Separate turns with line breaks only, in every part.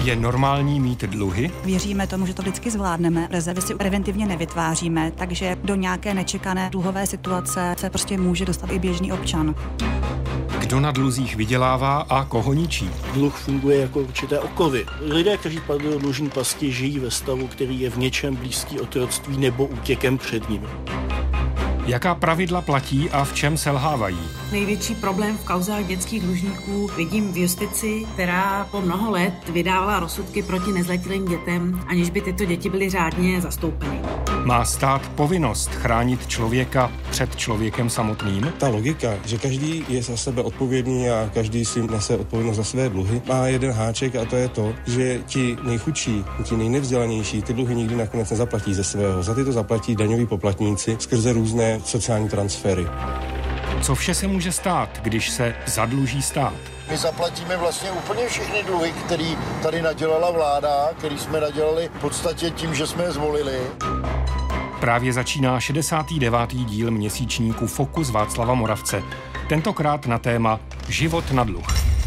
Je normální mít dluhy?
Věříme tomu, že to vždycky zvládneme. Rezervy si preventivně nevytváříme, takže do nějaké nečekané dluhové situace se prostě může dostat i běžný občan.
Kdo na dluzích vydělává a koho ničí?
Dluh funguje jako určité okovy. Lidé, kteří padli do dlužní pasti, žijí ve stavu, který je v něčem blízký otroctví nebo útěkem před ním.
Jaká pravidla platí a v čem selhávají?
Největší problém v kauzách dětských dlužníků vidím v justici, která po mnoho let vydávala rozsudky proti nezletilým dětem, aniž by tyto děti byly řádně zastoupeny.
Má stát povinnost chránit člověka před člověkem samotným?
Ta logika, že každý je za sebe odpovědný a každý si nese odpovědnost za své dluhy, má jeden háček a to je to, že ti nejchudší, ti nejnevzdělanější ty dluhy nikdy nakonec nezaplatí ze svého. Za ty to zaplatí daňoví poplatníci skrze různé sociální transfery.
Co vše se může stát, když se zadluží stát?
My zaplatíme vlastně úplně všechny dluhy, které tady nadělala vláda, který jsme nadělali v podstatě tím, že jsme je zvolili.
Právě začíná 69. díl měsíčníku Fokus Václava Moravce. Tentokrát na téma Život na dluh.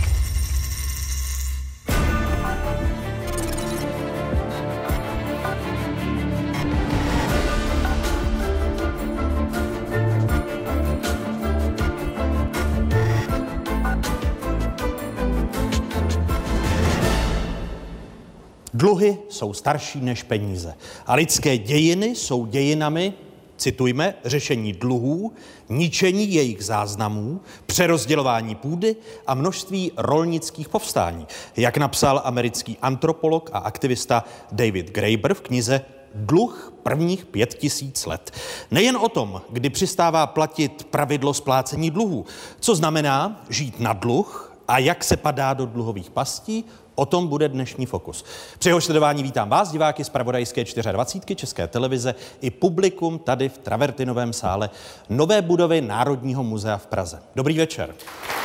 Dluhy jsou starší než peníze a lidské dějiny jsou dějinami, citujme, řešení dluhů, ničení jejich záznamů, přerozdělování půdy a množství rolnických povstání, jak napsal americký antropolog a aktivista David Graeber v knize Dluh prvních 5000 let. Nejen o tom, kdy přistává platit pravidlo splácení dluhů, co znamená žít na dluh a jak se padá do dluhových pastí, o tom bude dnešní Fokus. Při jeho sledování vítám vás, diváky z zpravodajské 24 České televize i publikum tady v Travertinovém sále nové budovy Národního muzea v Praze. Dobrý večer.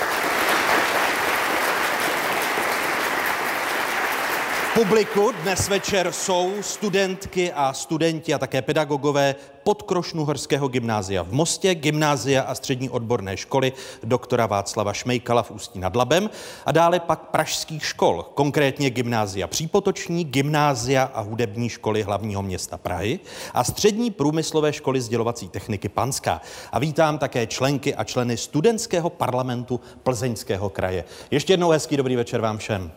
V publiku dnes večer jsou studentky a studenti a také pedagogové Podkrošnohorského gymnázia v Mostě, gymnázia a střední odborné školy doktora Václava Šmejkala v Ústí nad Labem a dále pak pražských škol, konkrétně gymnázia Přípotoční, gymnázia a hudební školy hlavního města Prahy a střední průmyslové školy sdělovací techniky Panská. A vítám také členky a členy studentského parlamentu Plzeňského kraje. Ještě jednou hezký dobrý večer vám všem.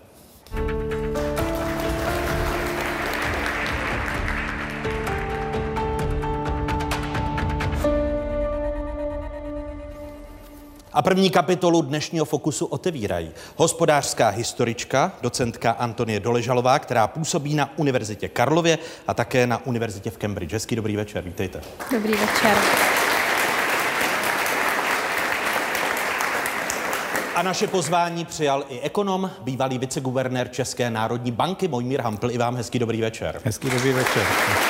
A první kapitolu dnešního Fokusu otevírají hospodářská historička, docentka Antonie Doležalová, která působí na Univerzitě Karlově a také na Univerzitě v Cambridge. Hezký dobrý večer, vítejte.
Dobrý večer.
A naše pozvání přijal i ekonom, bývalý viceguvernér České národní banky Mojmír Hampl. I vám hezký dobrý večer.
Hezký dobrý večer.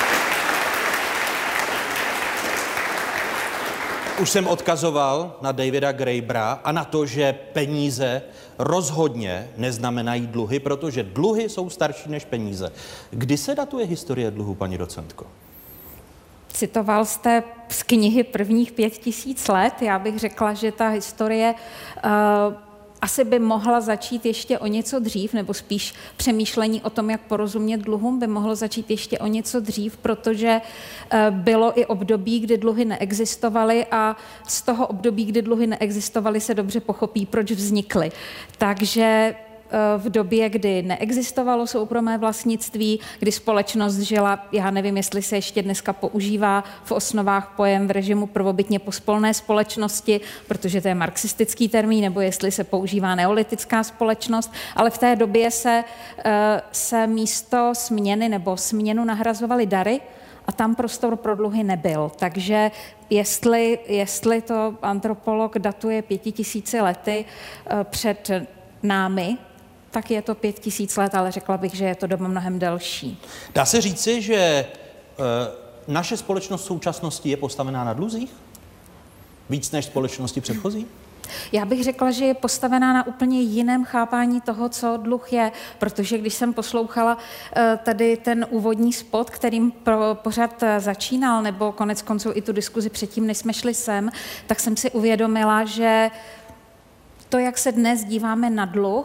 Už jsem odkazoval na Davida Graebera a na to, že peníze rozhodně neznamenají dluhy, protože dluhy jsou starší než peníze. Kdy se datuje historie dluhu, paní docentko?
Citoval jste z knihy prvních 5000 let. Já bych řekla, že ta historie asi by mohla začít ještě o něco dřív, nebo spíš přemýšlení o tom, jak porozumět dluhům, by mohlo začít ještě o něco dřív, protože bylo i období, kdy dluhy neexistovaly a z toho období, kdy dluhy neexistovaly, se dobře pochopí, proč vznikly. Takže v době, kdy neexistovalo soukromé vlastnictví, kdy společnost žila, já nevím, jestli se ještě dneska používá v osnovách pojem v režimu prvobytně pospolné společnosti, protože to je marxistický termín, nebo jestli se používá neolitická společnost, ale v té době se místo směny nebo směnu nahrazovaly dary a tam prostor pro dluhy nebyl. Takže jestli to antropolog datuje 5000 lety před námi, tak je to 5000 let, ale řekla bych, že je to doba mnohem delší.
Dá se říci, že naše společnost v současnosti je postavená na dluzích? Víc než společnosti předchozí?
Já bych řekla, že je postavená na úplně jiném chápání toho, co dluh je, protože když jsem poslouchala tady ten úvodní spot, kterým pořad začínal, nebo konec konců i tu diskuzi předtím, než jsme šli sem, tak jsem si uvědomila, že to, jak se dnes díváme na dluh,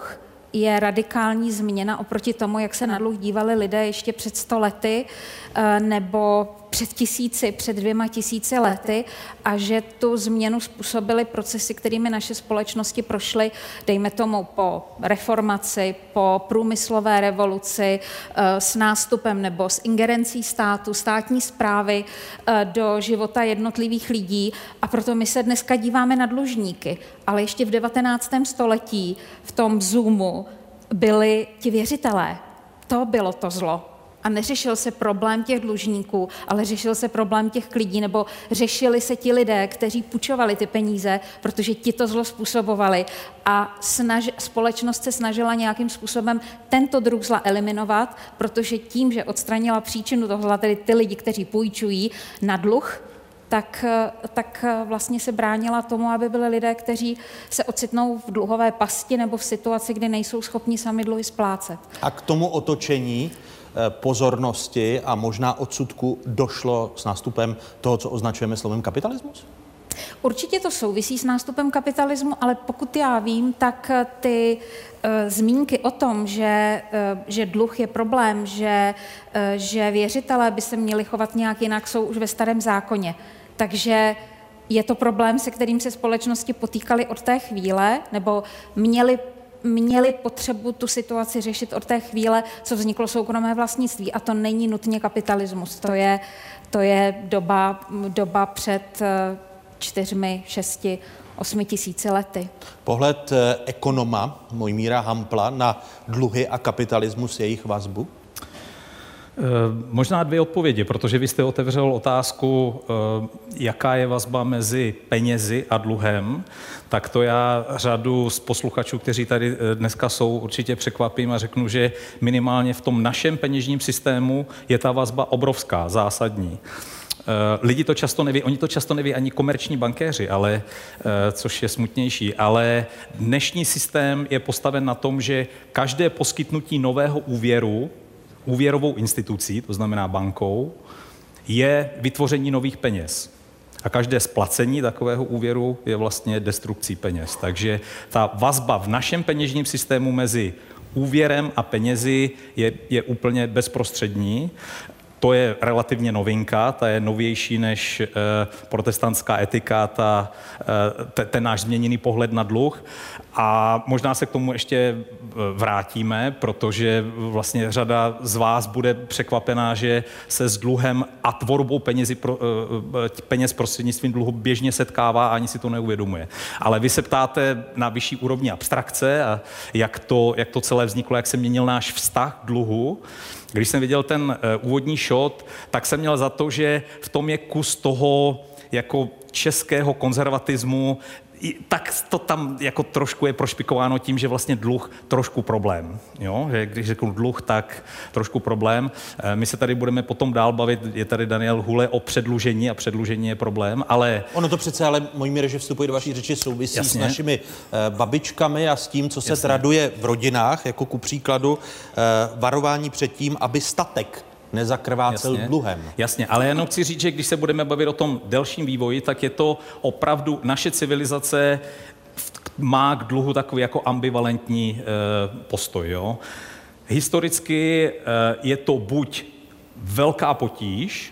je radikální změna oproti tomu, jak se na dluh dívali lidé ještě před 100 lety nebo před 2 000 lety a že tu změnu způsobily procesy, kterými naše společnosti prošly, dejme tomu po reformaci, po průmyslové revoluci, s nástupem nebo s ingerencí státu, státní správy do života jednotlivých lidí a proto my se dneska díváme na dlužníky, ale ještě v 19. století v tom zoomu byli ti věřitelé. To bylo to zlo. A neřešil se problém těch dlužníků, ale řešil se problém těch lidí, nebo řešili se ti lidé, kteří půjčovali ty peníze, protože ti to zlo způsobovali. A společnost se snažila nějakým způsobem tento druh zla eliminovat, protože tím, že odstranila příčinu toho zla, tedy ty lidi, kteří půjčují na dluh, tak vlastně se bránila tomu, aby byli lidé, kteří se ocitnou v dluhové pasti nebo v situaci, kdy nejsou schopni sami dluhy splácet.
A k tomu otočení pozornosti a možná odsudku došlo s nástupem toho, co označujeme slovem kapitalismus?
Určitě to souvisí s nástupem kapitalismu, ale pokud já vím, tak ty zmínky o tom, že dluh je problém, že věřitelé by se měli chovat nějak jinak, jsou už ve Starém zákoně. Takže je to problém, se kterým se společnosti potýkaly od té chvíle, nebo měli potřebu tu situaci řešit od té chvíle, co vzniklo soukromé vlastnictví. A to není nutně kapitalismus. To je doba před 4, 6, 8 tisíci lety.
Pohled ekonoma Mojmíra Hampla na dluhy a kapitalismus, jejich vazbu?
Možná 2 odpovědi, protože vy jste otevřel otázku, jaká je vazba mezi penězi a dluhem, tak to já řadu z posluchačů, kteří tady dneska jsou, určitě překvapím a řeknu, že minimálně v tom našem peněžním systému je ta vazba obrovská, zásadní. Lidi to často neví, oni to často neví ani komerční bankéři, ale, což je smutnější, ale dnešní systém je postaven na tom, že každé poskytnutí nového úvěru úvěrovou institucí, to znamená bankou, je vytvoření nových peněz. A každé splacení takového úvěru je vlastně destrukcí peněz. Takže ta vazba v našem peněžním systému mezi úvěrem a penězi je úplně bezprostřední. To je relativně novinka, ta je novější než protestantská etika, ten náš změněný pohled na dluh. A možná se k tomu ještě vrátíme, protože vlastně řada z vás bude překvapená, že se s dluhem a tvorbou peněz prostřednictvím dluhu běžně setkává a ani si to neuvědomuje. Ale vy se ptáte na vyšší úrovni abstrakce a jak to celé vzniklo, jak se měnil náš vztah k dluhu. Když jsem viděl ten úvodní shot, tak jsem měl za to, že v tom je kus toho jako českého konzervatismu, tak to tam jako trošku je prošpikováno tím, že vlastně dluh trošku problém. Jo? Že když řeknu dluh, tak trošku problém. My se tady budeme potom dál bavit, je tady Daniel Hule, o předlužení a předlužení je problém, ale...
Ono to přece, ale Mojmíre, že vstupují do vaší řeči, souvisí Jasně. s našimi babičkami a s tím, co se traduje v rodinách, jako ku příkladu varování před tím, aby statek nezakrvácel dluhem.
Jasně, ale jenom chci říct, že když se budeme bavit o tom delším vývoji, tak je to opravdu naše civilizace má k dluhu takový jako ambivalentní postoj. Jo? Historicky je to buď velká potíž,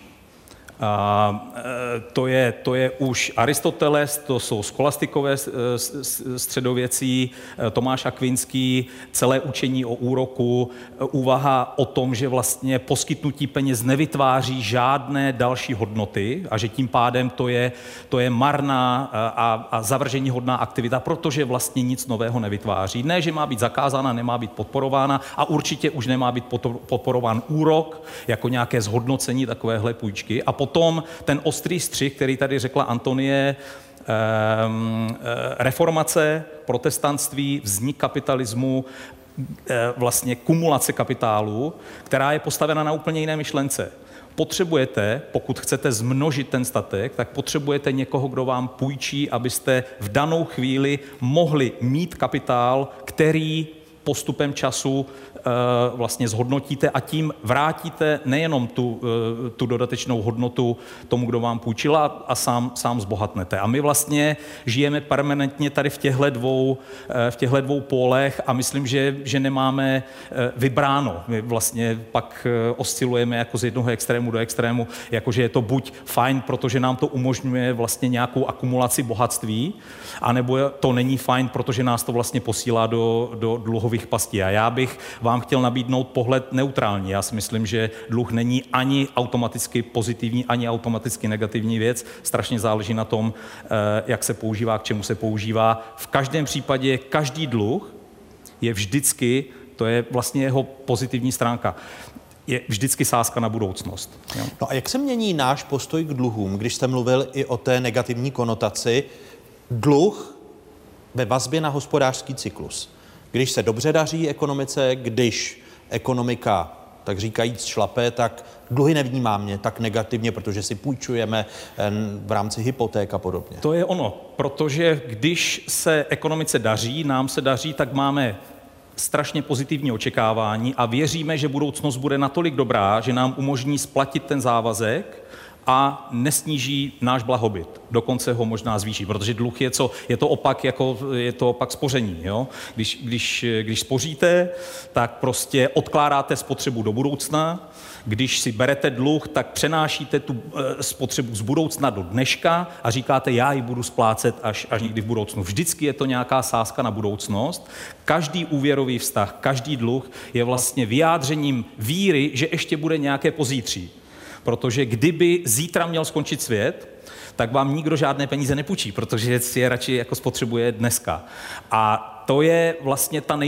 to je už Aristoteles, to jsou scholastikové středověcí, Tomáš Akvinský, celé učení o úroku, úvaha o tom, že vlastně poskytnutí peněz nevytváří žádné další hodnoty a že tím pádem to je marná a zavržení hodná aktivita, protože vlastně nic nového nevytváří. Ne, že má být zakázána, nemá být podporována a určitě už nemá být podporován úrok jako nějaké zhodnocení takovéhle půjčky. A potom ten ostrý střih, který tady řekla Antonie, reformace, protestantství, vznik kapitalismu, vlastně kumulace kapitálu, která je postavena na úplně jiné myšlence. Potřebujete, pokud chcete zmnožit ten statek, tak potřebujete někoho, kdo vám půjčí, abyste v danou chvíli mohli mít kapitál, který postupem času vlastně zhodnotíte a tím vrátíte nejenom tu dodatečnou hodnotu tomu, kdo vám půjčil a sám zbohatnete. A my vlastně žijeme permanentně tady v těchto dvou pólech a myslím, že nemáme vybráno. My vlastně pak oscilujeme jako z jednoho extrému do extrému, jakože je to buď fajn, protože nám to umožňuje vlastně nějakou akumulaci bohatství, anebo to není fajn, protože nás to vlastně posílá do dluhových pastí. A já bych vám chtěl nabídnout pohled neutrální. Já si myslím, že dluh není ani automaticky pozitivní, ani automaticky negativní věc. Strašně záleží na tom, jak se používá, k čemu se používá. V každém případě každý dluh je vždycky, to je vlastně jeho pozitivní stránka, je vždycky sázka na budoucnost. Jo?
No a jak se mění náš postoj k dluhům, když jste mluvil i o té negativní konotaci? Dluh ve vazbě na hospodářský cyklus. Když se dobře daří ekonomice, když ekonomika, tak říkajíc, šlape, tak dluhy nevnímáme tak negativně, protože si půjčujeme v rámci hypoték a podobně.
To je ono, protože když se ekonomice daří, nám se daří, tak máme strašně pozitivní očekávání a věříme, že budoucnost bude natolik dobrá, že nám umožní splatit ten závazek a nesníží náš blahobyt. Dokonce ho možná zvýší, protože dluh je to opak spoření. Jo? Když spoříte, tak prostě odkládáte spotřebu do budoucna. Když si berete dluh, tak přenášíte tu spotřebu z budoucna do dneška a říkáte, já ji budu splácet až někdy v budoucnu. Vždycky je to nějaká sázka na budoucnost. Každý úvěrový vztah, každý dluh je vlastně vyjádřením víry, že ještě bude nějaké pozítří. Protože kdyby zítra měl skončit svět, tak vám nikdo žádné peníze nepůjčí, protože si je radši jako spotřebuje dneska. A to je vlastně ta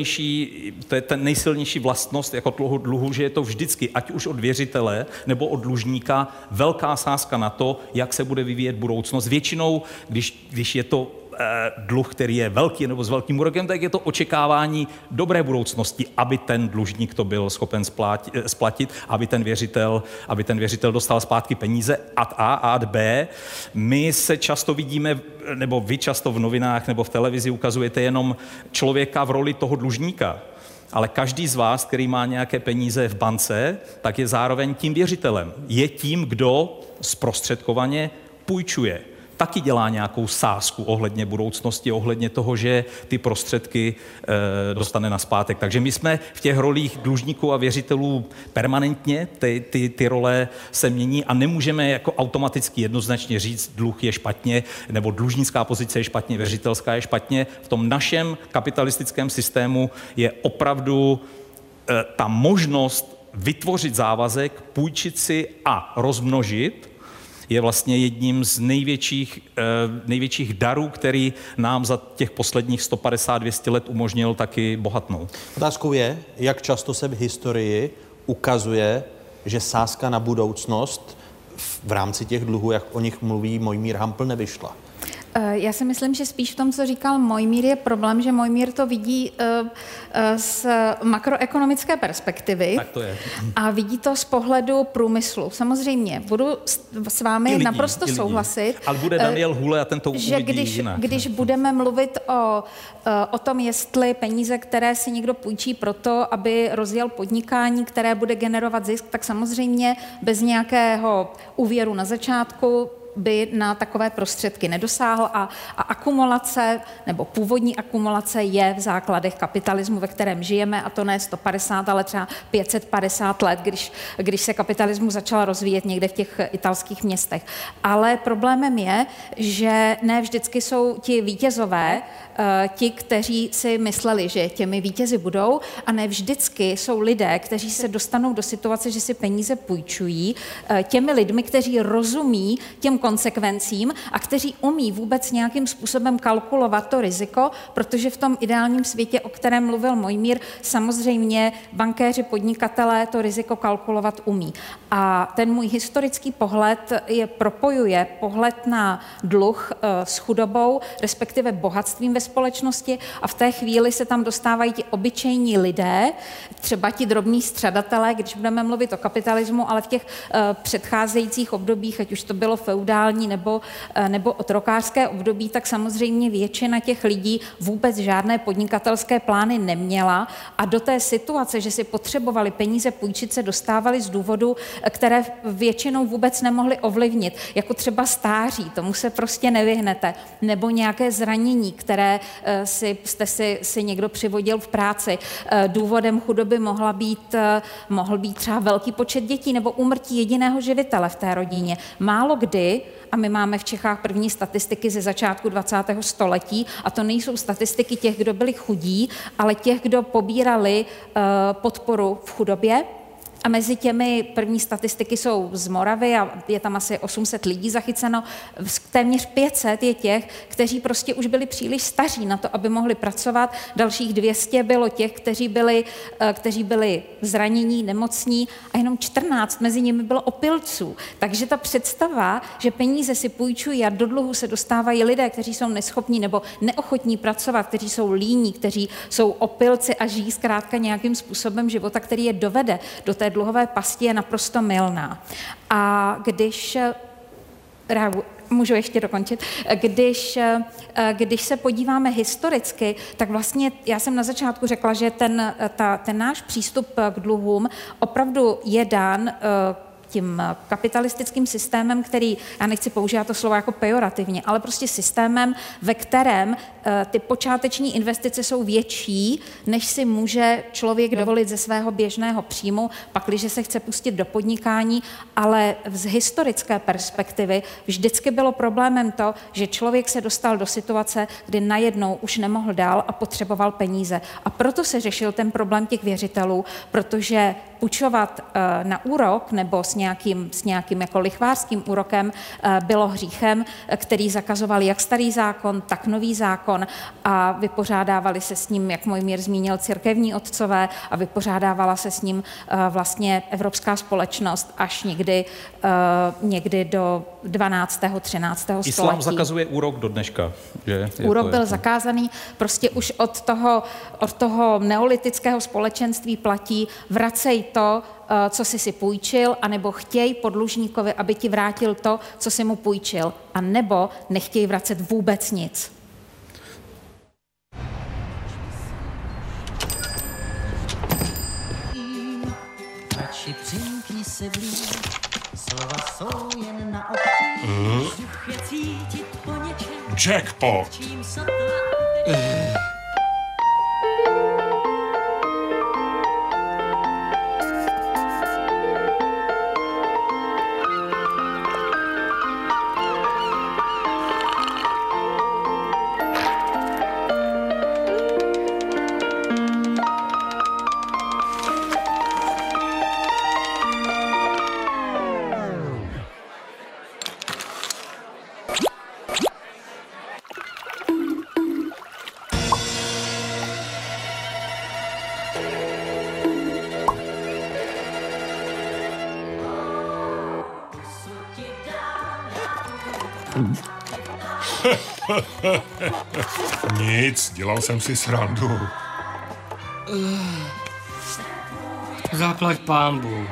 nejsilnější vlastnost jako toho dluhu, že je to vždycky, ať už od věřitele nebo od dlužníka, velká sázka na to, jak se bude vyvíjet budoucnost. Většinou, když je to dluh, který je velký nebo s velkým úrokem, tak je to očekávání dobré budoucnosti, aby ten dlužník to byl schopen splatit, aby ten věřitel dostal zpátky peníze ad A a ad B. My se často vidíme, nebo vy často v novinách nebo v televizi ukazujete jenom člověka v roli toho dlužníka. Ale každý z vás, který má nějaké peníze v bance, tak je zároveň tím věřitelem. Je tím, kdo zprostředkovaně půjčuje. Taky dělá nějakou sázku ohledně budoucnosti, ohledně toho, že ty prostředky dostane nazpátek. Takže my jsme v těch rolích dlužníků a věřitelů permanentně, ty role se mění a nemůžeme jako automaticky jednoznačně říct, dluh je špatně, nebo dlužnická pozice je špatně, věřitelská je špatně. V tom našem kapitalistickém systému je opravdu ta možnost vytvořit závazek, půjčit si a rozmnožit, je vlastně jedním z největších darů, který nám za těch posledních 150-200 let umožnil taky bohatnout.
Otázkou je, jak často se v historii ukazuje, že sázka na budoucnost v rámci těch dluhů, jak o nich mluví Mojmír Hampl, nevyšla.
Já si myslím, že spíš v tom, co říkal Mojmír, je problém, že Mojmír to vidí z makroekonomické perspektivy.
Tak to je.
A vidí to z pohledu průmyslu. Samozřejmě, budu s vámi naprosto souhlasit.
Ale bude Daniel Hůle a ten to uvidí jinak.
Když budeme mluvit o tom, jestli peníze, které si někdo půjčí proto, aby rozjel podnikání, které bude generovat zisk, tak samozřejmě bez nějakého úvěru na začátku by na takové prostředky nedosáhl a akumulace nebo původní akumulace je v základech kapitalismu, ve kterém žijeme, a to ne 150, ale třeba 550 let, když se kapitalismus začal rozvíjet někde v těch italských městech. Ale problémem je, že ne vždycky jsou ti vítězové, ti, kteří si mysleli, že těmi vítězi budou, a ne vždycky jsou lidé, kteří se dostanou do situace, že si peníze půjčují, těmi lidmi, kteří rozumí těm konsekvencím a kteří umí vůbec nějakým způsobem kalkulovat to riziko, protože v tom ideálním světě, o kterém mluvil Mojmír, samozřejmě bankéři, podnikatelé to riziko kalkulovat umí. A ten můj historický pohled propojuje pohled na dluh s chudobou, respektive bohatstvím ve společnosti, a v té chvíli se tam dostávají ti obyčejní lidé, třeba ti drobní střadatelé, když budeme mluvit o kapitalismu, ale v těch předcházejících obdobích, ať už to bylo feudální feudální nebo otrokářské období, tak samozřejmě většina těch lidí vůbec žádné podnikatelské plány neměla a do té situace, že si potřebovali peníze půjčit, se dostávali z důvodu, které většinou vůbec nemohli ovlivnit, jako třeba stáří, tomu se prostě nevyhnete, nebo nějaké zranění, které jste si někdo přivodil v práci. Důvodem chudoby mohl být třeba velký počet dětí nebo úmrtí jediného živitele v té rodině. Málo kdy, a my máme v Čechách první statistiky ze začátku 20. století, a to nejsou statistiky těch, kdo byli chudí, ale těch, kdo pobírali podporu v chudobě. A mezi těmi první statistiky jsou z Moravy a je tam asi 800 lidí zachyceno. Téměř 500 je těch, kteří prostě už byli příliš staří na to, aby mohli pracovat. Dalších 200 bylo těch, kteří byli zranění, nemocní a jenom 14 mezi nimi bylo opilců. Takže ta představa, že peníze si půjčují a do dluhu se dostávají lidé, kteří jsou neschopní nebo neochotní pracovat, kteří jsou líní, kteří jsou opilci a žijí zkrátka nějakým způsobem života, který je dovede do té dluhové pasti, je naprosto mylná. A můžu ještě dokončit, když se podíváme historicky, tak vlastně já jsem na začátku řekla, že ten náš přístup k dluhům opravdu je dán tím kapitalistickým systémem, který, já nechci používat to slovo jako pejorativně, ale prostě systémem, ve kterém ty počáteční investice jsou větší, než si může člověk dovolit ze svého běžného příjmu, pakliže se chce pustit do podnikání, ale z historické perspektivy vždycky bylo problémem to, že člověk se dostal do situace, kdy najednou už nemohl dál a potřeboval peníze. A proto se řešil ten problém těch věřitelů, protože půjčovat na úrok nebo s nějakým jako lichvářským úrokem bylo hříchem, který zakazoval jak starý zákon, tak nový zákon a vypořádávali se s ním, jak Mojmír zmínil, církevní otcové a vypořádávala se s ním vlastně evropská společnost až někdy do 12. 13. století.
Islám zakazuje úrok do dneška, že?
Úrok byl zakázaný, prostě už od toho neolitického společenství platí vracej to, co jsi si půjčil, anebo chtěj po dlužníkovi, aby ti vrátil to, co jsi mu půjčil, a nebo nechtěj vracet vůbec nic.
Radši přimkni se blíž, slova jsou jen na obtíž, vzduch je cítit po něčem,
Jackpot!
čím sotva
Nic, dělal jsem si srandu.
Zaplať pánbu.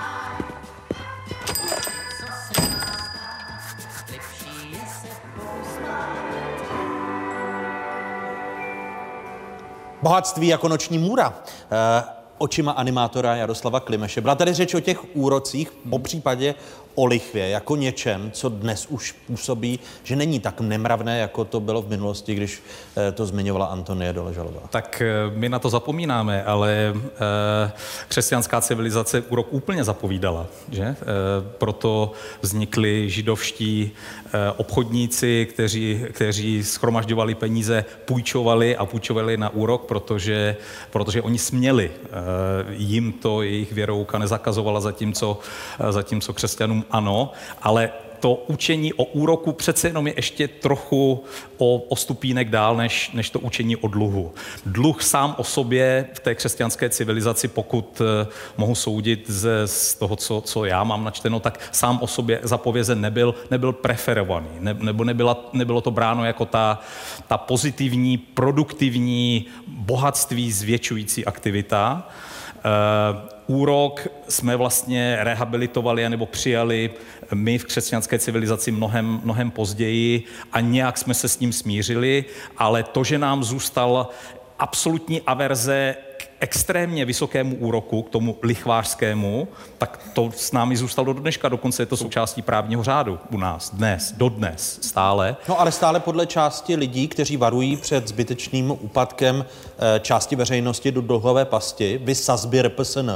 Bohatství jako noční můra. Očima animátora Jaroslava Klimeše. Byla tady řeč o těch úrocích, popřípadě o lichvě, jako něčem, co dnes už působí, že není tak nemravné, jako to bylo v minulosti, když to zmiňovala Antonie Doležalová.
Tak my na to zapomínáme, ale křesťanská civilizace úrok úplně zapovídala, že? Proto vznikli židovští obchodníci, kteří shromažďovali peníze, půjčovali na úrok, protože oni směli. Jim to jejich věrouka nezakazovala, zatímco křesťanům ano, ale to učení o úroku přece jenom je ještě trochu o stupínek dál, než to učení o dluhu. Dluh sám o sobě v té křesťanské civilizaci, pokud mohu soudit z toho, co já mám načteno, tak sám o sobě zapovězen nebyl preferovaný, nebo nebylo to bráno jako ta pozitivní, produktivní, bohatství zvětšující aktivita. Úrok jsme vlastně rehabilitovali nebo přijali my v křesťanské civilizaci mnohem později a nějak jsme se s ním smířili, ale to, že nám zůstal absolutní averze k extrémně vysokému úroku, k tomu lichvářskému, tak to s námi zůstalo do dneška, dokonce je to součástí právního řádu u nás, dodnes, stále.
No ale stále podle části lidí, kteří varují před zbytečným úpadkem části veřejnosti do dluhové pasti, vy sazby RPSN,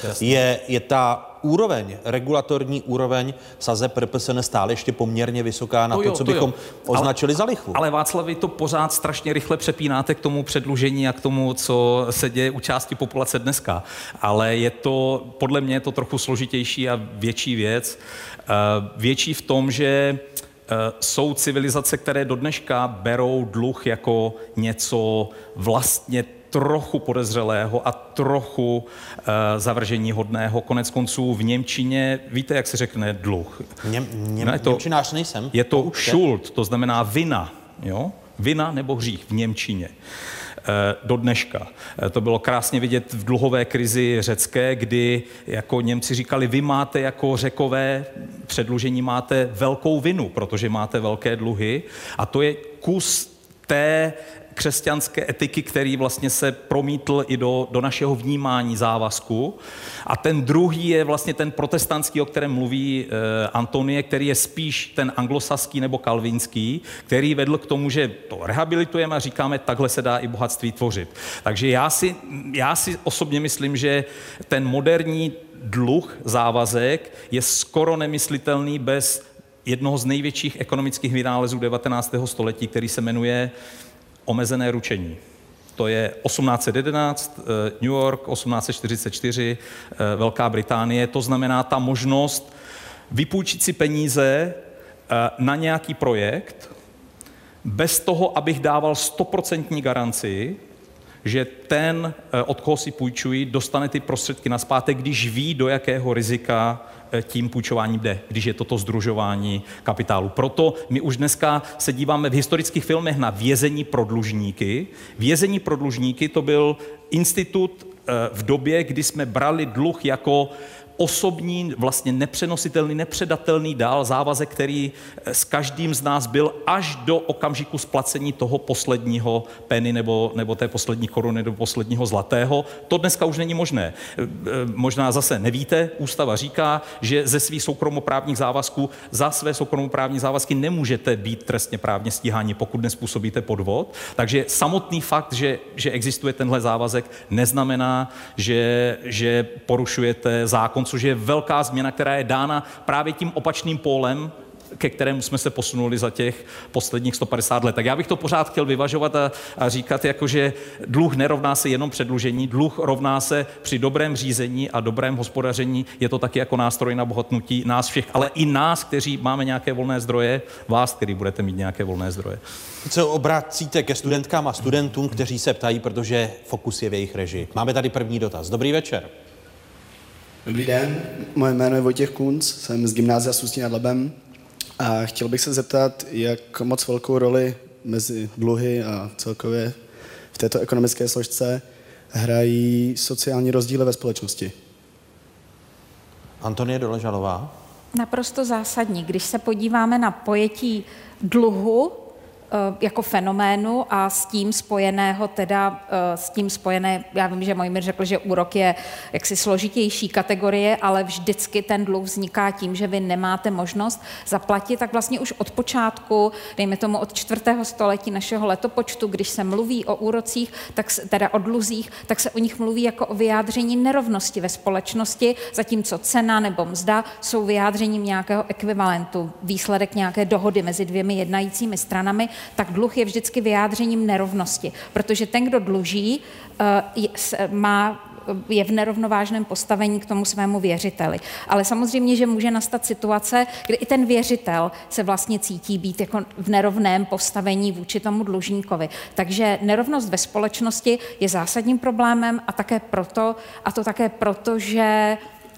je ta úroveň, regulatorní úroveň sazeb RPSN stále ještě poměrně vysoká na to, co bychom označili za lichvu.
Ale Václav, vy to pořád strašně rychle přepínáte k tomu předlužení a k tomu, co se děje u části populace dneska. Ale je to, podle mě je to trochu složitější a větší věc. Větší v tom, že jsou civilizace, které do dneška berou dluh jako něco vlastně trochu podezřelého a trochu zavržení hodného. Konec konců v němčině, víte, jak se řekne dluh?
Němčinář nejsem.
Je to Schuld, to znamená vina. Jo? Vina nebo hřích v němčině. Do dneška. To bylo krásně vidět v dluhové krizi řecké, kdy jako Němci říkali, vy máte jako Řekové předlužení máte velkou vinu, protože máte velké dluhy a to je kus té křesťanské etiky, který vlastně se promítl i do našeho vnímání závazku. A ten druhý je vlastně ten protestantský, o kterém mluví Antonie, který je spíš ten anglosaský nebo kalvinský, který vedl k tomu, že to rehabilitujeme a říkáme, takhle se dá i bohatství tvořit. Takže já si osobně myslím, že ten moderní dluh, závazek je skoro nemyslitelný bez jednoho z největších ekonomických vynálezů 19. století, který se jmenuje omezené ručení. To je 1811, New York, 1844, Velká Británie. To znamená ta možnost vypůjčit si peníze na nějaký projekt bez toho, abych dával 100% garanci, že ten, od koho si půjčují, dostane ty prostředky nazpátek, když ví, do jakého rizika tím půjčováním jde, když je toto sdružování kapitálu. Proto my už dneska se díváme v historických filmech na vězení pro dlužníky. Vězení pro dlužníky to byl institut v době, kdy jsme brali dluh jako osobní, vlastně nepřenositelný, nepředatelný dál závazek, který s každým z nás byl až do okamžiku splacení toho posledního penny nebo té poslední koruny nebo posledního zlatého. To dneska už není možné. Možná zase nevíte, ústava říká, že ze svých soukromoprávních závazků za své soukromoprávní závazky nemůžete být trestně právně stíháni, pokud nezpůsobíte podvod. Takže samotný fakt, že existuje tenhle závazek, neznamená, že porušujete zákon, což je velká změna, která je dána právě tím opačným pólem, ke kterému jsme se posunuli za těch posledních 150 let. Tak já bych to pořád chtěl vyvažovat a říkat, jako, že dluh nerovná se jenom předlužení, dluh rovná se při dobrém řízení a dobrém hospodaření. Je to taky jako nástroj na bohatnutí nás všech, ale i nás, kteří máme nějaké volné zdroje, vás, který budete mít nějaké volné zdroje.
Co obracíte ke studentkám a studentům, kteří se ptají, protože Fokus je v jejich režii. Máme tady první dotaz. Dobrý večer.
Dobrý den, moje jméno je Vojtěch Kunc, jsem z gymnázia s Ústí nad Labem a chtěl bych se zeptat, jak moc velkou roli mezi dluhy a celkově v této ekonomické složce hrají sociální rozdíly ve společnosti.
Antonie Doležalová.
Naprosto zásadní. Když se podíváme na pojetí dluhu jako fenoménu a s tím spojené, já vím, že Mojmír řekl, že úrok je jaksi složitější kategorie, ale vždycky ten dluh vzniká tím, že vy nemáte možnost zaplatit, tak vlastně už od počátku, dejme tomu od 4. století našeho letopočtu, když se mluví o úrocích, teda o dluzích, tak se o nich mluví jako o vyjádření nerovnosti ve společnosti, zatímco cena nebo mzda jsou vyjádřením nějakého ekvivalentu, výsledek nějaké dohody mezi dvěmi jednajícími stranami, tak dluh je vždycky vyjádřením nerovnosti, protože ten, kdo dluží, je v nerovnovážném postavení k tomu svému věřiteli. Ale samozřejmě, že může nastat situace, kdy i ten věřitel se vlastně cítí být jako v nerovném postavení vůči tomu dlužníkovi. Takže nerovnost ve společnosti je zásadním problémem a to také proto, že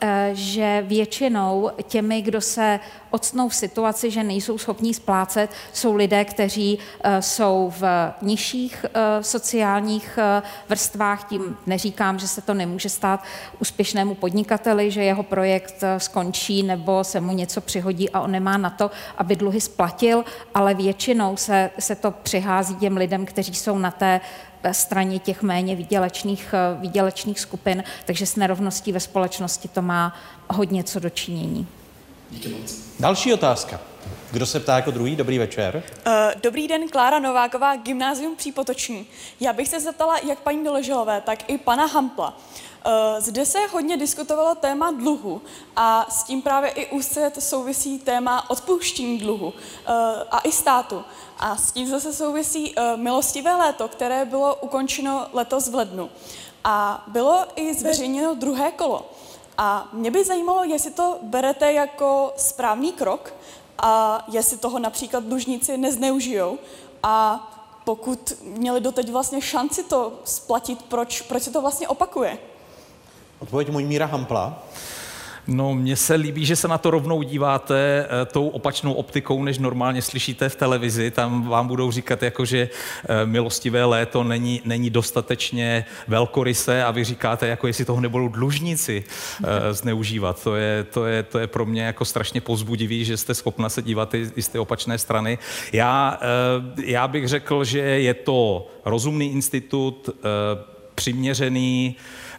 že většinou těmi, kdo se octnou v situaci, že nejsou schopní splácet, jsou lidé, kteří jsou v nižších sociálních vrstvách. Tím neříkám, že se to nemůže stát úspěšnému podnikateli, že jeho projekt skončí nebo se mu něco přihodí a on nemá na to, aby dluhy splatil, ale většinou se to přihází těm lidem, kteří jsou na té straně těch méně výdělečných skupin, takže s nerovností ve společnosti to má hodně co do činění.
Díky moc.
Další otázka. Kdo se ptá jako druhý? Dobrý večer.
Dobrý den, Klára Nováková, Gymnázium Přípotoční. Já bych se zeptala jak paní Doleželové, tak i pana Hampla. Zde se hodně diskutovalo téma dluhu a s tím právě i úzce souvisí téma odpouštění dluhu a i státu. A s tím zase souvisí milostivé léto, které bylo ukončeno letos v lednu. A bylo i zveřejněno druhé kolo. A mě by zajímalo, jestli to berete jako správný krok a jestli toho například dlužníci nezneužijou. A pokud měli doteď vlastně šanci to splatit, proč se to vlastně opakuje?
Odpověď Mojmíra Hampla.
No, mně se líbí, že se na to rovnou díváte tou opačnou optikou, než normálně slyšíte v televizi. Tam vám budou říkat, jako, že milostivé léto není dostatečně velkorysé a vy říkáte, jako jestli toho nebudou dlužníci zneužívat. To je pro mě jako strašně povzbudivý, že jste schopna se dívat i z té opačné strany. Já bych řekl, že je to rozumný institut, přiměřený.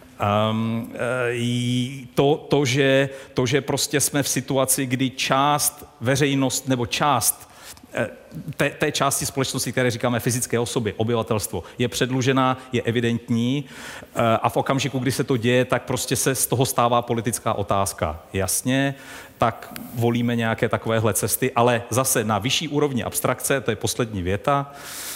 To, že prostě jsme v situaci, kdy část veřejnost nebo část té části společnosti, které říkáme fyzické osoby, obyvatelstvo, je předlužená, je evidentní a v okamžiku, kdy se to děje, tak prostě se z toho stává politická otázka. Jasně, tak volíme nějaké takovéhle cesty, ale zase na vyšší úrovni abstrakce, to je poslední věta,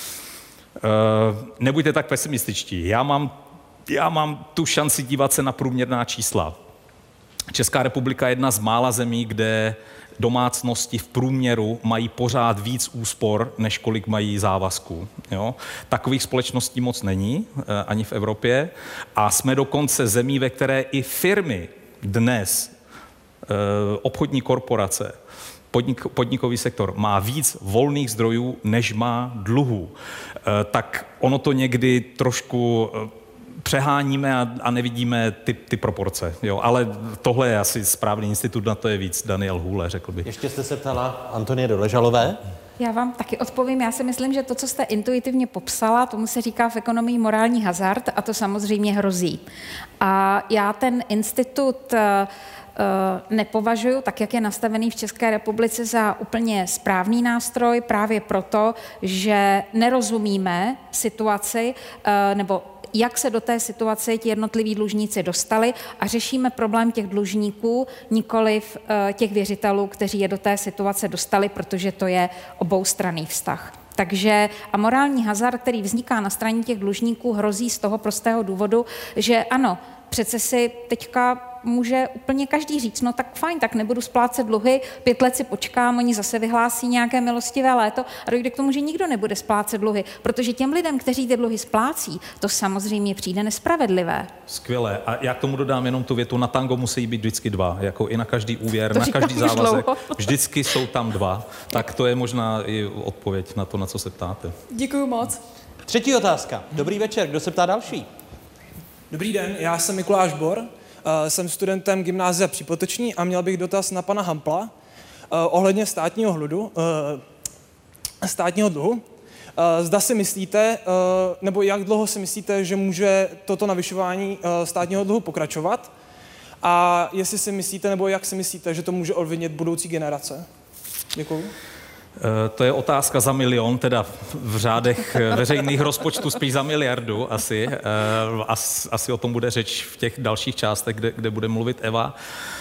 nebuďte tak pesimističtí. Já mám tu šanci dívat se na průměrná čísla. Česká republika je jedna z mála zemí, kde domácnosti v průměru mají pořád víc úspor, než kolik mají závazků. Jo? Takových společností moc není, ani v Evropě. A jsme dokonce zemí, ve které i firmy dnes, obchodní korporace, podnikový sektor má víc volných zdrojů, než má dluhů. Tak ono to někdy trošku přeháníme a nevidíme ty proporce. Jo? Ale tohle je asi správný institut, na to je víc Daniel Hůle, řekl bych.
Ještě jste se ptala Antonie Doležalové.
Já vám taky odpovím. Já si myslím, že to, co jste intuitivně popsala, tomu se říká v ekonomii morální hazard a to samozřejmě hrozí. A já ten institut nepovažuji, tak jak je nastavený v České republice, za úplně správný nástroj právě proto, že nerozumíme situaci nebo jak se do té situace ti jednotliví dlužníci dostali a řešíme problém těch dlužníků, nikoliv těch věřitelů, kteří je do té situace dostali, protože to je oboustranný vztah. Takže amorální hazard, který vzniká na straně těch dlužníků, hrozí z toho prostého důvodu, že ano, přece si teďka může úplně každý říct, no tak fajn, tak nebudu splácet dluhy, 5 let si počkám, oni zase vyhlásí nějaké milostivé léto a dojde k tomu, že nikdo nebude splácet dluhy, protože těm lidem, kteří ty dluhy splácí, to samozřejmě přijde nespravedlivé.
Skvělé. A já k tomu dodám jenom tu větu, na tango musí být vždycky 2, jako i na každý úvěr, na každý závazek. Vždycky jsou tam 2. Tak to je možná i odpověď na to, na co se ptáte.
Děkuju moc.
Třetí otázka. Dobrý večer, kdo se ptá další?
Dobrý den, já jsem Mikuláš Bor, jsem studentem Gymnázia Přípotoční a měl bych dotaz na pana Hampla ohledně státního dluhu. Zda si myslíte, nebo jak dlouho si myslíte, že může toto navyšování státního dluhu pokračovat a jestli si myslíte, nebo jak si myslíte, že to může ovlivnit budoucí generace? Děkuju.
To je otázka za milion, teda v řádech veřejných rozpočtů spíš za miliardu asi. Asi o tom bude řeč v těch dalších částech, kde bude mluvit Eva.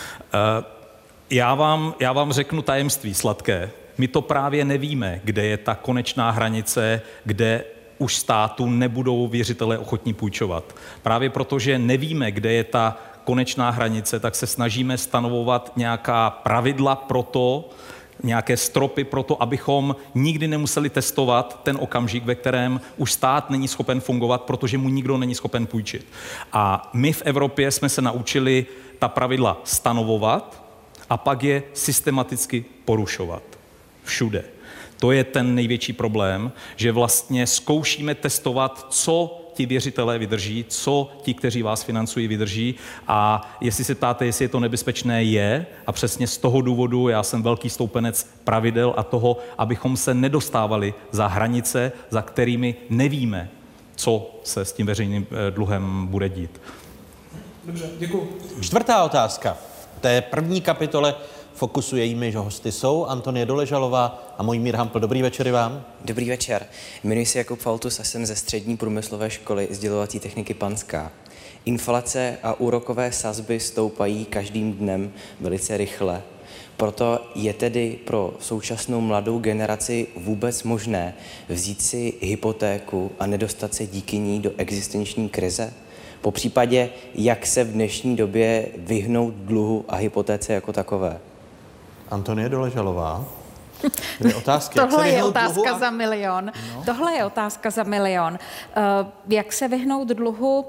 Já vám řeknu tajemství sladké. My to právě nevíme, kde je ta konečná hranice, kde už státu nebudou věřitelé ochotní půjčovat. Právě protože nevíme, kde je ta konečná hranice, tak se snažíme stanovovat nějaká pravidla pro to, nějaké stropy pro to, abychom nikdy nemuseli testovat ten okamžik, ve kterém už stát není schopen fungovat, protože mu nikdo není schopen půjčit. A my v Evropě jsme se naučili ta pravidla stanovovat a pak je systematicky porušovat. Všude. To je ten největší problém, že vlastně zkoušíme testovat, co ti věřitelé vydrží, co ti, kteří vás financují, vydrží. A jestli se ptáte, jestli je to nebezpečné, je. A přesně z toho důvodu já jsem velký stoupenec pravidel a toho, abychom se nedostávali za hranice, za kterými nevíme, co se s tím veřejným dluhem bude dít.
Dobře, děkuji.
4. otázka. V té první kapitole Fokusu jejími hosty jsou Antonie Doležalová a Mojmír Hampl. Dobrý večer i vám.
Dobrý večer. Jmenuji se Jakub Faltus a jsem ze Střední průmyslové školy sdělovací techniky Panská. Inflace a úrokové sazby stoupají každým dnem velice rychle. Proto je tedy pro současnou mladou generaci vůbec možné vzít si hypotéku a nedostat se díky ní do existenční krize? Po případě, jak se v dnešní době vyhnout dluhu a hypotéce jako takové?
Antonie Doležalová. Otázky.
Tohle je otázka za milion. No. Tohle je otázka za milion. Jak se vyhnout dluhu?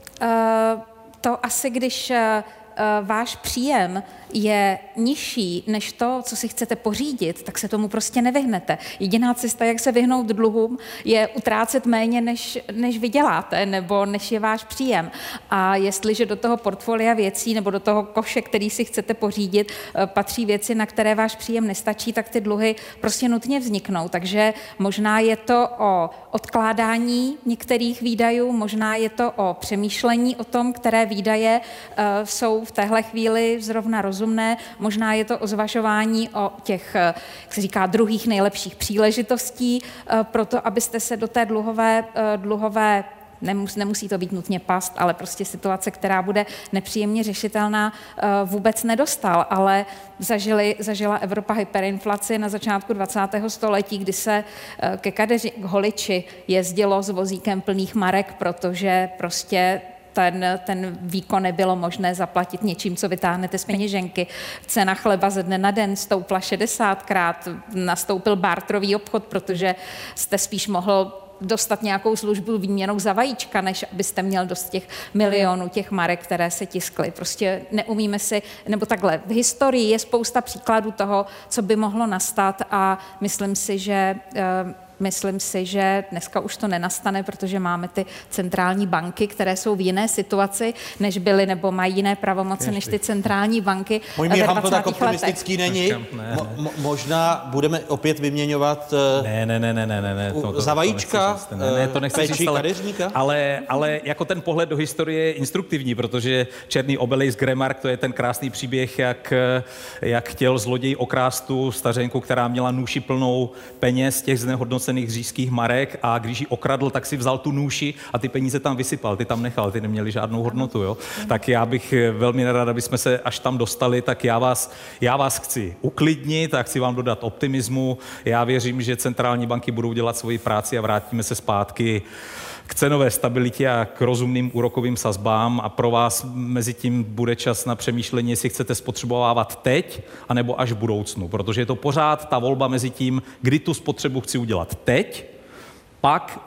To asi, když váš příjem je nižší než to, co si chcete pořídit, tak se tomu prostě nevyhnete. Jediná cesta, jak se vyhnout dluhům, je utrácet méně, než vyděláte, nebo než je váš příjem. A jestliže do toho portfolia věcí nebo do toho koše, který si chcete pořídit, patří věci, na které váš příjem nestačí, tak ty dluhy prostě nutně vzniknou. Takže možná je to o odkládání některých výdajů, možná je to o přemýšlení o tom, které výdaje jsou v téhle chvíli zrovna rozumné, možná je to o zvažování o těch, jak se říká, druhých nejlepších příležitostí, proto abyste se do té dluhové nemusí to být nutně past, ale prostě situace, která bude nepříjemně řešitelná, vůbec nedostal. Ale zažila Evropa hyperinflaci na začátku 20. století, kdy se ke kadeři, k holiči jezdilo s vozíkem plných marek, protože prostě ten výkon nebylo možné zaplatit něčím, co vytáhnete z peněženky. Cena chleba ze dne na den stoupla 60krát, nastoupil barterový obchod, protože jste spíš mohl dostat nějakou službu výměnou za vajíčka, než abyste měl dost těch milionů těch marek, které se tiskly. Prostě neumíme si, nebo takhle, v historii je spousta příkladů toho, co by mohlo nastat a myslím si, že dneska už to nenastane, protože máme ty centrální banky, které jsou v jiné situaci, než byly, nebo mají jiné pravomoci, než ty centrální banky ve 20. letech.
Mojmír tak optimistický není. Možná budeme opět vyměňovat za vajíčka,
to nechci říct, ale jako ten pohled do historie je instruktivní, protože Černý obelisk Remark, to je ten krásný příběh, jak chtěl zloděj okrást tu stařenku, která měla nůši plnou peněz, těch znehodnocených říšských marek, a když ji okradl, tak si vzal tu nůši a ty peníze tam vysypal, ty tam nechal, ty neměly žádnou hodnotu. Jo? Tak já bych velmi nerad, aby jsme se až tam dostali, tak já vás chci uklidnit a chci vám dodat optimismu. Já věřím, že centrální banky budou dělat svoji práci a vrátíme se zpátky k cenové stabilitě a k rozumným úrokovým sazbám a pro vás mezi tím bude čas na přemýšlení, jestli chcete spotřebovávat teď, anebo až v budoucnu, protože je to pořád ta volba mezi tím, kdy tu spotřebu chci udělat teď, pak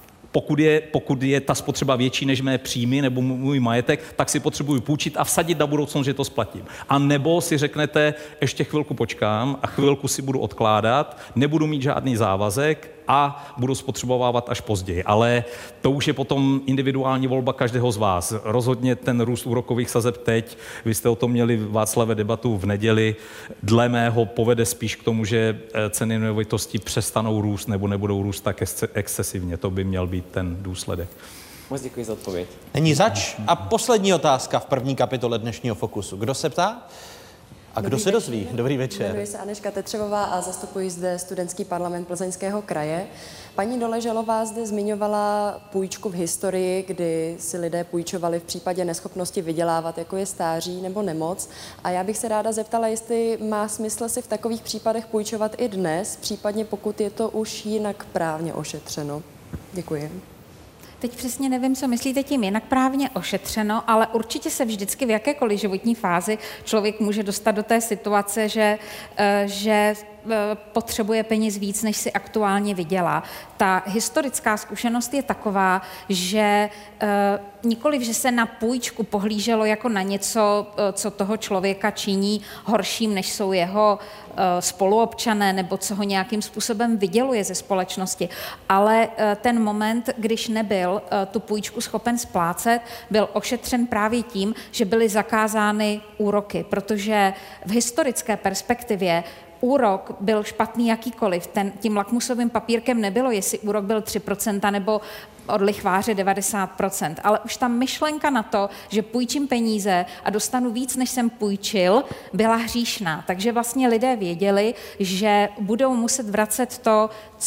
pokud je ta spotřeba větší než mé příjmy nebo můj majetek, tak si potřebuji půjčit a vsadit na budoucnost, že to splatím. A nebo si řeknete, ještě chvilku počkám a chvilku si budu odkládat, nebudu mít žádný závazek a budu spotřebovávat až později. Ale to už je potom individuální volba každého z vás. Rozhodně ten růst úrokových sazeb teď, vy jste o tom měli, Václave, debatu v neděli, dle mého povede spíš k tomu, že ceny nemovitostí přestanou růst nebo nebudou růst tak excesivně. To by měl být ten důsledek.
Moc děkuji za odpověď.
Není zač. A poslední otázka v první kapitole dnešního Fokusu. Kdo se ptá? A kdo se dozví? Dobrý večer.
Jmenuji se Anežka Tetřevová a zastupuji zde studentský parlament Plzeňského kraje. Paní Doležalová zde zmiňovala půjčku v historii, kdy si lidé půjčovali v případě neschopnosti vydělávat, jako je stáří nebo nemoc. A já bych se ráda zeptala, jestli má smysl si v takových případech půjčovat i dnes, případně pokud je to už jinak právně ošetřeno. Děkuji.
Teď přesně nevím, co myslíte tím jinak právně ošetřeno, ale určitě se vždycky v jakékoliv životní fázi člověk může dostat do té situace, že potřebuje peněz víc, než si aktuálně vydělá. Ta historická zkušenost je taková, že nikoliv, že se na půjčku pohlíželo jako na něco, co toho člověka činí horším, než jsou jeho spoluobčané, nebo co ho nějakým způsobem vyděluje ze společnosti. Ale ten moment, když nebyl tu půjčku schopen splácet, byl ošetřen právě tím, že byly zakázány úroky, protože v historické perspektivě úrok byl špatný jakýkoliv. Tím lakmusovým papírkem nebylo, jestli úrok byl 3% nebo od lichváře 90%. Ale už ta myšlenka na to, že půjčím peníze a dostanu víc, než jsem půjčil, byla hříšná. Takže vlastně lidé věděli, že budou muset vracet to,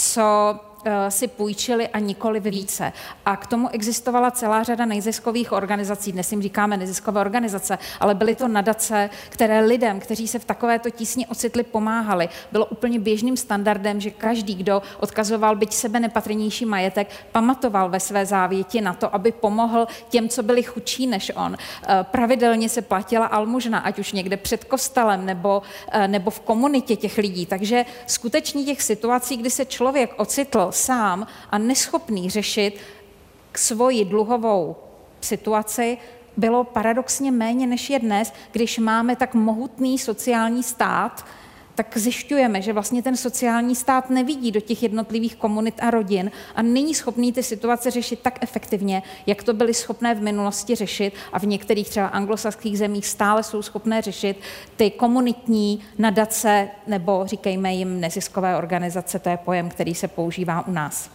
co si půjčili a nikoli více. A k tomu existovala celá řada neziskových organizací, dnes jim říkáme neziskové organizace, ale byly to nadace, které lidem, kteří se v takovéto tísni ocitli, pomáhali. Bylo úplně běžným standardem, že každý, kdo odkazoval byť sebe nepatrnější majetek, pamatoval ve své závěti na to, aby pomohl těm, co byli chudší než on. Pravidelně se platila almužna, ať už někde před kostelem nebo v komunitě těch lidí. Takže skutečně těch situací, kdy se člověk ocitl sám a neschopný řešit svoji dluhovou situaci, bylo paradoxně méně, než je dnes, když máme tak mohutný sociální stát, tak zjišťujeme, že vlastně ten sociální stát nevidí do těch jednotlivých komunit a rodin a není schopný ty situace řešit tak efektivně, jak to byly schopné v minulosti řešit a v některých třeba anglosaských zemích stále jsou schopné řešit ty komunitní nadace nebo říkejme jim neziskové organizace, to je pojem, který se používá u nás.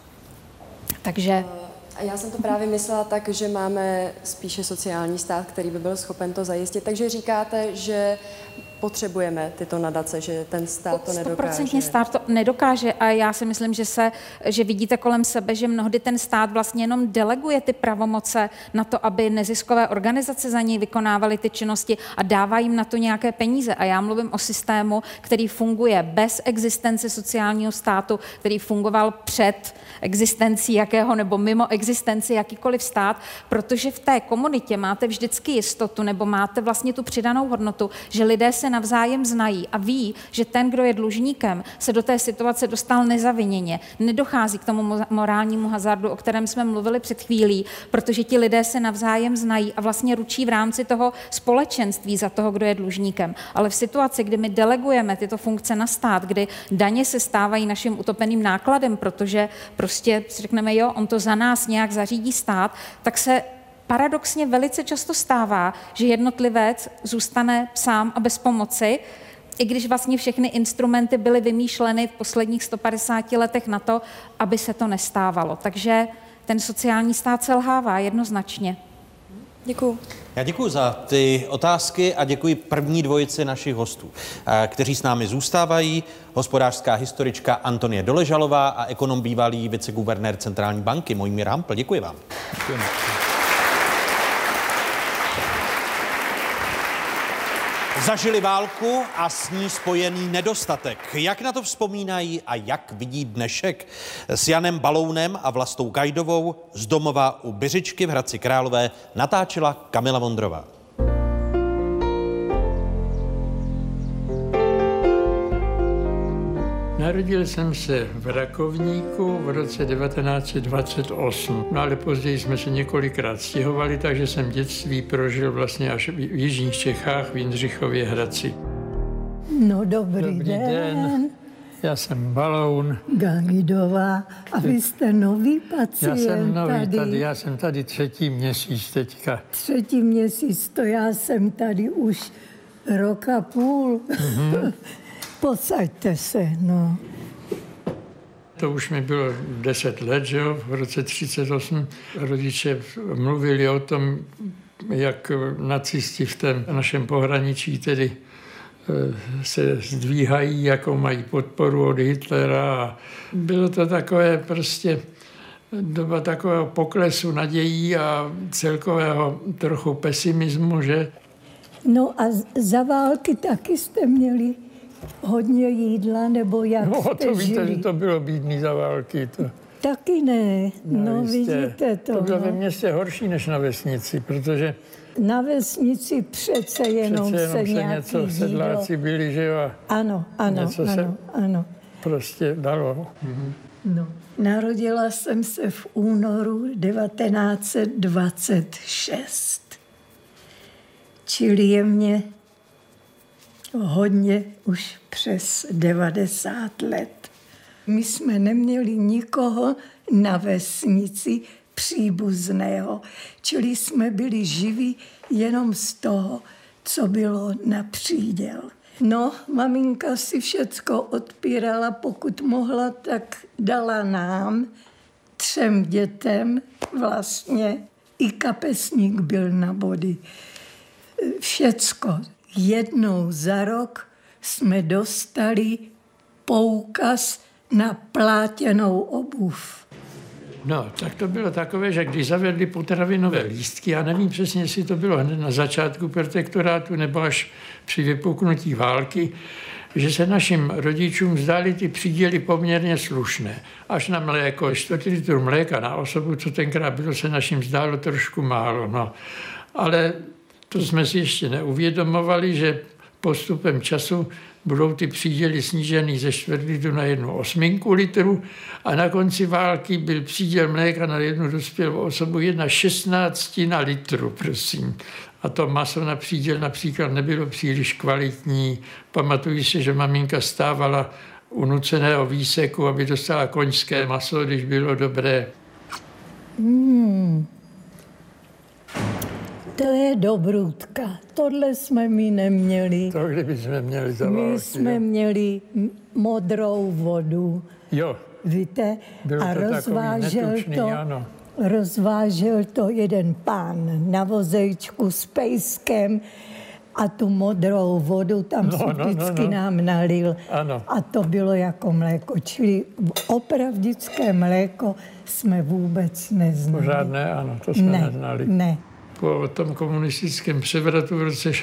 Takže...
A já jsem to právě myslela tak, že máme spíše sociální stát, který by byl schopen to zajistit. Takže říkáte, že potřebujeme tyto nadace, že ten stát to nedokáže.
100% stát to nedokáže a já si myslím, že vidíte kolem sebe, že mnohdy ten stát vlastně jenom deleguje ty pravomoce na to, aby neziskové organizace za něj vykonávaly ty činnosti a dává jim na to nějaké peníze. A já mluvím o systému, který funguje bez existence sociálního státu, který fungoval před existencí jakého nebo mimo existenci jakýkoliv stát, protože v té komunitě máte vždycky jistotu nebo máte vlastně tu přidanou hodnotu, že lidé se navzájem znají a ví, že ten, kdo je dlužníkem, se do té situace dostal nezaviněně. Nedochází k tomu morálnímu hazardu, o kterém jsme mluvili před chvílí, protože ti lidé se navzájem znají a vlastně ručí v rámci toho společenství za toho, kdo je dlužníkem. Ale v situaci, kdy my delegujeme tyto funkce na stát, kdy daně se stávají naším utopeným nákladem, protože prostě řekneme, jo, on to za nás nějak zařídí stát, tak se paradoxně velice často stává, že jednotlivec zůstane sám a bez pomoci, i když vlastně všechny instrumenty byly vymýšleny v posledních 150 letech na to, aby se to nestávalo. Takže ten sociální stát selhává jednoznačně.
Děkuju.
Já děkuji za ty otázky a děkuji první dvojici našich hostů, kteří s námi zůstávají. Hospodářská historička Antonie Doležalová a ekonom bývalý viceguvernér centrální banky Mojmír Hampl. Děkuji vám. Děkuji. Zažili válku a s ní spojený nedostatek. Jak na to vzpomínají a jak vidí dnešek? S Janem Balounem a Vlastou Gajdovou z domova u Byřičky v Hradci Králové natáčela Kamila Vondrová.
Narodil jsem se v Rakovníku v roce 1928, no ale později jsme se několikrát stěhovali, takže jsem dětství prožil vlastně až v jižních Čechách, v Jindřichově Hradci.
No dobrý den.
Já jsem Baloun.
Gajdová. A vy jste nový pacient.
Já jsem nový tady, já jsem tady 3. měsíc teďka.
3. měsíc, to já jsem tady už rok a půl. Mm-hmm. Posaďte se, no.
To už mi bylo 10 let, že jo, v roce 1938. Rodiče mluvili o tom, jak nacisti v tom našem pohraničí tedy se zdvíhají, jakou mají podporu od Hitlera. A bylo to takové prostě doba takového poklesu nadějí a celkového trochu pesimismu, že?
No a za války taky jste měli hodně jídla, nebo jak jste
to víte,
žili?
že to bylo bídný za války.
Taky ne. No vidíte to.
To bylo
no.
ve městě horší než na vesnici, protože
na vesnici přece jenom se něco
sedláci byli, že jo?
Ano.
Prostě dalo.
No. Narodila jsem se v únoru 1926. Čili je mě hodně už přes 90 let. My jsme neměli nikoho na vesnici příbuzného, čili jsme byli živí jenom z toho, co bylo na příděl. No, maminka si všecko odpírala, pokud mohla, tak dala nám, 3 dětem vlastně. I kapesník byl na body. Všecko. Jednou za rok jsme dostali poukaz na plátěnou obuv.
No, tak to bylo takové, že když zavedli potravinové lístky, já nevím přesně, jestli to bylo hned na začátku protektorátu nebo až při vypuknutí války, že se našim rodičům zdály ty příděly poměrně slušné. Až na mléko, 4 litru mléka na osobu, co tenkrát bylo, se našim zdálo trošku málo. No. Ale to jsme si ještě neuvědomovali, že postupem času budou ty příděly sníženy ze 4 litru na 1/8 litru a na konci války byl příděl mléka na jednu dospělou osobu 1/16 litru, prosím. A to maso na příděl například nebylo příliš kvalitní. Pamatuju si, že maminka stávala u nuceného výseku, aby dostala koňské maso, když bylo dobré.
To je dobrůdka. Tohle jsme my neměli.
To kdyby jsme měli za války.
My jsme měli modrou vodu.
Jo.
Víte?
Bylo
a
to
rozvážel to jeden pán na vozejčku s pejskem a tu modrou vodu tam vždycky nám nalil.
Ano.
A to bylo jako mléko. Čili opravdické mléko jsme vůbec neznali.
Pořádné, ano, to jsme neznali.
Ne.
Po tom komunistickém převratu v roce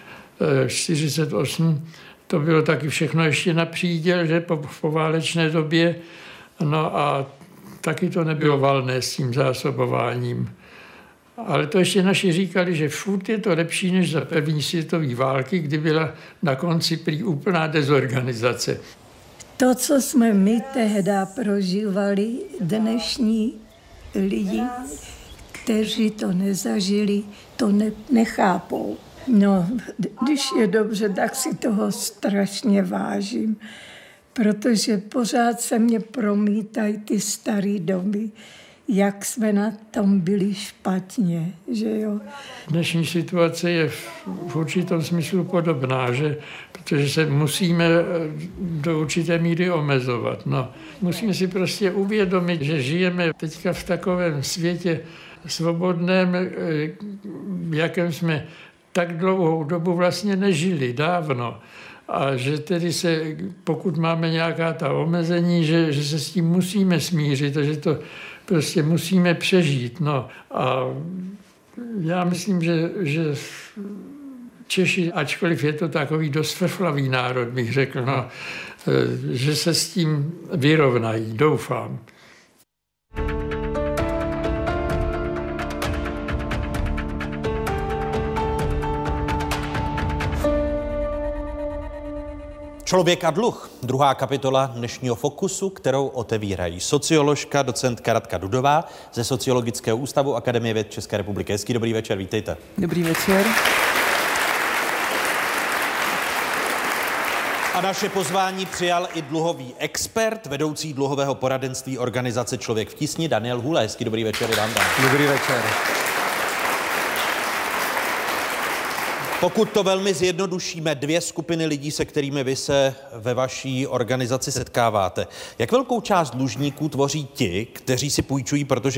1948 to bylo taky všechno ještě na příděl, že po válečné době. No a taky to nebylo valné s tím zásobováním. Ale to ještě naši říkali, že furt je to lepší než za první světové války, kdy byla na konci prý úplná dezorganizace.
To, co jsme my tehda prožívali, dnešní lidi, kteří to nezažili, to nechápou. No, když je dobře, tak si toho strašně vážím, protože pořád se mě promítají ty staré doby, jak jsme na tom byli špatně, že jo.
Dnešní situace je v určitom smyslu podobná, že? Protože se musíme do určité míry omezovat. No. Musíme si prostě uvědomit, že žijeme teďka v takovém světě svobodném, v jakém jsme tak dlouhou dobu vlastně nežili, dávno. A že tedy pokud máme nějaká ta omezení, že se s tím musíme smířit a že to prostě musíme přežít. No. A já myslím, že Češi, ačkoliv je to takový dost frflavý národ, bych řekl, no, že se s tím vyrovnají, doufám.
Člověk a dluh. Druhá kapitola dnešního Fokusu, kterou otevírají socioložka, docentka Radka Dudová ze Sociologického ústavu Akademie věd České republiky. Hezký dobrý večer, vítejte.
Dobrý večer.
A naše pozvání přijal i dluhový expert, vedoucí dluhového poradenství organizace Člověk v tísni, Daniel Hůle. Hezký dobrý večer i vám.
Dobrý večer.
Pokud to velmi zjednodušíme, 2 skupiny lidí, se kterými vy se ve vaší organizaci setkáváte. Jak velkou část dlužníků tvoří ti, kteří si půjčují, protože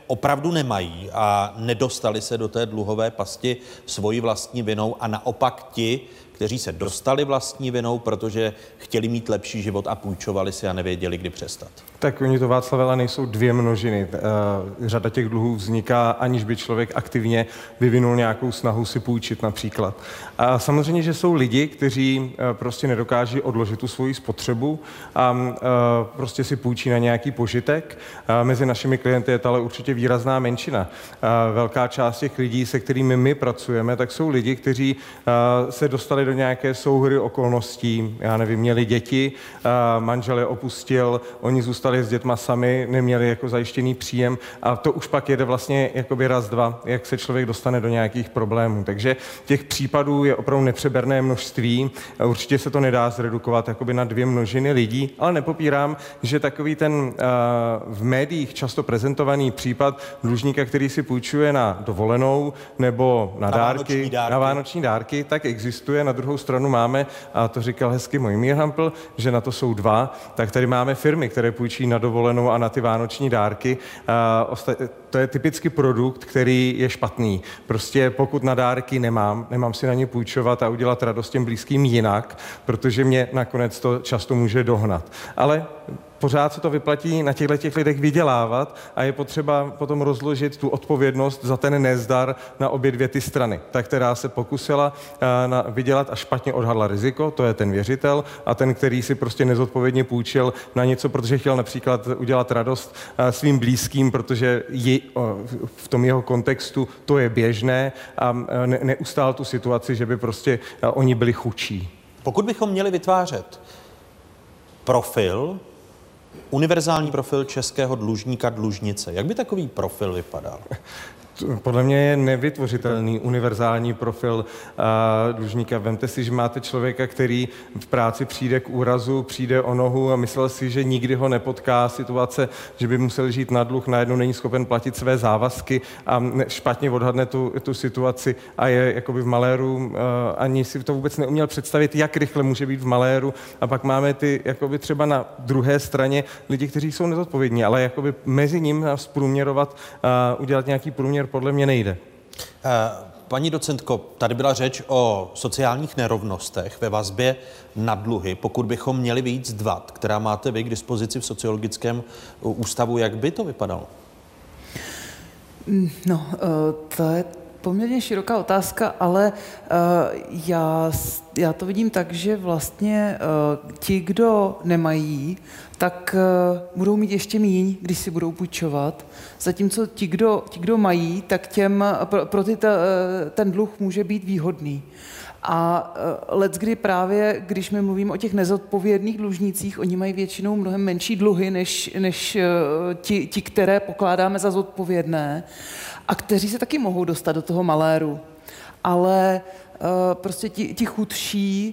opravdu nemají a nedostali se do té dluhové pasti svojí vlastní vinou a naopak ti, kteří se dostali vlastní vinou, protože chtěli mít lepší život a půjčovali si a nevěděli, kdy přestat?
Tak oni to, Václav, ale nejsou dvě množiny. Řada těch dluhů vzniká, aniž by člověk aktivně vyvinul nějakou snahu si půjčit například. A samozřejmě, že jsou lidi, kteří prostě nedokáží odložit tu svoji spotřebu a prostě si půjčí na nějaký požitek. Mezi našimi klienty je to ale určitě výrazná menšina. Velká část těch lidí, se kterými my pracujeme, tak jsou lidi, kteří se dostali do nějaké souhry okolností. Já nevím, měli děti, manžel je opustil, oni zůstali s dětma sami, neměli jako zajištěný příjem a to už pak jede vlastně jakoby raz, dva, jak se člověk dostane do nějakých problémů. Takže těch případů je opravdu nepřeberné množství. Určitě se to nedá zredukovat jakoby na dvě množiny lidí, ale nepopírám, že takový ten v médiích často prezentovaný případ dlužníka, který si půjčuje na dovolenou nebo na dárky, na vánoční dárky, tak existuje. Na druhou stranu máme, a to říkal hezky můj Mír Hampl, že na to jsou dva, tak tady máme firmy, které půjčí na dovolenou a na ty vánoční dárky. To je typický produkt, který je špatný. Prostě pokud na dárky nemám si na ně půjčovat a udělat radost těm blízkým jinak, protože mě nakonec to často může dohnat. Ale pořád se to vyplatí na těch lidech vydělávat a je potřeba potom rozložit tu odpovědnost za ten nezdar na obě dvě ty strany. Ta, která se pokusila vydělat a špatně odhadla riziko, to je ten věřitel, a ten, který si prostě nezodpovědně půjčil na něco, protože chtěl například udělat radost svým blízkým, protože v tom jeho kontextu to je běžné a neustál tu situaci, že by prostě oni byli chudší.
Pokud bychom měli vytvářet univerzální profil českého dlužníka, dlužnice, jak by takový profil vypadal?
Podle mě je nevytvořitelný univerzální profil dlužníka. Vemte si, že máte člověka, který v práci přijde k úrazu, přijde o nohu a myslel si, že nikdy ho nepotká situace, že by musel žít na dluh, najednou není schopen platit své závazky a špatně odhadne tu situaci a je jakoby v maléru, ani si to vůbec neuměl představit, jak rychle může být v maléru. A pak máme ty jakoby třeba na druhé straně lidi, kteří jsou nezodpovědní, ale jakoby mezi ním zprůměrovat, udělat nějaký průměr podle mě nejde.
Paní docentko, tady byla řeč o sociálních nerovnostech ve vazbě na dluhy. Pokud bychom měli vyjít z dat, která máte vy k dispozici v Sociologickém ústavu, jak by to vypadalo?
No, to je poměrně široká otázka, ale já to vidím tak, že vlastně ti, kdo nemají, tak budou mít ještě míň, když si budou půjčovat. Zatímco ti, kdo mají, tak pro ty ten dluh může být výhodný. A leckdy právě, když my mluvíme o těch nezodpovědných dlužnících, oni mají většinou mnohem menší dluhy, než ti, které pokládáme za zodpovědné a kteří se taky mohou dostat do toho maléru. Ale prostě ti chudší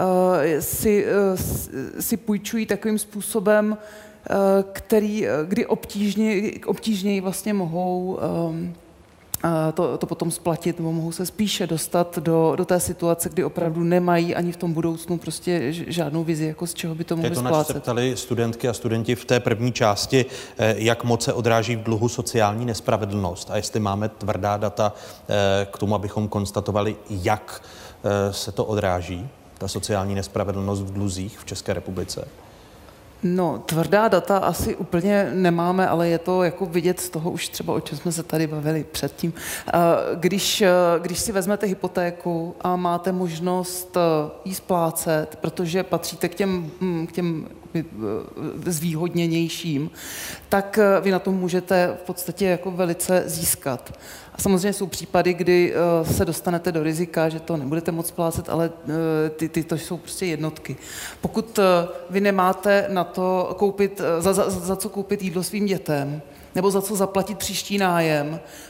si půjčují takovým způsobem, kdy obtížněji vlastně mohou to potom splatit, nebo mohou se spíše dostat do té situace, kdy opravdu nemají ani v tom budoucnu prostě žádnou vizi, jako z čeho by to mohli splácet.
To nás se ptali studentky a studenti v té první části, jak moc se odráží v dluhu sociální nespravedlnost a jestli máme tvrdá data k tomu, abychom konstatovali, jak se to odráží, ta sociální nespravedlnost v dluzích v České republice.
No, tvrdá data asi úplně nemáme, ale je to jako vidět z toho už třeba, o čem jsme se tady bavili předtím. Když si vezmete hypotéku a máte možnost ji splácet, protože patříte k těm zvýhodněnějším, tak vy na tom můžete v podstatě jako velice získat. A samozřejmě jsou případy, kdy se dostanete do rizika, že to nebudete moc splácet, ale to jsou prostě jednotky. Pokud vy nemáte na to koupit, za co koupit jídlo svým dětem, nebo za co zaplatit příští nájem,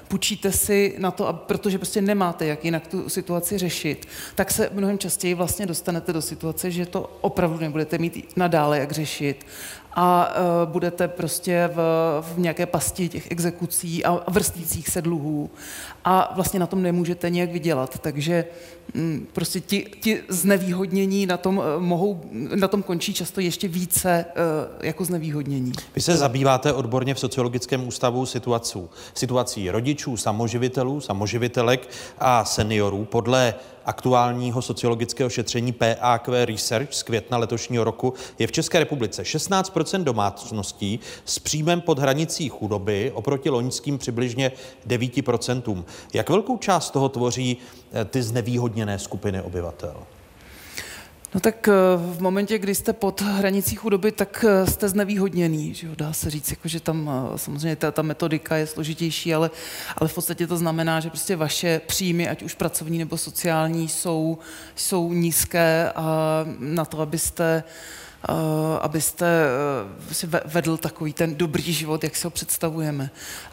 půjčíte si na to, protože prostě nemáte jak jinak tu situaci řešit, tak se mnohem častěji vlastně dostanete do situace, že to opravdu nebudete mít nadále jak řešit a budete prostě v nějaké pasti těch exekucí a vrstících se dluhů a vlastně na tom nemůžete nějak vydělat. Takže prostě ti znevýhodnění na tom končí často ještě více jako znevýhodnění.
Vy se zabýváte odborně v Sociologickém ústavu situací rodičů, samoživitelů, samoživitelek a seniorů. Podle aktuálního sociologického šetření PAQ Research z května letošního roku je v České republice 16% domácností s příjmem pod hranicí chudoby oproti loňským přibližně 9%. Jak velkou část toho tvoří ty znevýhodněné skupiny obyvatel?
No tak v momentě, kdy jste pod hranicí chudoby, tak jste znevýhodněný, že jo? Dá se říct, jako, že tam samozřejmě ta metodika je složitější, ale v podstatě to znamená, že prostě vaše příjmy, ať už pracovní nebo sociální, jsou nízké a na to, abyste si vedl takový ten dobrý život, jak si ho představujeme.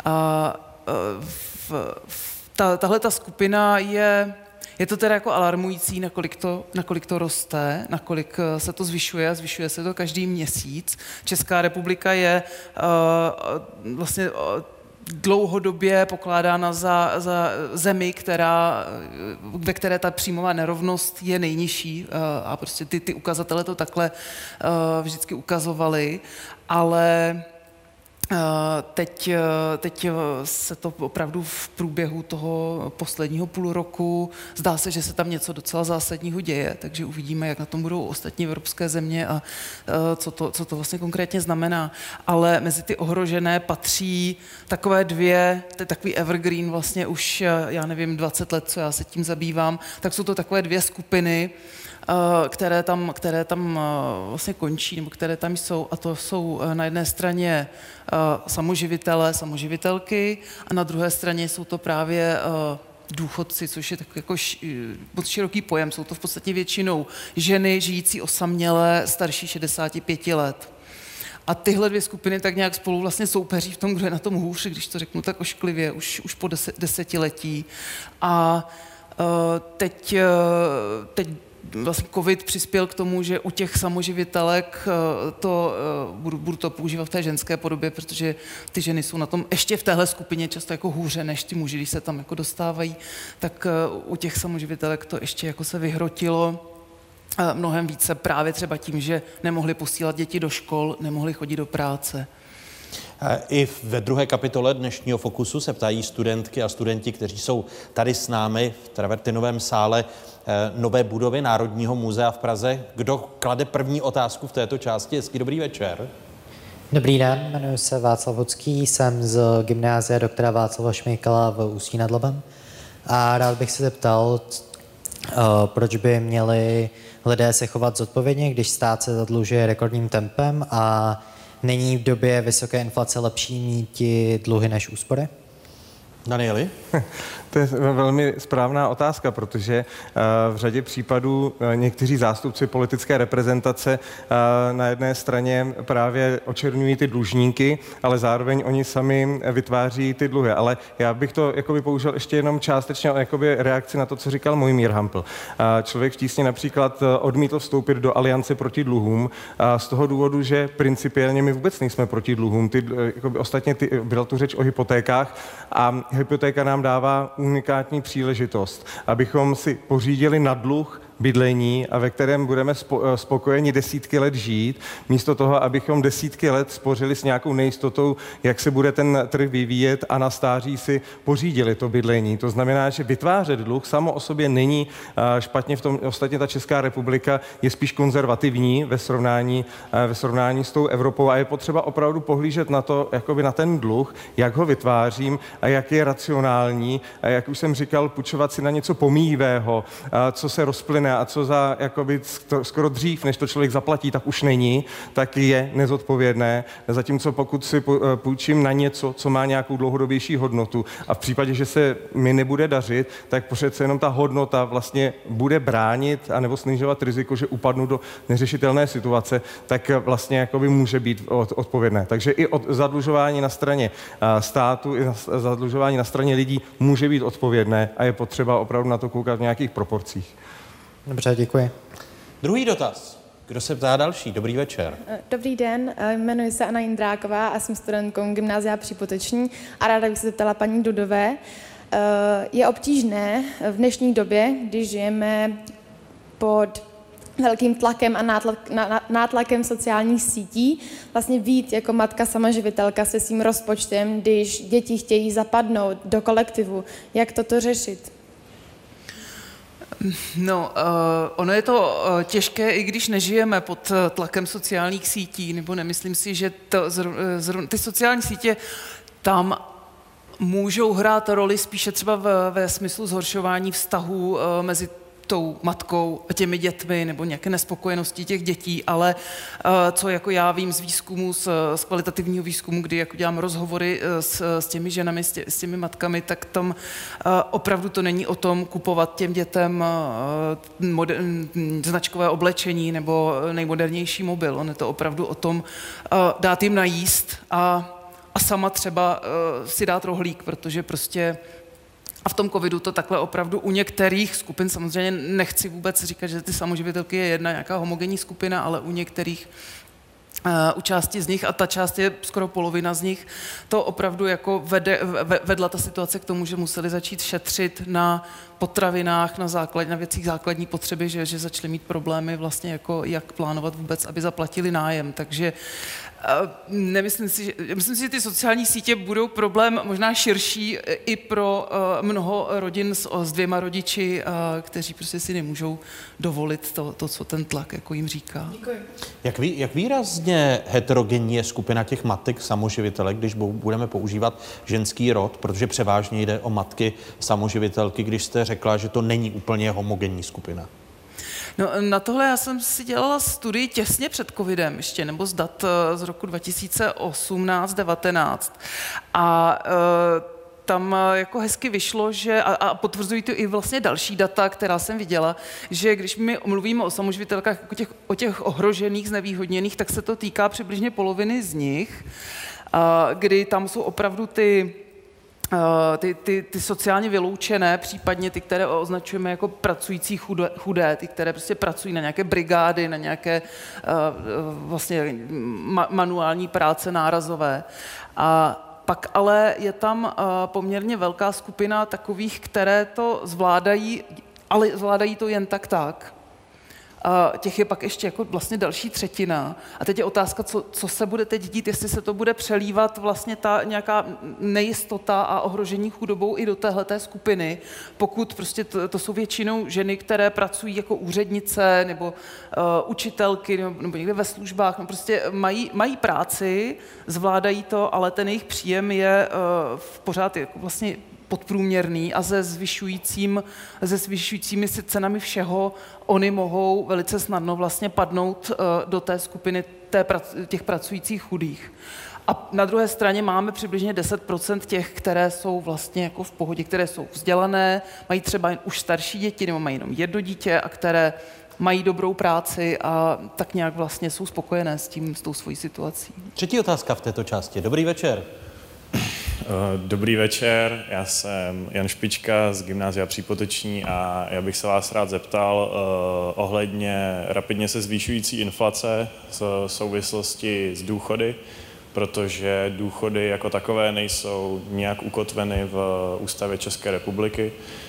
Tahle ta skupina je to teda jako alarmující, nakolik to roste, nakolik se to zvyšuje se to každý měsíc. Česká republika je vlastně dlouhodobě pokládána za zemi, ve které ta příjmová nerovnost je nejnižší a prostě ty ukazatele to takhle vždycky ukazovaly, ale teď se to opravdu v průběhu toho posledního půl roku zdá se, že se tam něco docela zásadního děje, takže uvidíme, jak na tom budou ostatní evropské země a co to vlastně konkrétně znamená. Ale mezi ty ohrožené patří takové to je takový evergreen vlastně už, já nevím, 20 let, co já se tím zabývám, tak jsou to takové dvě skupiny, které tam vlastně končí, nebo které tam jsou, a to jsou na jedné straně samoživitelé, samoživitelky a na druhé straně jsou to právě důchodci, což je takový jako moc široký pojem. Jsou to v podstatě většinou ženy žijící osaměle starší 65 let. A tyhle dvě skupiny tak nějak spolu vlastně soupeří v tom, kdo je na tom hůř, když to řeknu tak ošklivě, už po desetiletí. A teď vlastně covid přispěl k tomu, že u těch samoživitelek budu to používat v té ženské podobě, protože ty ženy jsou na tom ještě v téhle skupině často jako hůře než ty muži, když se tam jako dostávají, tak u těch samoživitelek to ještě jako se vyhrotilo mnohem více právě třeba tím, že nemohli posílat děti do škol, nemohli chodit do práce.
I ve druhé kapitole dnešního Fokusu se ptají studentky a studenti, kteří jsou tady s námi v Travertinovém sále nové budovy Národního muzea v Praze. Kdo klade první otázku v této části? Hezký dobrý večer.
Dobrý den, jmenuji se Václav Vocký, jsem z gymnázia doktora Václava Šmejkala v Ústí nad Labem a rád bych se zeptal, proč by měli lidé se chovat zodpovědně, když stát se zadlužuje rekordním tempem a není v době vysoké inflace lepší mít dluhy než úspory?
Danieli?
To je velmi správná otázka, protože v řadě případů někteří zástupci politické reprezentace na jedné straně právě očerňují ty dlužníky, ale zároveň oni sami vytváří ty dluhy. Ale já bych to jakoby použil ještě jenom částečně jakoby reakci na to, co říkal Mojmír Hampl. Člověk v Tísni například odmítl vstoupit do aliance proti dluhům z toho důvodu, že principiálně my vůbec nejsme proti dluhům. Ostatně byla tu řeč o hypotékách a hypotéka nám dává unikátní příležitost, abychom si pořídili na dluh bydlení a ve kterém budeme spokojeni desítky let žít, místo toho, abychom desítky let spořili s nějakou nejistotou, jak se bude ten trh vyvíjet a na stáří si pořídili to bydlení. To znamená, že vytvářet dluh samo o sobě není špatně v tom, ostatně ta Česká republika je spíš konzervativní ve srovnání s tou Evropou a je potřeba opravdu pohlížet na to, jakoby na ten dluh, jak ho vytvářím a jak je racionální a jak už jsem říkal, půjčovat si na něco pomíjivého, co se rozplyne odpovědné a co za jakoby skoro dřív, než to člověk zaplatí, tak už není, tak je nezodpovědné. Zatímco pokud si půjčím na něco, co má nějakou dlouhodobější hodnotu a v případě, že se mi nebude dařit, tak přece jenom ta hodnota vlastně bude bránit anebo snižovat riziko, že upadnu do neřešitelné situace, tak vlastně jakoby může být odpovědné. Takže i zadlužování na straně státu, i zadlužování na straně lidí může být odpovědné a je potřeba opravdu na to koukat v nějakých proporcích.
Dobře, děkuji. Druhý dotaz. Kdo se ptá další? Dobrý večer.
Dobrý den, jmenuji se Anna Jindráková a jsem studentkou Gymnázia Přípotoční a ráda bych se zeptala paní Dudové. Je obtížné v dnešní době, když žijeme pod velkým tlakem a nátlakem sociálních sítí, vlastně vyjít jako matka samoživitelka se svým rozpočtem, když děti chtějí zapadnout do kolektivu. Jak toto řešit?
No, ono je to těžké, i když nežijeme pod tlakem sociálních sítí, nebo nemyslím si, že ty sociální sítě tam můžou hrát roli spíše třeba ve smyslu zhoršování vztahů mezi tou matkou a těmi dětmi nebo nějaké nespokojenosti těch dětí, ale co jako já vím z výzkumu, z kvalitativního výzkumu, kdy jako dělám rozhovory s těmi ženami, s těmi matkami, tak tam opravdu to není o tom kupovat těm dětem značkové oblečení nebo nejmodernější mobil. On je to opravdu o tom dát jim najíst a sama třeba si dát rohlík, protože prostě a v tom covidu to takhle opravdu u některých skupin, samozřejmě nechci vůbec říkat, že ty samoživitelky je jedna nějaká homogenní skupina, ale u některých, u části z nich, a ta část je skoro polovina z nich, to opravdu jako vedla ta situace k tomu, že museli začít šetřit na potravinách, na věcích základní potřeby, že začali mít problémy vlastně jako jak plánovat vůbec, aby zaplatili nájem. Takže myslím si, že ty sociální sítě budou problém možná širší i pro mnoho rodin s dvěma rodiči, kteří prostě si nemůžou dovolit to, co ten tlak jako jim říká.
Děkuji.
Jak výrazně heterogenní je skupina těch matek samoživitelek, když budeme používat ženský rod, protože převážně jde o matky samoživitelky, když jste řekla, že to není úplně homogenní skupina?
No, na tohle já jsem si dělala studii těsně před covidem ještě, nebo z dat z roku 2018-19. A tam jako hezky vyšlo, že, a potvrzují to i vlastně další data, která jsem viděla, že když my mluvíme o samoživitelkách, o těch ohrožených, znevýhodněných, tak se to týká přibližně poloviny z nich, kdy tam jsou opravdu ty sociálně vyloučené, případně ty, které označujeme jako pracující chudé, ty, které prostě pracují na nějaké brigády, na nějaké vlastně manuální práce nárazové. A pak ale je tam poměrně velká skupina takových, které to zvládají, ale zvládají to jen tak. Těch je pak ještě jako vlastně další třetina. A teď je otázka, co se bude teď dít, jestli se to bude přelívat vlastně ta nějaká nejistota a ohrožení chudobou i do téhleté skupiny, pokud prostě to jsou většinou ženy, které pracují jako úřednice nebo učitelky nebo někde ve službách, no prostě mají práci, zvládají to, ale ten jejich příjem je pořád jako vlastně podprůměrný a se zvyšujícími si cenami všeho oni mohou velice snadno vlastně padnout do té skupiny těch pracujících chudých. A na druhé straně máme přibližně 10% těch, které jsou vlastně jako v pohodě, které jsou vzdělané, mají třeba jen už starší děti nebo mají jenom jedno dítě a které mají dobrou práci a tak nějak vlastně jsou spokojené s tou svojí situací.
Třetí otázka v této části. Dobrý večer.
Dobrý večer, já jsem Jan Špička z Gymnázia Přípotoční a já bych se vás rád zeptal ohledně rapidně se zvýšující inflace v souvislosti s důchody, protože důchody jako takové nejsou nijak ukotveny v Ústavě České republiky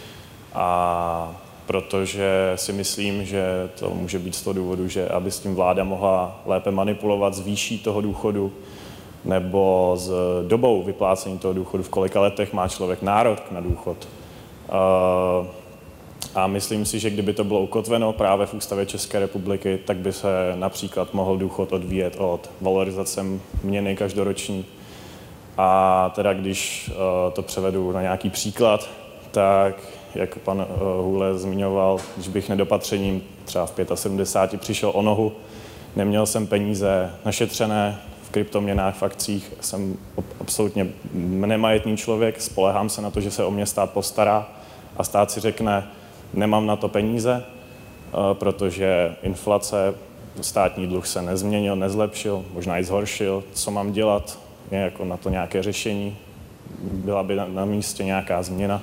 a protože si myslím, že to může být z toho důvodu, že aby s tím vláda mohla lépe manipulovat s výší toho důchodu, nebo s dobou vyplácení toho důchodu, v kolika letech má člověk nárok na důchod. A myslím si, že kdyby to bylo ukotveno právě v Ústavě České republiky, tak by se například mohl důchod odvíjet od valorizace měny každoroční. A teda když to převedu na nějaký příklad, tak jak pan Hůle zmiňoval, když bych nedopatřením třeba v 75 přišel o nohu, neměl jsem peníze našetřené v kryptoměnách, v akcích, jsem absolutně nemajetný člověk, spolehám se na to, že se o mě stát postará a stát si řekne, nemám na to peníze, protože inflace, státní dluh se nezměnil, nezlepšil, možná i zhoršil, co mám dělat, je jako na to nějaké řešení, byla by na místě nějaká změna.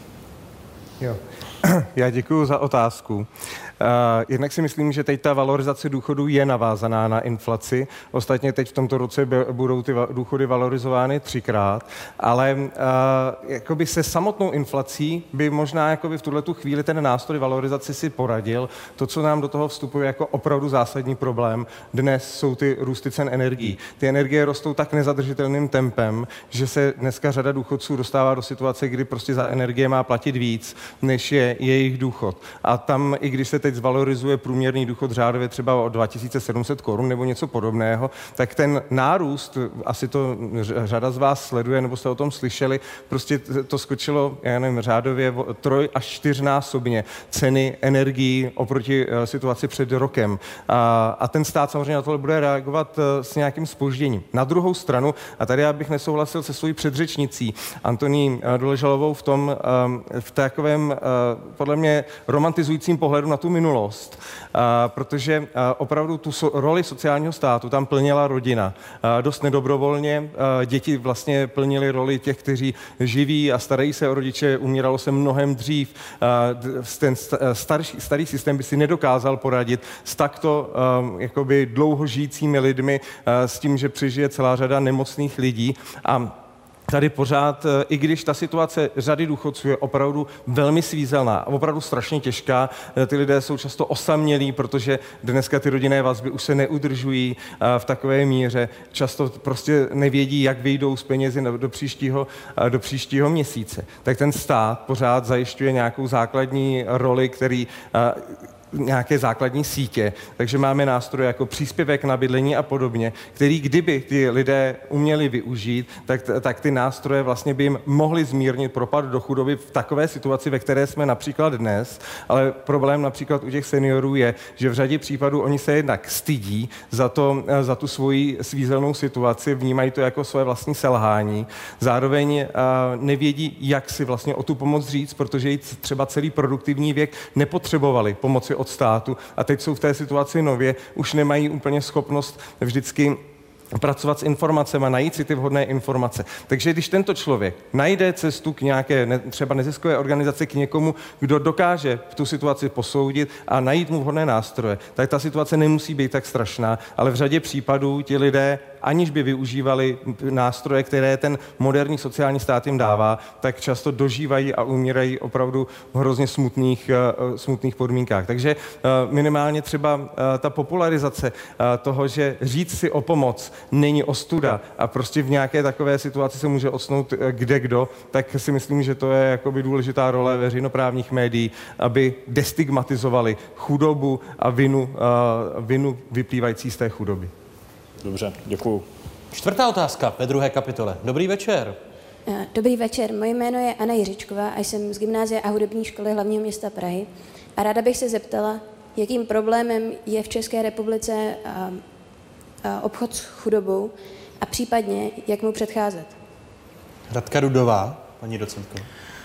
Jo. Já děkuji za otázku. Jednak si myslím, že teď ta valorizace důchodů je navázaná na inflaci. Ostatně teď v tomto roce budou ty důchody valorizovány 3krát, ale jakoby se samotnou inflací by možná jakoby v tuhletu chvíli ten nástroj valorizace si poradil. To, co nám do toho vstupuje jako opravdu zásadní problém dnes, jsou ty růsty cen energií. Ty energie rostou tak nezadržitelným tempem, že se dneska řada důchodců dostává do situace, kdy prostě za energie má platit víc, než je jejich důchod. A tam, i když se teď zvalorizuje průměrný důchod řádově třeba o 2700 korun nebo něco podobného, tak ten nárůst, asi to řada z vás sleduje, nebo jste o tom slyšeli, prostě to skočilo, já nevím, řádově 3- až 4násobně ceny energií oproti situaci před rokem. A ten stát samozřejmě na tohle bude reagovat s nějakým zpožděním. Na druhou stranu, a tady já bych nesouhlasil se svojí předřečnicí Antoní Doležalovou v takovém podle mě romantizujícím pohledu na tu minulost, protože opravdu tu roli sociálního státu tam plnila rodina. Dost nedobrovolně děti vlastně plnily roli těch, kteří živí a starají se o rodiče, umíralo se mnohem dřív. Ten starý systém by si nedokázal poradit s takto jakoby dlouho žijícími lidmi, s tím, že přežije celá řada nemocných lidí. A tady pořád, i když ta situace řady důchodců je opravdu velmi svízelná a opravdu strašně těžká, ty lidé jsou často osamělí, protože dneska ty rodinné vazby už se neudržují v takové míře, často prostě nevědí, jak vyjdou z penězi do příštího měsíce. Tak ten stát pořád zajišťuje nějakou základní roli, nějaké základní sítě, takže máme nástroje jako příspěvek na bydlení a podobně, který kdyby ty lidé uměli využít, tak ty nástroje vlastně by jim mohly zmírnit propad do chudoby v takové situaci, ve které jsme například dnes, ale problém například u těch seniorů je, že v řadě případů oni se jednak stydí za tu svoji svízelnou situaci, vnímají to jako své vlastní selhání, zároveň nevědí, jak si vlastně o tu pomoc říct, protože jí třeba celý produktivní věk nepotřebovali pomoci od státu a teď jsou v té situaci nově, už nemají úplně schopnost vždycky pracovat s informacemi, najít si ty vhodné informace. Takže když tento člověk najde cestu k nějaké třeba neziskové organizaci, k někomu, kdo dokáže tu situaci posoudit a najít mu vhodné nástroje, tak ta situace nemusí být tak strašná, ale v řadě případů ti lidé, aniž by využívali nástroje, které ten moderní sociální stát jim dává, tak často dožívají a umírají opravdu v hrozně smutných podmínkách. Takže minimálně třeba ta popularizace toho, že říct si o pomoc není ostuda a prostě v nějaké takové situaci se může octnout kdekdo, tak si myslím, že to je jakoby důležitá role veřejnoprávních médií, aby destigmatizovali chudobu a vinu vyplývající z té chudoby.
Dobře, děkuju.
4. otázka ve 2. kapitole. Dobrý večer.
Dobrý večer, moje jméno je Anna Jiřičková a jsem z Gymnázia a hudební školy hlavního města Prahy. A ráda bych se zeptala, jakým problémem je v České republice obchod s chudobou a případně, jak mu předcházet.
Radka Rudová, paní docentko.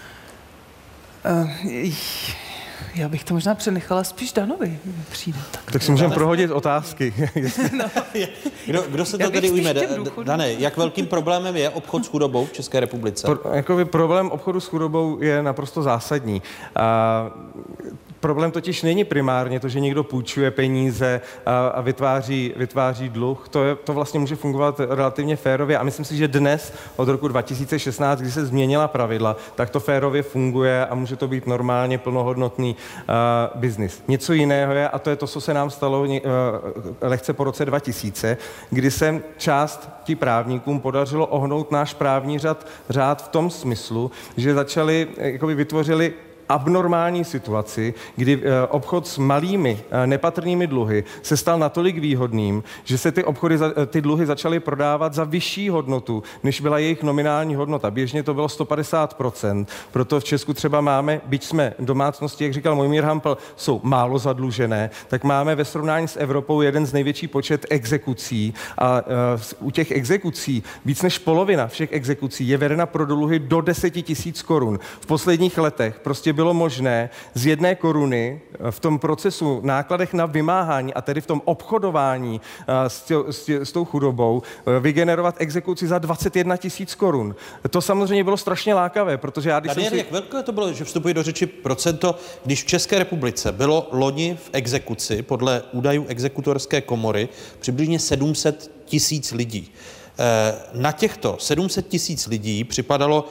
Já bych to možná přenechala spíš Danovi. Přijde.
Tak si můžeme prohodit otázky.
Kdo se to tedy ujme? Dane, jak velkým problémem je obchod s chudobou v České republice?
Problém obchodu s chudobou je naprosto zásadní. Problém totiž není primárně to, že někdo půjčuje peníze a vytváří dluh. To vlastně může fungovat relativně férově a myslím si, že dnes od roku 2016, kdy se změnila pravidla, tak to férově funguje a může to být normálně plnohodnotný biznis. Něco jiného je, a to je to, co se nám stalo lehce po roce 2000, kdy se části právníkům podařilo ohnout náš právní řád v tom smyslu, že vytvořili abnormální situaci, kdy obchod s malými nepatrnými dluhy se stal natolik výhodným, že se ty dluhy začaly prodávat za vyšší hodnotu, než byla jejich nominální hodnota. Běžně to bylo 150%, proto v Česku třeba máme, byť jsme domácnosti, jak říkal Mojmír Hampl, jsou málo zadlužené, tak máme ve srovnání s Evropou jeden z největší počet exekucí a u těch exekucí víc než polovina všech exekucí je vedena pro dluhy do 10 000 korun. V posledních letech prostě bylo možné z 1 koruny v tom procesu nákladech na vymáhání a tedy v tom obchodování s tou chudobou vygenerovat exekuci za 21 000 korun. To samozřejmě bylo strašně lákavé, protože já...
Daniel, jak velké to bylo, že vstupuji do řeči procento, když v České republice bylo loni v exekuci, podle údajů exekutorské komory, přibližně 700 000 lidí. Na těchto 700 000 lidí připadalo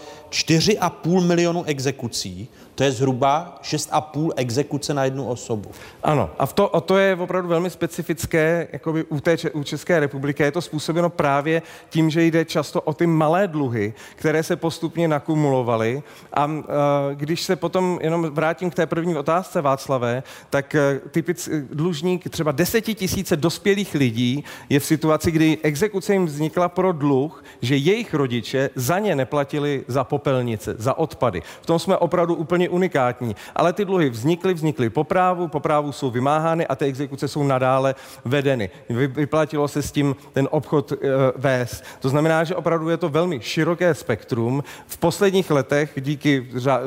4,5 milionu exekucí, to je zhruba 6,5 exekuce na jednu osobu.
Ano, a to je opravdu velmi specifické jakoby u České republiky. Je to způsobeno právě tím, že jde často o ty malé dluhy, které se postupně nakumulovaly. A když se potom jenom vrátím k té první otázce, Václavé, tak dlužník třeba 10 000 dospělých lidí je v situaci, kdy exekuce jim vznikla pro dluh, že jejich rodiče za ně neplatili za popelnice, za odpady. V tom jsme opravdu úplně unikátní. Ale ty dluhy vznikly po právu jsou vymáhány a ty exekuce jsou nadále vedeny. Vyplatilo se s tím ten obchod vést. To znamená, že opravdu je to velmi široké spektrum. V posledních letech díky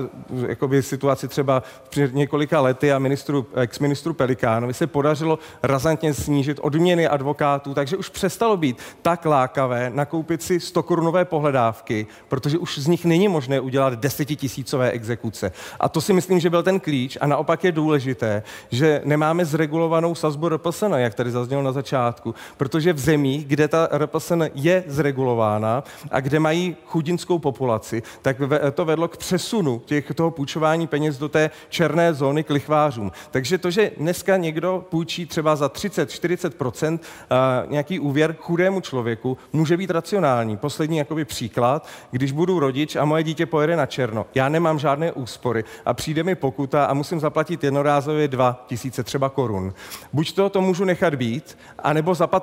situaci třeba před několika lety a ex-ministru Pelikánovi se podařilo razantně snížit odměny advokátů, takže už přestalo být tak lákavé nakoupit si 100korunové pohledávky, protože už z nich není možné udělat 10 000 exekuce. A to si myslím, že byl ten klíč a naopak je důležité, že nemáme zregulovanou sazbu RPSN, jak tady zaznělo na začátku, protože v zemích, kde ta RPSN je zregulována a kde mají chudinskou populaci, tak to vedlo k přesunu toho půjčování peněz do té černé zóny k lichvářům. Takže to, že dneska někdo půjčí třeba za 30-40% nějaký úvěr chudému člověku, může být racionální. Poslední příklad, když budu rodič a moje dítě pojede na černo, já nemám žádné úspory a přijde mi pokuta a musím zaplatit jednorázově 2 000 třeba korun. Buď to můžu nechat být, anebo za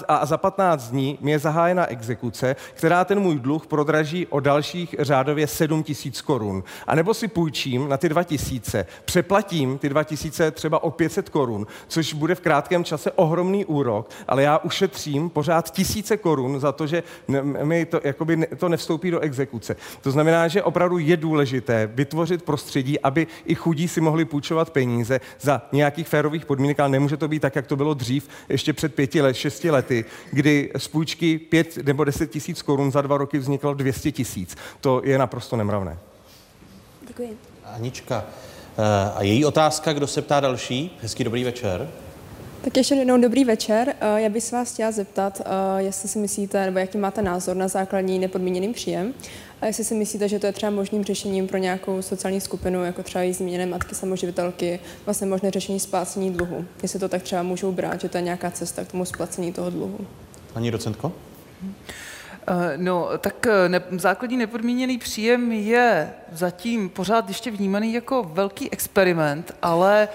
15 dní mi je zahájena exekuce, která ten můj dluh prodraží o dalších řádově 7 000 korun. A nebo si půjčím na ty 2 000, přeplatím ty 2 000 třeba o 500 korun, což bude v krátkém čase ohromný úrok, ale já ušetřím pořád 1000 korun za to, že mi to nevstoupí do exekuce. To znamená, že opravdu je důležité vytvořit prostředí, aby i chudí si mohli půjčovat peníze za nějakých férových podmínek, ale nemůže to být tak, jak to bylo dřív, ještě před 6 lety, kdy z půjčky 5 nebo 10 000 korun za 2 roky vzniklo 200 000. To je naprosto nemravné.
Děkuji.
Anička. A její otázka, kdo se ptá další? Hezký dobrý večer.
Tak ještě jednou dobrý večer. Já bych se vás chtěla zeptat, jestli si myslíte, nebo jaký máte názor na základní nepodmíněný příjem. A jestli si myslíte, že to je třeba možným řešením pro nějakou sociální skupinu, jako třeba i zmíněné matky samoživitelky, vlastně možné řešení splácení dluhu. Jestli to tak třeba můžou brát, že to je nějaká cesta k tomu splacení toho dluhu.
Paní docentko?
No, tak základní nepodmíněný příjem je zatím pořád ještě vnímaný jako velký experiment, ale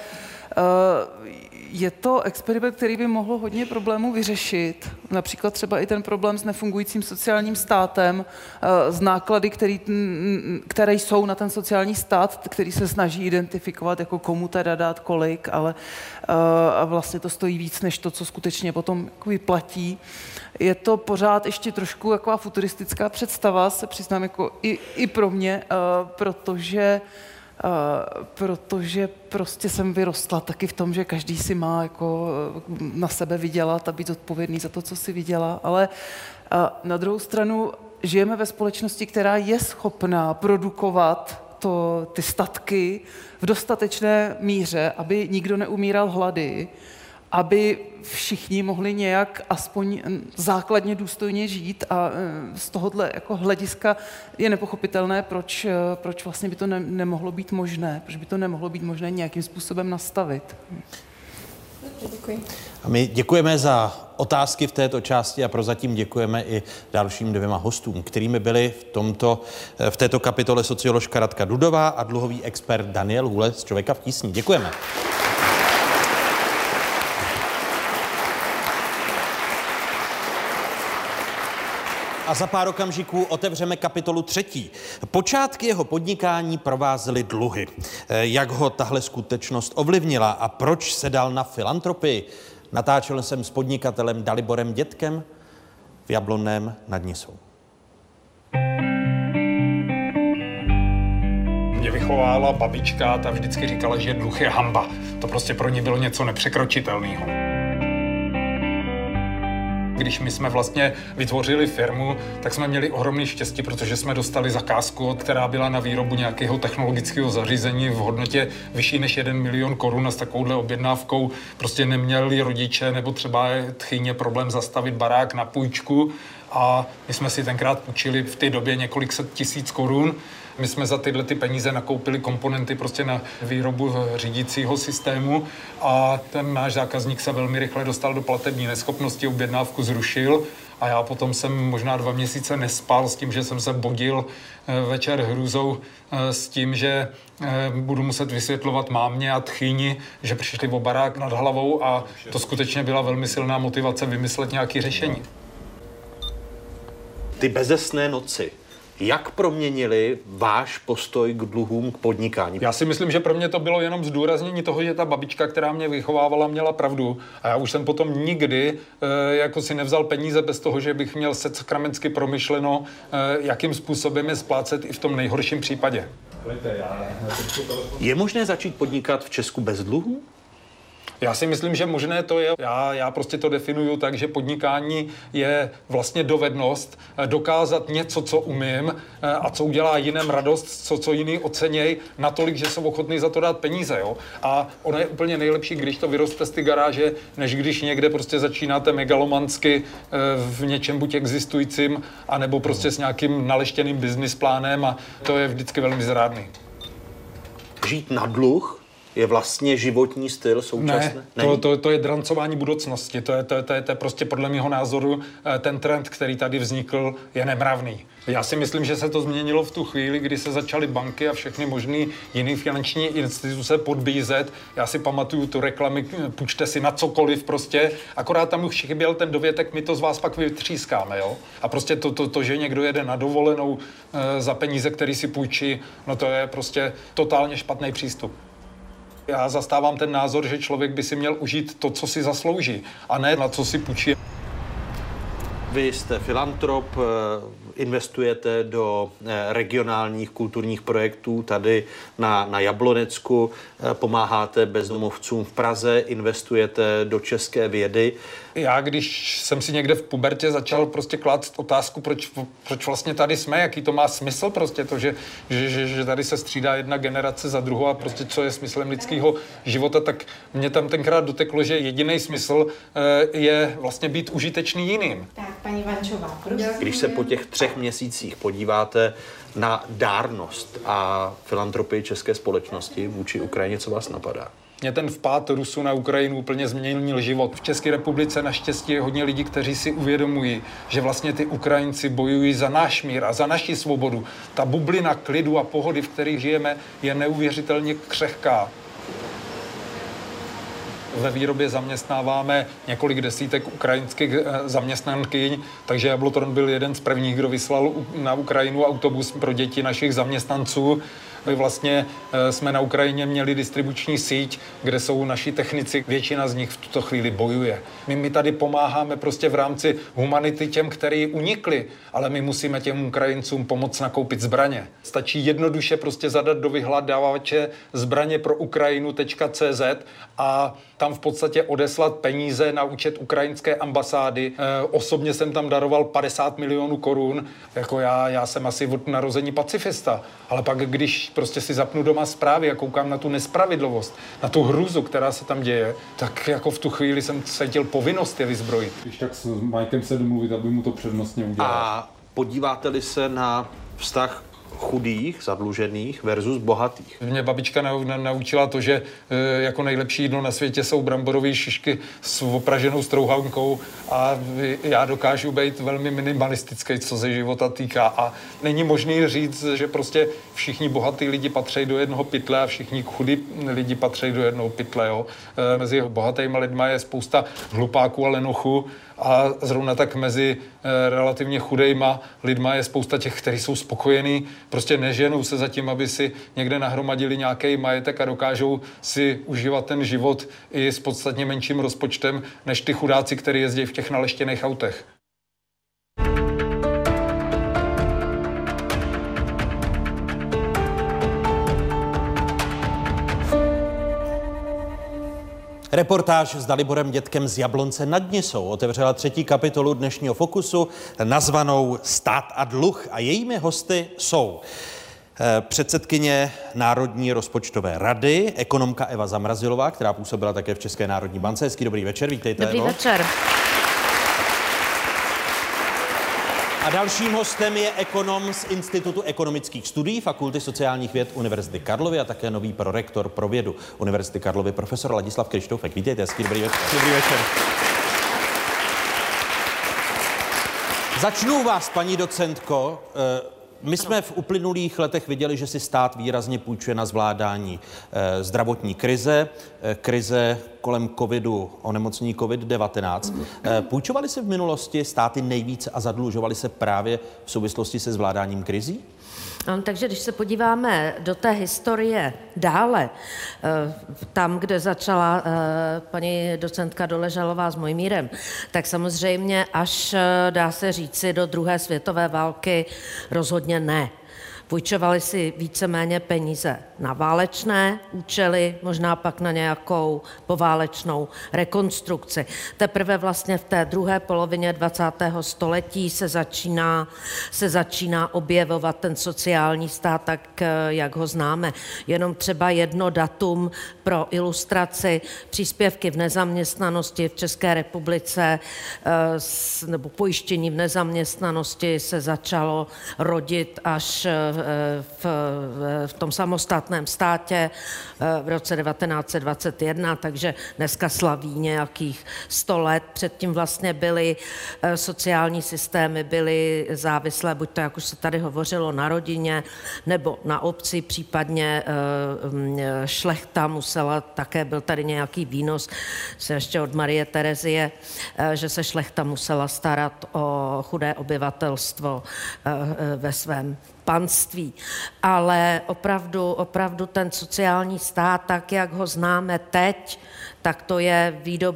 je to experiment, který by mohl hodně problémů vyřešit. Například třeba i ten problém s nefungujícím sociálním státem, z náklady, které jsou na ten sociální stát, který se snaží identifikovat, jako komu teda dát kolik, ale vlastně to stojí víc, než to, co skutečně potom vyplatí. Je to pořád ještě trošku taková futuristická představa, se přiznám, jako i pro mě, protože prostě jsem vyrostla taky v tom, že každý si má jako na sebe vydělat a být odpovědný za to, co si vydělá, ale na druhou stranu žijeme ve společnosti, která je schopná produkovat ty statky v dostatečné míře, aby nikdo neumíral hlady, aby všichni mohli nějak aspoň základně důstojně žít a z tohohle jako hlediska je nepochopitelné, proč vlastně by to nemohlo být možné, proč by to nemohlo být možné nějakým způsobem nastavit.
Děkuji.
A my děkujeme za otázky v této části a prozatím děkujeme i dalším 2 hostům, kterými byli v této kapitole socioložka Radka Dudová a dluhový expert Daniel Hůle z Člověka v tísni. Děkujeme. A za pár okamžiků otevřeme kapitolu 3. Počátky jeho podnikání provázely dluhy. Jak ho tahle skutečnost ovlivnila a proč se dal na filantropii? Natáčel jsem s podnikatelem Daliborem Dětkem v Jablonném nad Nisou.
Mě vychovala babička, ta vždycky říkala, že dluh je hanba. To prostě pro ní bylo něco nepřekročitelného. Když my jsme vlastně vytvořili firmu, tak jsme měli ohromný štěstí, protože jsme dostali zakázku, která byla na výrobu nějakého technologického zařízení v hodnotě vyšší než 1 milion korun a s takovouhle objednávkou prostě neměli rodiče nebo třeba tchýně problém zastavit barák na půjčku a my jsme si tenkrát půjčili v té době několik set tisíc korun. My jsme za tyhle peníze nakoupili komponenty prostě na výrobu řídícího systému a ten náš zákazník se velmi rychle dostal do platební neschopnosti, objednávku zrušil a já potom jsem možná 2 měsíce nespal s tím, že jsem se bodil večer hrůzou s tím, že budu muset vysvětlovat mámě a tchýni, že přišli o barák nad hlavou a to skutečně byla velmi silná motivace vymyslet nějaké řešení.
Ty bezesné noci. Jak proměnili váš postoj k dluhům, k podnikání?
Já si myslím, že pro mě to bylo jenom zdůraznění toho, že ta babička, která mě vychovávala, měla pravdu. A já už jsem potom nikdy jako si nevzal peníze bez toho, že bych měl sakramensky promyšleno, jakým způsobem je splácet i v tom nejhorším případě.
Je možné začít podnikat v Česku bez dluhů?
Já si myslím, že možné to je. Já prostě to definuju tak, že podnikání je vlastně dovednost dokázat něco, co umím a co udělá jiném radost, co jiný oceněj natolik, že jsou ochotný za to dát peníze. Jo? A ono je úplně nejlepší, když to vyroste z ty garáže, než když někde prostě začínáte megalomansky v něčem buď existujícím, anebo prostě s nějakým naleštěným businessplánem a to je vždycky velmi zrádný.
Žít na dluh je vlastně životní styl současné?
Ne, to je drancování budoucnosti. To je prostě podle mého názoru ten trend, který tady vznikl, je nemravný. Já si myslím, že se to změnilo v tu chvíli, kdy se začaly banky a všechny možný jiný finanční instituce podbízet. Já si pamatuju tu reklamy, půjčte si na cokoliv prostě, akorát tam už chyběl ten dovětek, my to z vás pak vytřískáme, jo. A prostě to, že někdo jede na dovolenou za peníze, který si půjčí, no to je prostě totálně špatný přístup. Já zastávám ten názor, že člověk by si měl užít to, co si zaslouží, a ne na co si půjčí.
Vy jste filantrop, investujete do regionálních kulturních projektů tady na Jablonecku, pomáháte bezdomovcům v Praze, investujete do české vědy.
Já, když jsem si někde v pubertě začal prostě klást otázku, proč vlastně tady jsme, jaký to má smysl prostě to, že tady se střídá jedna generace za druhou a prostě co je smyslem lidského života, tak mě tam tenkrát doteklo, že jediný smysl je vlastně být užitečný jiným.
Tak, paní Vančová, prosím.
Když se po těch 3 měsících podíváte na dárnost a filantropii české společnosti vůči Ukrajině, co vás napadá?
Mě ten vpád Rusů na Ukrajinu úplně změnil život. V České republice naštěstí je hodně lidí, kteří si uvědomují, že vlastně ty Ukrajinci bojují za náš mír a za naši svobodu. Ta bublina klidu a pohody, v kterých žijeme, je neuvěřitelně křehká. Ve výrobě zaměstnáváme několik desítek ukrajinských zaměstnankyň, takže Jablotron byl jeden z prvních, kdo vyslal na Ukrajinu autobus pro děti našich zaměstnanců. My vlastně jsme na Ukrajině měli distribuční síť, kde jsou naši technici, většina z nich v tuto chvíli bojuje. My tady pomáháme prostě v rámci humanity těm, kteří unikli, ale my musíme těm Ukrajincům pomoct nakoupit zbraně. Stačí jednoduše prostě zadat do vyhledávače zbraně pro Ukrajinu.cz a tam v podstatě odeslat peníze na účet ukrajinské ambasády. Osobně jsem tam daroval 50 milionů korun. Jako já jsem asi od narození pacifista, ale pak když prostě si zapnu doma zprávy a koukám na tu nespravedlivost, na tu hruzu, která se tam děje, tak jako v tu chvíli jsem cítil povinnost je vyzbrojit.
Když tak s Mikem se domluvit, aby mu to přednostně udělal.
A podíváte-li se na vztah chudých, zadlužených versus bohatých.
Mě babička naučila to, že jako nejlepší jídlo na světě jsou bramborové šišky s opraženou strouhankou a já dokážu být velmi minimalistický, co se života týká. A není možný říct, že prostě všichni bohatí lidi patří do jednoho pytle a všichni chudí lidi patří do jednoho pytle. Jo. Mezi bohatými lidma je spousta hlupáků a lenochů a zrovna tak mezi relativně chudejma lidma je spousta těch, kteří jsou spokojení, prostě neženou se zatím, aby si někde nahromadili nějaký majetek a dokážou si užívat ten život i s podstatně menším rozpočtem, než ty chudáci, kteří jezdí v těch naleštěných autech.
Reportáž s Daliborem Dětkem z Jablonce nad Nisou otevřela 3. kapitolu dnešního Fokusu, nazvanou Stát a dluh. A jejími hosty jsou předsedkyně Národní rozpočtové rady, ekonomka Eva Zamrazilová, která působila také v České národní bance. Hezký dobrý večer, vítejte.
Dobrý večer.
A dalším hostem je ekonom z Institutu ekonomických studií Fakulty sociálních věd Univerzity Karlovy a také nový prorektor pro vědu Univerzity Karlovy, profesor Ladislav Kryštoufek. Vítejte, hezký dobrý večer.
Dobrý večer.
Začnu vás, paní docentko. My jsme v uplynulých letech viděli, že si stát výrazně půjčuje na zvládání zdravotní krize kolem covidu, onemocnění COVID-19. Půjčovaly se v minulosti státy nejvíce a zadlužovaly se právě v souvislosti se zvládáním krizí?
Takže když se podíváme do té historie dále, tam, kde začala paní docentka Doležalová s Mojmírem, tak samozřejmě až dá se říci do druhé světové války rozhodně ne. Půjčovali si víceméně peníze na válečné účely, možná pak na nějakou poválečnou rekonstrukci. Teprve vlastně v té druhé polovině 20. století se začíná objevovat ten sociální stát, tak jak ho známe. Jenom třeba jedno datum pro ilustraci: příspěvky v nezaměstnanosti v České republice nebo pojištění v nezaměstnanosti se začalo rodit až v tom samostatném státě v roce 1921, takže dneska slaví nějakých 100 let. Předtím vlastně byly sociální systémy, byly závislé, buď to, jak už se tady hovořilo, na rodině, nebo na obci, případně šlechta musela, také byl tady nějaký výnos, se ještě od Marie Terezie, že se šlechta musela starat o chudé obyvatelstvo ve svém panství. Ale opravdu ten sociální stát, tak jak ho známe teď, tak to je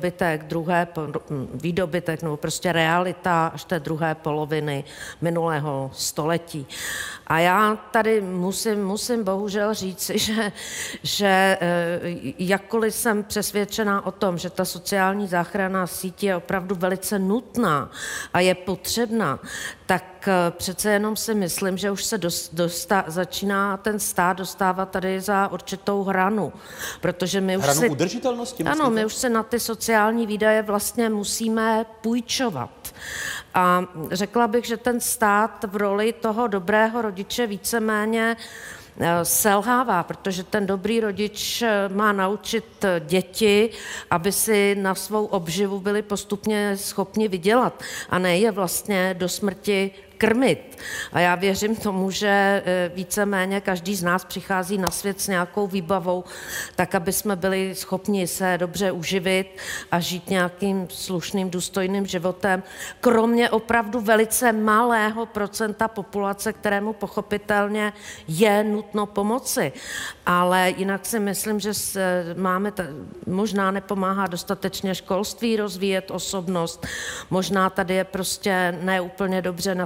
výdobytek nebo prostě realita až té druhé poloviny minulého století. A já tady musím bohužel říci, že jakkoliv jsem přesvědčená o tom, že ta sociální záchranná síť je opravdu velice nutná a je potřebná, tak přece jenom si myslím, že už se začíná ten stát dostávat tady za určitou hranu, protože my už
hranu udržitelnosti, myslíte?
Ano, my už se na ty sociální výdaje vlastně musíme půjčovat. A řekla bych, že ten stát v roli toho dobrého rodiče víceméně selhává, protože ten dobrý rodič má naučit děti, aby si na svou obživu byli postupně schopni vydělat a ne je vlastně do smrti krmit. A já věřím tomu, že víceméně každý z nás přichází na svět s nějakou výbavou, tak aby jsme byli schopni se dobře uživit a žít nějakým slušným, důstojným životem, kromě opravdu velice malého procenta populace, kterému pochopitelně je nutno pomoci. Ale jinak si myslím, že možná nepomáhá dostatečně školství rozvíjet osobnost, možná tady je prostě neúplně dobře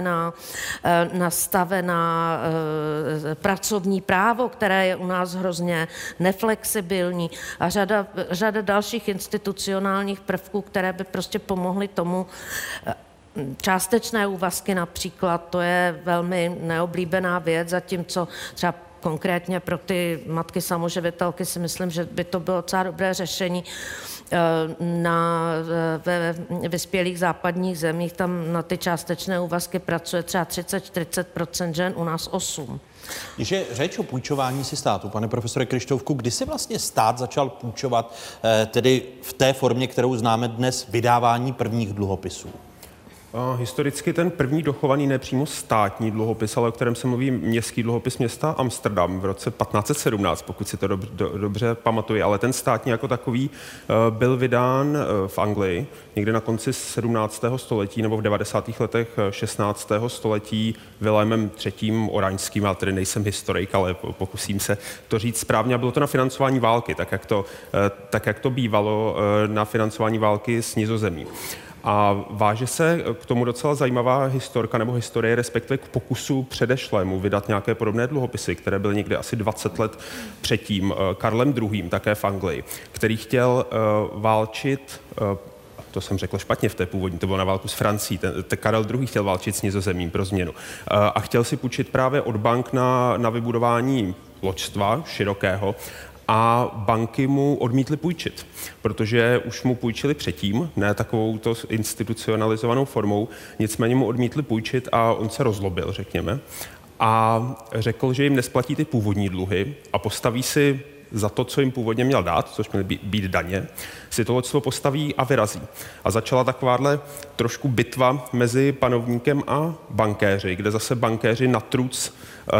nastavená pracovní právo, které je u nás hrozně neflexibilní a řada dalších institucionálních prvků, které by prostě pomohly tomu. Částečné úvazky například, to je velmi neoblíbená věc, zatímco třeba konkrétně pro ty matky samoživitelky si myslím, že by to bylo docela dobré řešení. Ve vyspělých západních zemích tam na ty částečné úvazky pracuje třeba 30-40% žen, u nás 8%.
Když je řeč o půjčování si státu, pane profesore Kryštoufku, kdy se vlastně stát začal půjčovat tedy v té formě, kterou známe dnes, vydávání prvních dluhopisů?
Historicky ten první dochovaný nepřímo státní dluhopis, ale o kterém se mluví městský dluhopis města Amsterdam v roce 1517, pokud si to dobře pamatuji, ale ten státní jako takový byl vydán v Anglii někde na konci 17. století nebo v 90. letech 16. století Vilémem III. Oranžským, ale tedy nejsem historik, ale pokusím se to říct správně. A bylo to na financování války, tak jak to bývalo na financování války s Nizozemím. A váže se k tomu docela zajímavá historka nebo historie, respektive k pokusu předešlému vydat nějaké podobné dluhopisy, které byly někde asi 20 let předtím Karlem II., také v Anglii, který chtěl válčit, to jsem řekl špatně v té původní, to bylo na válku s Francií, Karel II. Chtěl válčit s Nizozemím pro změnu a chtěl si půjčit právě od bank na vybudování loďstva širokého, a banky mu odmítly půjčit, protože už mu půjčili předtím, ne takovouto institucionalizovanou formou, nicméně mu odmítli půjčit a on se rozlobil, řekněme, a řekl, že jim nesplatí ty původní dluhy a postaví si za to, co jim původně měl dát, což měly být daně, si to loďstvo postaví a vyrazí. A začala takováhle trošku bitva mezi panovníkem a bankéři, kde zase bankéři na truc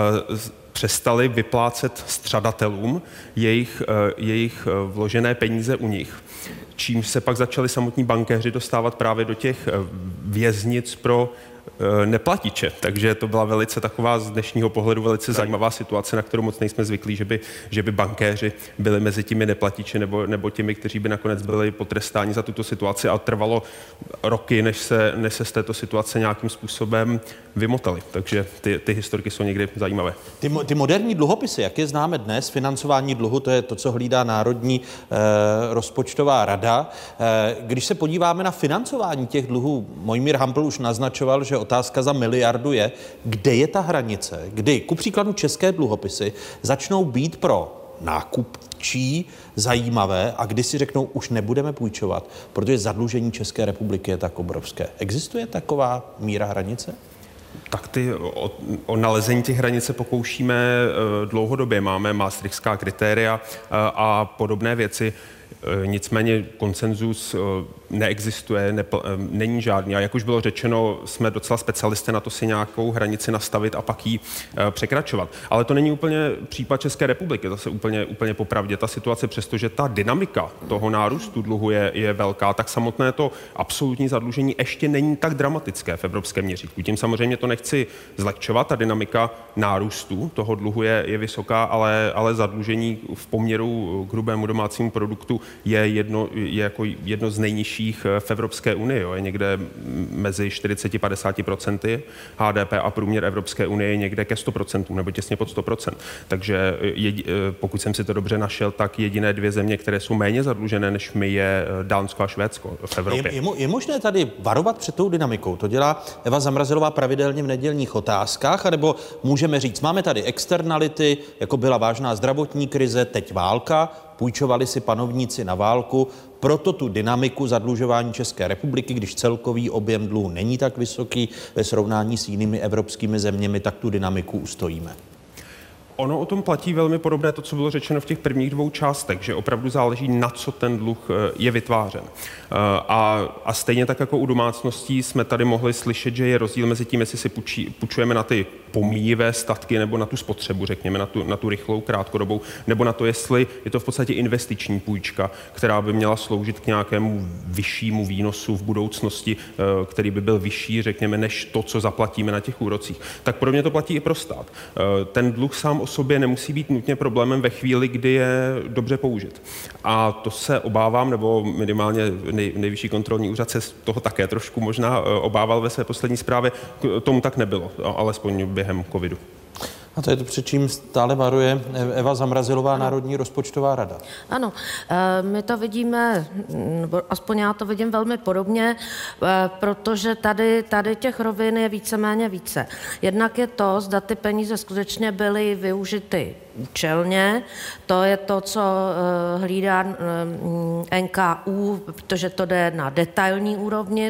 přestali vyplácet střadatelům jejich vložené peníze u nich. Čímž se pak začali samotní bankéři dostávat právě do těch věznic pro neplatiče. Takže to byla velice taková z dnešního pohledu velice zajímavá situace, na kterou moc nejsme zvyklí, že by bankéři byli mezi těmi neplatiči nebo těmi, kteří by nakonec byli potrestáni za tuto situaci, a trvalo roky, než se z této situace nějakým způsobem vymotali. Takže ty historiky jsou někdy zajímavé.
Ty moderní dluhopisy, jak je známe dnes, financování dluhu, to je to, co hlídá Národní rozpočtová rada. Když se podíváme na financování těch dluhů, Mojmír Hampl už naznačoval, že otázka za miliardu je, kde je ta hranice, kdy ku příkladu české dluhopisy začnou být pro nákupčí zajímavé a kdy si řeknou, už nebudeme půjčovat, protože zadlužení České republiky je tak obrovské. Existuje taková míra hranice?
Tak o nalezení těch hranic se pokoušíme dlouhodobě. Máme maastrichtská kritéria a podobné věci. Nicméně konsenzus neexistuje, není žádný. A jak už bylo řečeno, jsme docela specialisté na to si nějakou hranici nastavit a pak ji překračovat. Ale to není úplně případ České republiky, zase úplně popravdě. Ta situace, přestože ta dynamika toho nárůstu dluhu je velká, tak samotné to absolutní zadlužení ještě není tak dramatické v evropském měřítku. Tím samozřejmě to nechci zlehčovat, ta dynamika nárůstu toho dluhu je vysoká, ale zadlužení v poměru k hrubému domácímu produktu je jako jedno z nejnižších v Evropské unii. Je někde mezi 40-50% HDP a průměr Evropské unie je někde ke 100% nebo těsně pod 100%. Takže pokud jsem si to dobře našel, tak jediné dvě země, které jsou méně zadlužené než my, je Dánsko a Švédsko v Evropě.
Je možné tady varovat před tou dynamikou? To dělá Eva Zamrazilová pravidelně v nedělních otázkách, anebo můžeme říct, máme tady externality, jako byla vážná zdravotní krize, teď válka, půjčovali si panovníci na válku, proto tu dynamiku zadlužování České republiky, když celkový objem dluhu není tak vysoký ve srovnání s jinými evropskými zeměmi, tak tu dynamiku ustojíme.
Ono o tom platí velmi podobné to, co bylo řečeno v těch prvních dvou částech, že opravdu záleží, na co ten dluh je vytvářen. A stejně tak jako u domácností jsme tady mohli slyšet, že je rozdíl mezi tím, jestli si půjčujeme na ty pomíjivé statky nebo na tu spotřebu, řekněme, na tu rychlou, krátkodobou, nebo na to, jestli je to v podstatě investiční půjčka, která by měla sloužit k nějakému vyššímu výnosu v budoucnosti, který by byl vyšší, řekněme, než to, co zaplatíme na těch úrocích. Tak pro mě to platí i pro stát. Ten dluh sám o sobě nemusí být nutně problémem ve chvíli, kdy je dobře použit. A to se obávám, nebo minimálně Nejvyšší kontrolní úřad se z toho také trošku možná obával ve své poslední zprávě. Tomu tak nebylo, alespoň během covidu.
A to je to, před čím stále varuje Eva Zamrazilová, Národní rozpočtová rada.
Ano, my to vidíme, nebo aspoň já to vidím velmi podobně, protože tady těch rovin je víceméně více. Jednak je to, zda ty peníze skutečně byly využity účelně, to je to, co hlídá NKÚ, protože to jde na detailní úrovni,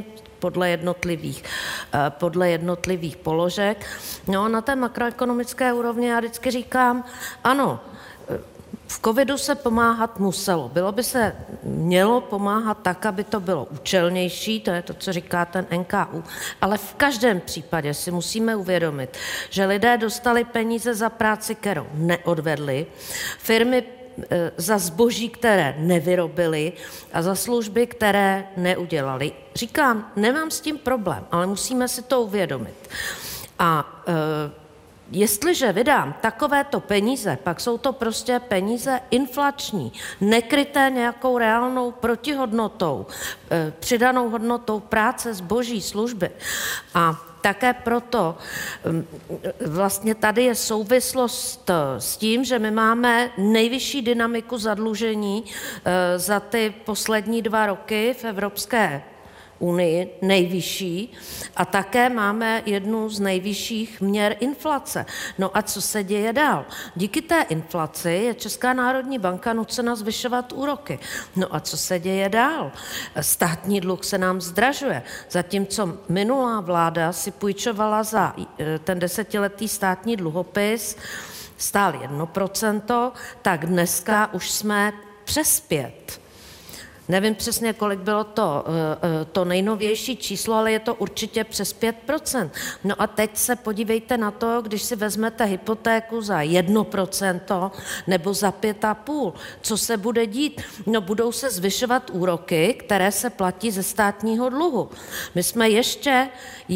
podle jednotlivých položek. No, na té makroekonomické úrovni já vždycky říkám, ano, v covidu se pomáhat muselo. Mělo pomáhat tak, aby to bylo účelnější, to je to, co říká ten NKÚ, ale v každém případě si musíme uvědomit, že lidé dostali peníze za práci, kterou neodvedli, firmy za zboží, které nevyrobili a za služby, které neudělali. Říkám, nemám s tím problém, ale musíme si to uvědomit. A jestliže vydám takovéto peníze, pak jsou to prostě peníze inflační, nekryté nějakou reálnou protihodnotou, přidanou hodnotou práce, zboží, služby. A také proto vlastně tady je souvislost s tím, že my máme nejvyšší dynamiku zadlužení za ty poslední 2 roky v Evropské unii, nejvyšší, a také máme jednu z nejvyšších měr inflace. No a co se děje dál? Díky té inflaci je Česká národní banka nucena zvyšovat úroky. No a co se děje dál? Státní dluh se nám zdražuje. Zatímco minulá vláda si půjčovala za ten 10letý státní dluhopis stál 1%, tak dneska už jsme přes 5%. Nevím přesně, kolik bylo to nejnovější číslo, ale je to určitě přes 5%. No a teď se podívejte na to, když si vezmete hypotéku za 1% nebo za 5,5%. Co se bude dít? No budou se zvyšovat úroky, které se platí ze státního dluhu. My jsme ještě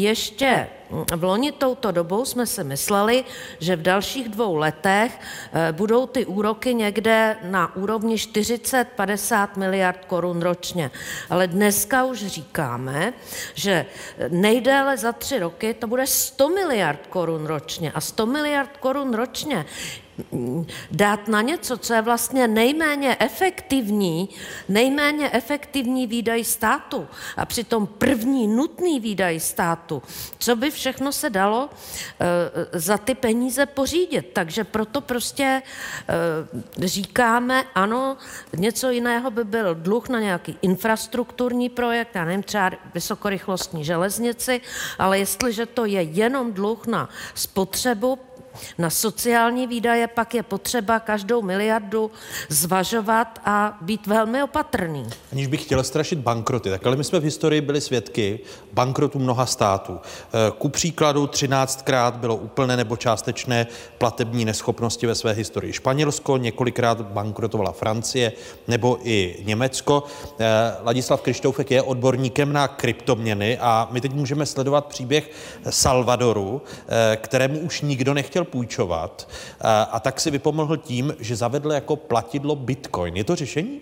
v loni touto dobou jsme si mysleli, že v dalších 2 letech budou ty úroky někde na úrovni 40-50 miliard korun ročně. Ale dneska už říkáme, že nejdéle za 3 roky to bude 100 miliard korun ročně. A 100 miliard korun ročně dát na něco, co je vlastně nejméně efektivní výdaj státu a přitom první nutný výdaj státu, co by všechno se dalo za ty peníze pořídit. Takže proto prostě říkáme, ano, něco jiného by byl dluh na nějaký infrastrukturní projekt, já nevím, třeba vysokorychlostní železnici, ale jestliže to je jenom dluh na spotřebu, na sociální výdaje, pak je potřeba každou miliardu zvažovat a být velmi opatrný.
Aniž bych chtěl strašit bankroty, tak ale my jsme v historii byli svědky bankrotu mnoha států. Ku příkladu 13krát bylo úplné nebo částečné platební neschopnosti ve své historii Španělsko, několikrát bankrotovala Francie nebo i Německo. Ladislav Kryštoufek je odborníkem na kryptoměny a my teď můžeme sledovat příběh Salvadoru, kterému už nikdo nechtěl půjčovat a tak si vypomohl tím, že zavedl jako platidlo Bitcoin. Je to řešení?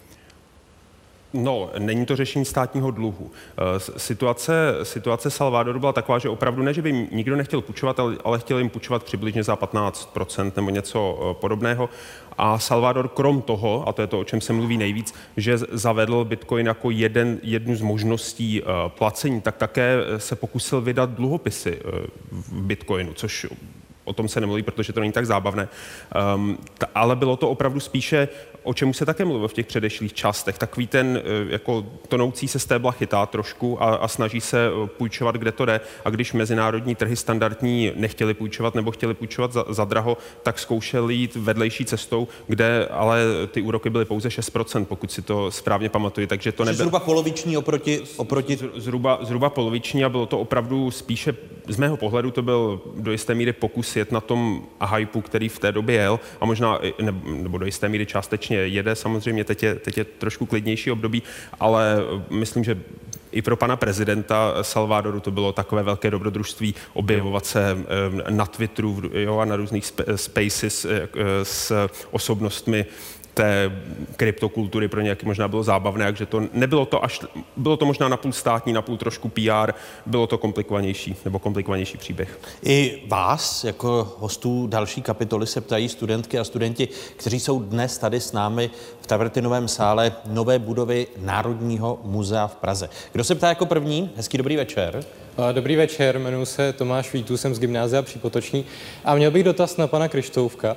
No, není to řešení státního dluhu. Situace Salvadoru byla taková, že opravdu ne, že by nikdo nechtěl půjčovat, ale chtěl jim půjčovat přibližně za 15% nebo něco podobného. A Salvador krom toho, a to je to, o čem se mluví nejvíc, že zavedl Bitcoin jako jednu z možností placení, tak také se pokusil vydat dluhopisy v Bitcoinu, což o tom se nemluví, protože to není tak zábavné. Ale bylo to opravdu spíše, o čem se také mluvilo v těch předešlých částech, takový ten jako tonoucí se stébla chytá trošku a snaží se půjčovat, kde to jde. A když mezinárodní trhy standardní nechtěli půjčovat nebo chtěli půjčovat za draho, tak zkoušeli jít vedlejší cestou, kde ale ty úroky byly pouze 6%, pokud si to správně pamatuji. Takže to nebylo
zhruba poloviční oproti...
Zhruba poloviční a bylo to opravdu spíše, z mého pohledu to byl do jisté míry pokus jet na tom hypeu, který v té době jel a možná, nebo do jisté míry částečně jede, samozřejmě teď je trošku klidnější období, ale myslím, že i pro pana prezidenta Salvadoru to bylo takové velké dobrodružství objevovat se na Twitteru a na různých spaces s osobnostmi té kryptokultury pro ně možná bylo zábavné, takže to nebylo to bylo to možná napůl státní, napůl trošku PR, bylo to komplikovanější příběh.
I vás, jako hostů další kapitoly, se ptají studentky a studenti, kteří jsou dnes tady s námi v Tavertinovém sále nové budovy Národního muzea v Praze. Kdo se ptá jako první? Hezký dobrý večer.
Dobrý večer, jmenuji se Tomáš Vítů, jsem z Gymnázia Přípotoční a měl bych dotaz na pana Kryštoufka.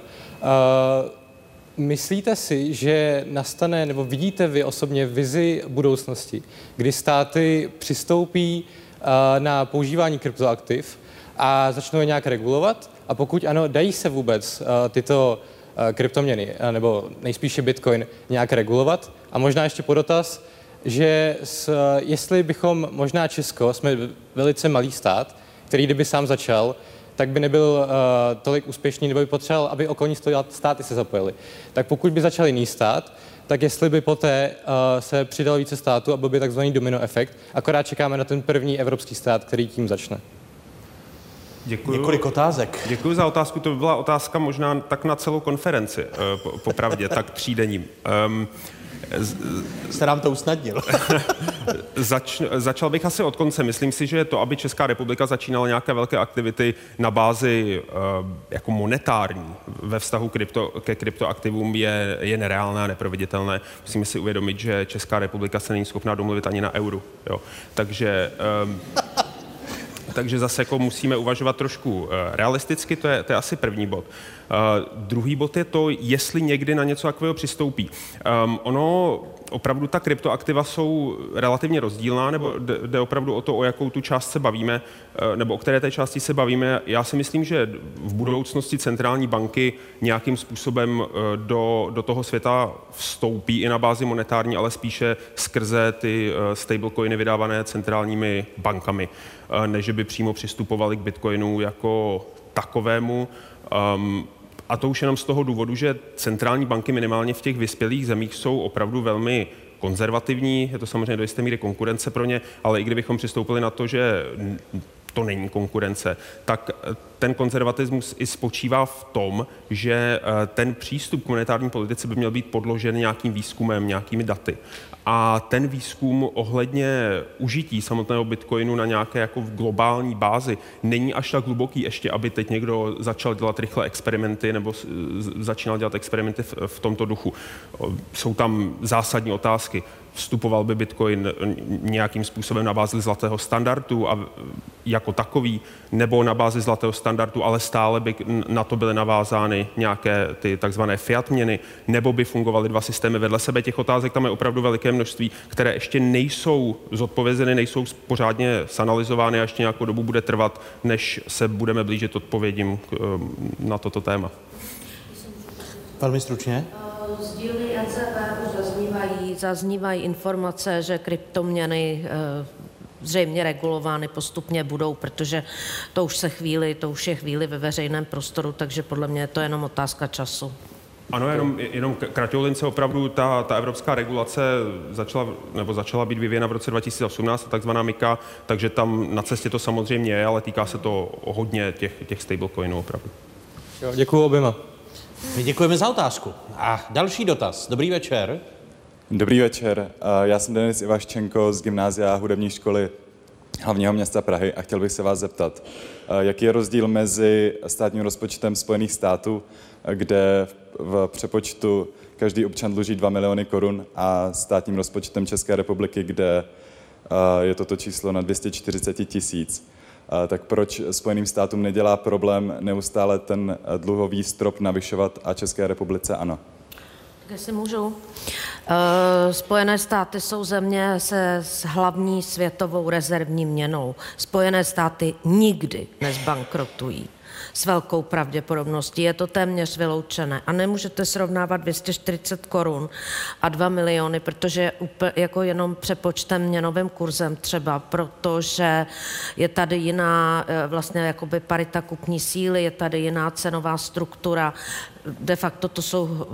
Myslíte si, že nastane, nebo vidíte vy osobně vizi budoucnosti, kdy státy přistoupí na používání kryptoaktiv a začnou je nějak regulovat? A pokud ano, dají se vůbec tyto kryptoměny, nebo nejspíše Bitcoin, nějak regulovat? A možná ještě podotaz, že jestli bychom, možná Česko, jsme velice malý stát, který kdyby sám začal, tak by nebyl tolik úspěšný, nebo by potřeboval, aby okolní státy se zapojily. Tak pokud by začal jiný stát, tak jestli by poté se přidalo více států a byl by takzvaný domino efekt, akorát čekáme na ten první evropský stát, který tím začne.
Děkuju.
Několik otázek.
Děkuji za otázku, to by byla otázka možná tak na celou konferenci, popravdě, tak třídenním.
Jste nám to usnadnil.
Začal bych asi od konce. Myslím si, že to, aby Česká republika začínala nějaké velké aktivity na bázi jako monetární ve vztahu ke kryptoaktivům je nereálné a neproveditelné. Musíme si uvědomit, že Česká republika se není schopná domluvit ani na euru. Jo. Takže zase jako musíme uvažovat trošku realisticky, to je asi první bod. Druhý bod je to, jestli někdy na něco takového přistoupí. Ono opravdu ta kryptoaktiva jsou relativně rozdílná, nebo jde opravdu o to, o jakou tu část se bavíme, nebo o které té části se bavíme. Já si myslím, že v budoucnosti centrální banky nějakým způsobem do toho světa vstoupí i na bázi monetární, ale spíše skrze ty stablecoiny vydávané centrálními bankami, než by přímo přistupovali k Bitcoinu jako takovému. A to už jenom z toho důvodu, že centrální banky minimálně v těch vyspělých zemích jsou opravdu velmi konzervativní, je to samozřejmě do jisté míry konkurence pro ně, ale i kdybychom přistoupili na to, že to není konkurence, tak ten konzervatismus i spočívá v tom, že ten přístup k monetární politice by měl být podložen nějakým výzkumem, nějakými daty. A ten výzkum ohledně užití samotného Bitcoinu na nějaké jako globální bázi není až tak hluboký ještě, aby teď někdo začal dělat rychle experimenty nebo začínal dělat experimenty v tomto duchu. Jsou tam zásadní otázky. Vstupoval by Bitcoin nějakým způsobem na bázi zlatého standardu a jako takový, nebo na bázi zlatého standardu, ale stále by na to byly navázány nějaké ty takzvané fiat měny, nebo by fungovaly dva systémy vedle sebe. Těch otázek tam je opravdu veliké množství, které ještě nejsou zodpovězeny, nejsou pořádně zanalyzovány a ještě nějakou dobu bude trvat, než se budeme blížit odpovědím na toto téma.
Velmi stručně.
Z dílny NCP zaznívají informace, že kryptoměny zřejmě regulovány postupně budou, protože to už je chvíli ve veřejném prostoru, takže podle mě je to jenom otázka času.
Ano, jenom kratoulince opravdu ta evropská regulace začala být vyvíjena v roce 2018, takzvaná MiCA, takže tam na cestě to samozřejmě je, ale týká se to hodně těch stablecoinů opravdu.
Jo, děkuju oběma.
My děkujeme za otázku. A další dotaz. Dobrý večer.
Dobrý večer. Já jsem Denis Ivaščenko z Gymnázia hudební školy hlavního města Prahy a chtěl bych se vás zeptat, jaký je rozdíl mezi státním rozpočtem Spojených států, kde v přepočtu každý občan dluží 2 miliony korun, a státním rozpočtem České republiky, kde je toto číslo na 240 000. Tak proč Spojeným státům nedělá problém neustále ten dluhový strop navyšovat a České republice ano?
Jestli můžu. Spojené státy jsou země s hlavní světovou rezervní měnou. Spojené státy nikdy nezbankrotují. S velkou pravděpodobností je to téměř vyloučené. A nemůžete srovnávat 240 korun a 2 miliony, protože jako jenom přepočtem měnovým kurzem třeba, protože je tady jiná vlastně jakoby parita kupní síly, je tady jiná cenová struktura. De facto to jsou,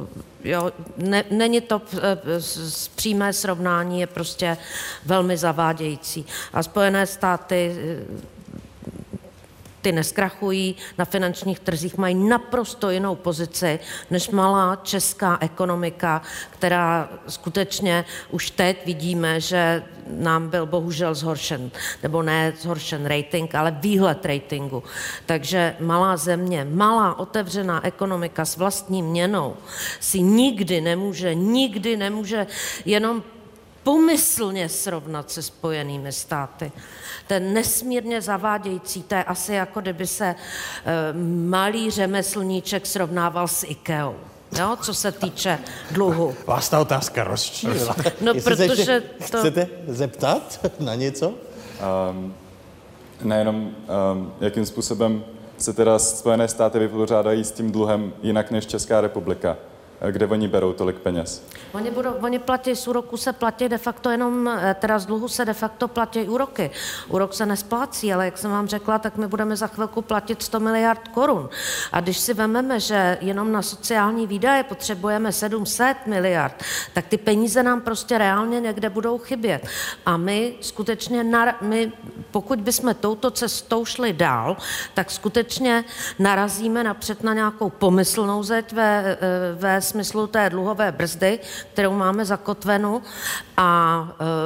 není to přímé srovnání, je prostě velmi zavádějící. A Spojené státy ty neskrachují na finančních trzích, mají naprosto jinou pozici než malá česká ekonomika, která skutečně už teď vidíme, že nám byl bohužel zhoršen, nebo ne zhoršen rating, ale výhled ratingu. Takže malá země, malá otevřená ekonomika s vlastní měnou si nikdy nemůže jenom pomyslně srovnat se Spojenými státy. Ten nesmírně zavádějící, to je asi jako kdyby se malý řemeslníček srovnával s IKEAou. Jo, co se týče dluhu.
Vás ta otázka rozčílila.
No, protože to...
Chcete zeptat na něco?
Nejenom, jakým způsobem se teda Spojené státy vypořádají s tím dluhem jinak než Česká republika, kde oni berou tolik peněz.
Oni platí, z úroku se platí de facto jenom, teda z dluhu se de facto platí úroky. Úrok se nesplácí, ale jak jsem vám řekla, tak my budeme za chvilku platit 100 miliard korun. A když si vememe, že jenom na sociální výdaje potřebujeme 700 miliard, tak ty peníze nám prostě reálně někde budou chybět. A my skutečně, pokud bychom touto cestou šli dál, tak skutečně narazíme napřed na nějakou pomyslnou zeď ve smyslu té dluhové brzdy, kterou máme zakotvenu, a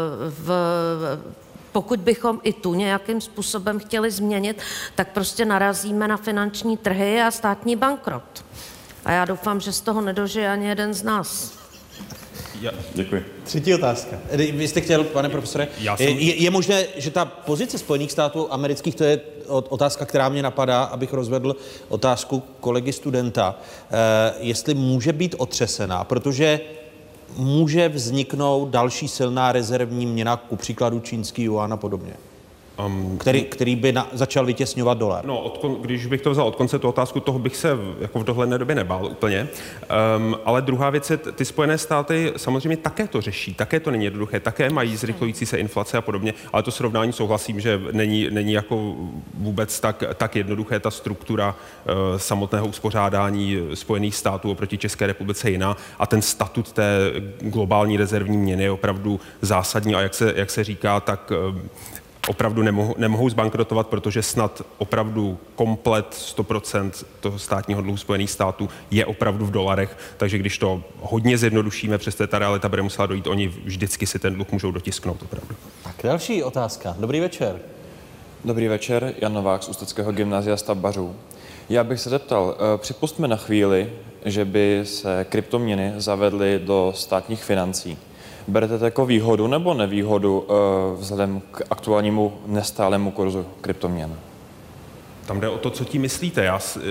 pokud bychom i tu nějakým způsobem chtěli změnit, tak prostě narazíme na finanční trhy a státní bankrot. A já doufám, že z toho nedožije ani jeden z nás.
Děkuji.
Třetí otázka. Vy jste chtěl, pane profesore, je možné, že ta pozice Spojených států amerických, to je otázka, která mě napadá, abych rozvedl otázku kolegy studenta, jestli může být otřesená, protože může vzniknout další silná rezervní měna, ku příkladu čínský juan a podobně. Který by začal vytěsňovat dolar.
No, když bych to vzal od konce tu otázku, toho bych se jako v dohledné době nebál úplně. Ale druhá věc je, ty Spojené státy samozřejmě také to řeší, také to není jednoduché, také mají zrychlující se inflace a podobně, ale to srovnání souhlasím, že není jako vůbec tak jednoduché, ta struktura samotného uspořádání Spojených států oproti České republice jiná a ten statut té globální rezervní měny je opravdu zásadní a jak se říká, tak opravdu nemohou zbankrotovat, protože snad opravdu komplet 100% toho státního dluhu Spojených států je opravdu v dolarech, takže když to hodně zjednodušíme, přes ta realita bude musela dojít, oni vždycky si ten dluh můžou dotisknout opravdu.
Tak další otázka. Dobrý večer.
Dobrý večer, Jan Novák z Ústeckého gymnázia Stavbařů. Já bych se zeptal, připustme na chvíli, že by se kryptoměny zavedly do státních financí. Berete to jako výhodu nebo nevýhodu vzhledem k aktuálnímu nestálému kurzu kryptoměn?
Tam jde o to, co tím myslíte.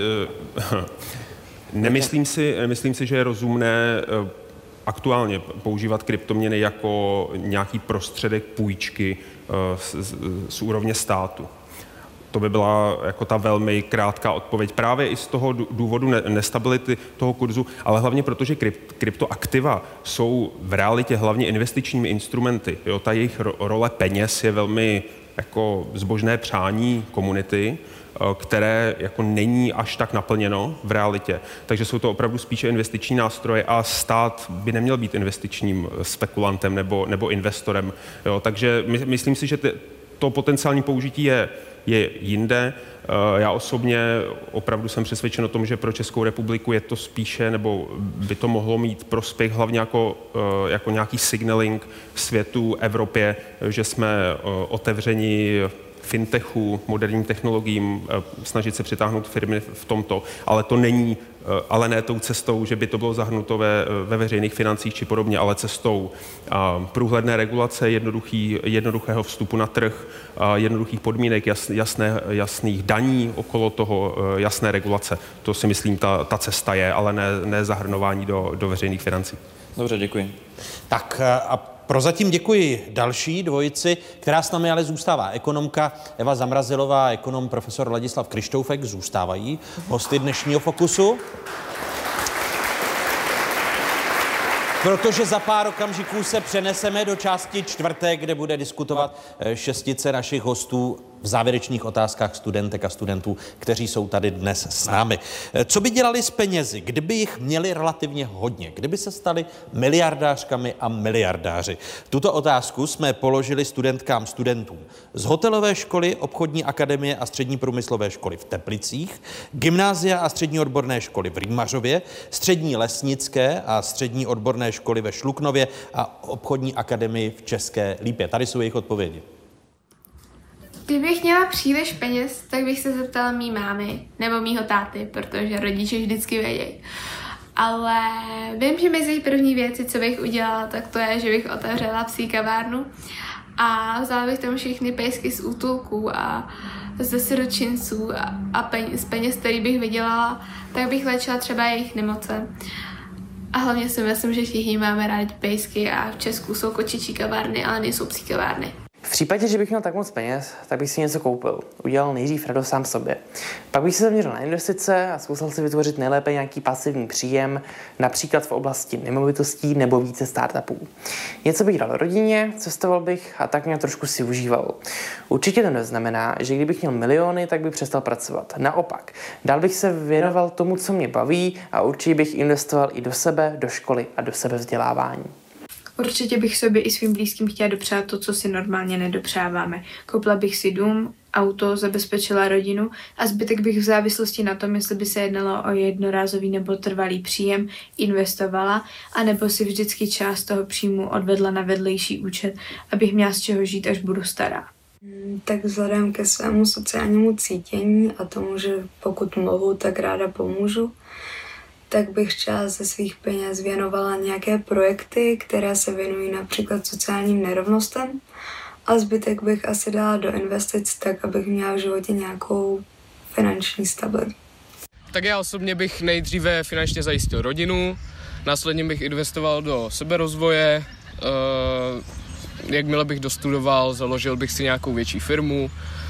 Nemyslím si, že je rozumné aktuálně používat kryptoměny jako nějaký prostředek půjčky z úrovně státu. To by byla jako ta velmi krátká odpověď. Právě i z toho důvodu nestability toho kurzu, ale hlavně protože kryptoaktiva jsou v realitě hlavně investičními instrumenty. Jo, ta jejich role peněz je velmi jako zbožné přání komunity, které jako není až tak naplněno v realitě. Takže jsou to opravdu spíše investiční nástroje a stát by neměl být investičním spekulantem nebo investorem. Jo, takže myslím si, že to potenciální použití je jinde. Já osobně opravdu jsem přesvědčen o tom, že pro Českou republiku je to spíše, nebo by to mohlo mít prospěch hlavně jako nějaký signaling světu, Evropě, že jsme otevřeni fintechu, moderním technologiím, snažit se přitáhnout firmy v tomto, ale to není, ale ne tou cestou, že by to bylo zahrnuto ve veřejných financích či podobně, ale cestou průhledné regulace, jednoduchého vstupu na trh, jednoduchých podmínek, jasných daní okolo toho, jasné regulace. To si myslím, ta cesta je, ale ne zahrnování do veřejných financí.
Dobře, děkuji.
Tak a prozatím děkuji další dvojici, která s námi ale zůstává. Ekonomka Eva Zamrazilová a ekonom profesor Ladislav Kryštoufek zůstávají hosty dnešního Fokusu. Protože za pár okamžiků se přeneseme do části čtvrté, kde bude diskutovat šestice našich hostů v závěrečných otázkách studentek a studentů, kteří jsou tady dnes s námi. Co by dělali s penězi, kdyby jich měli relativně hodně, kdyby se stali miliardářkami a miliardáři? Tuto otázku jsme položili studentům z hotelové školy, obchodní akademie a střední průmyslové školy v Teplicích, gymnázia a střední odborné školy v Rýmařově, střední lesnické a střední odborné školy ve Šluknově a obchodní akademii v České Lípě. Tady jsou jejich odpovědi.
Kdybych měla příliš peněz, tak bych se zeptala mý mámy nebo mýho táty, protože rodiče vždycky vědějí. Ale vím, že mezi první věci, co bych udělala, tak to je, že bych otevřela psí kavárnu a vzala bych tam všechny pejsky z útulků a ze siročinců a z peněz, který bych vydělala, tak bych léčila třeba jejich nemoce. A hlavně si myslím, že všichni máme rádi pejsky a v Česku jsou kočičí kavárny, ale nejsou psí kavárny.
V případě, že bych měl tak moc peněz, tak bych si něco koupil. Udělal nejdřív radost sám sobě. Pak bych se zaměřil na investice a zkusil si vytvořit nejlépe nějaký pasivní příjem, například v oblasti nemovitostí nebo více startupů. Něco bych dal rodině, cestoval bych a tak mě trošku si užíval. Určitě to neznamená, že kdybych měl miliony, tak bych přestal pracovat. Naopak, dál bych se věnoval tomu, co mě baví a určitě bych investoval i do sebe, do školy a do sebevzdělávání.
Určitě bych sobě i svým blízkým chtěla dopřát to, co si normálně nedopřáváme. Koupila bych si dům, auto, zabezpečila rodinu a zbytek bych v závislosti na tom, jestli by se jednalo o jednorázový nebo trvalý příjem, investovala, anebo si vždycky část toho příjmu odvedla na vedlejší účet, abych měla z čeho žít, až budu stará.
Tak vzhledem ke svému sociálnímu cítění a tomu, že pokud mohu, tak ráda pomůžu, tak bych část ze svých peněz věnovala nějaké projekty, které se věnují například sociálním nerovnostem a zbytek bych asi dala do investic tak, abych měla v životě nějakou finanční stabilitu.
Tak já osobně bych nejdříve finančně zajistil rodinu, následně bych investoval do seberozvoje, jakmile bych dostudoval, založil bych si nějakou větší firmu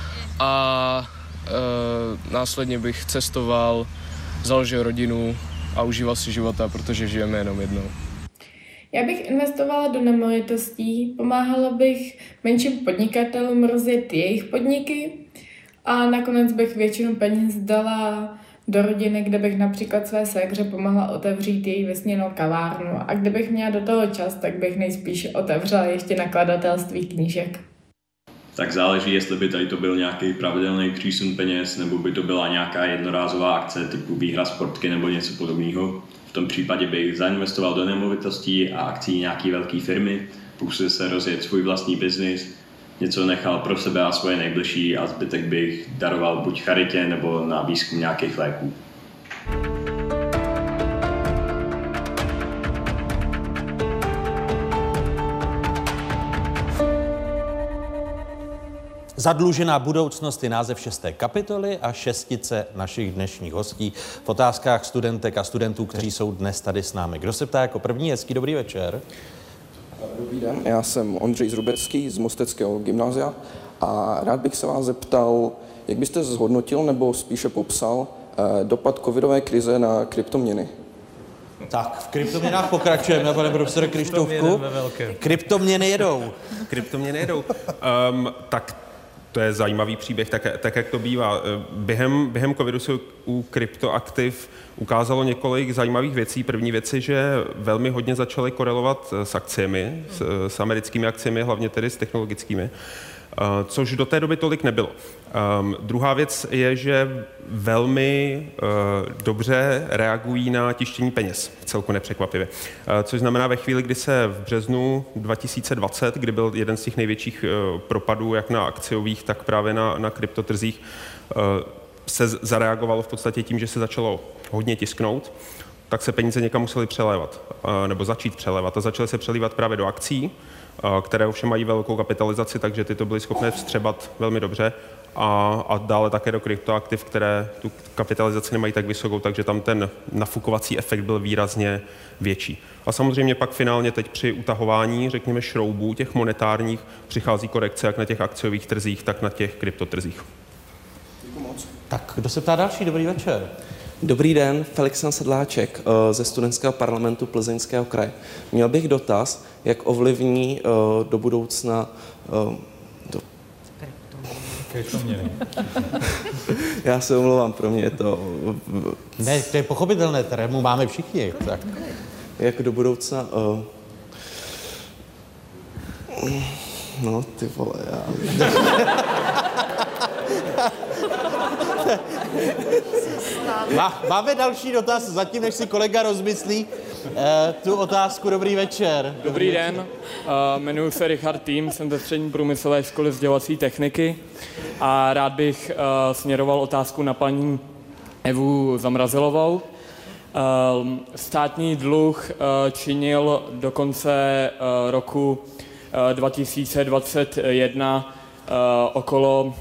a následně bych cestoval, založil rodinu a užíval si života, protože žijeme jenom jednou.
Já bych investovala do nemovitostí, pomáhala bych menším podnikatelům rozjet jejich podniky a nakonec bych většinu peněz dala do rodiny, kde bych například své ségře pomohla otevřít její vysněnou kavárnu. A kdybych měla do toho čas, tak bych nejspíš otevřela ještě nakladatelství knížek.
Tak záleží, jestli by tady to byl nějaký pravidelný přísun peněz, nebo by to byla nějaká jednorázová akce typu výhra sportky nebo něco podobného. V tom případě bych zainvestoval do nemovitostí a akcí nějaké velké firmy, pokusil se rozjet svůj vlastní biznis, něco nechal pro sebe a svoje nejbližší a zbytek bych daroval buď charitě nebo na výzkum nějakých léků.
Zadlužená budoucnost je název 6. kapitoly a šestice našich dnešních hostí v otázkách studentek a studentů, kteří jsou dnes tady s námi. Kdo se ptá jako první? Hezký dobrý večer.
Dobrý den, já jsem Ondřej Zrubecký z Mosteckého gymnázia a rád bych se vás zeptal, jak byste zhodnotil nebo spíše popsal dopad covidové krize na kryptoměny?
Tak, v kryptoměnách pokračujeme, pane profesore Krištofku. Kryptoměny jedou.
Kryptoměny jedou. Tak to je zajímavý příběh, tak jak to bývá. Během covidu se u kryptoaktiv ukázalo několik zajímavých věcí. První věc je, že velmi hodně začaly korelovat s akciemi, s americkými akciemi, hlavně tedy s technologickými, což do té doby tolik nebylo. Druhá věc je, že velmi dobře reagují na tištění peněz, celku nepřekvapivě. Což znamená ve chvíli, kdy se v březnu 2020, kdy byl jeden z těch největších propadů, jak na akciových, tak právě na kryptotrzích, se zareagovalo v podstatě tím, že se začalo hodně tisknout, tak se peníze někam musely přelévat, nebo začít přelévat. A začaly se přelívat právě do akcí, které ovšem mají velkou kapitalizaci, takže ty to byly schopné vstřebat velmi dobře. A dále také do kryptoaktiv, které tu kapitalizaci nemají tak vysokou, takže tam ten nafukovací efekt byl výrazně větší. A samozřejmě pak finálně teď při utahování, řekněme, šroubů těch monetárních přichází korekce jak na těch akciových trzích, tak na těch kryptotrzích.
Tak, kdo se ptá další? Dobrý večer.
Dobrý den, Felix Sedláček ze studentského parlamentu Plzeňského kraje. Měl bych dotaz, jak ovlivní do budoucna
kryptoměny.
Já se omlouvám, pro mě je to...
Ne, to je pochopitelné, terému máme všichni. Tak.
Jak do budoucna... No, ty vole, já...
Máme další dotaz, zatím než si kolega rozmyslí tu otázku. Dobrý večer.
Dobrý den, jmenuji se Richard Tým, jsem ze Střední průmyslové školy sdělovací techniky a rád bych směroval otázku na paní Evu Zamrazilovou. Státní dluh činil do konce roku 2021 okolo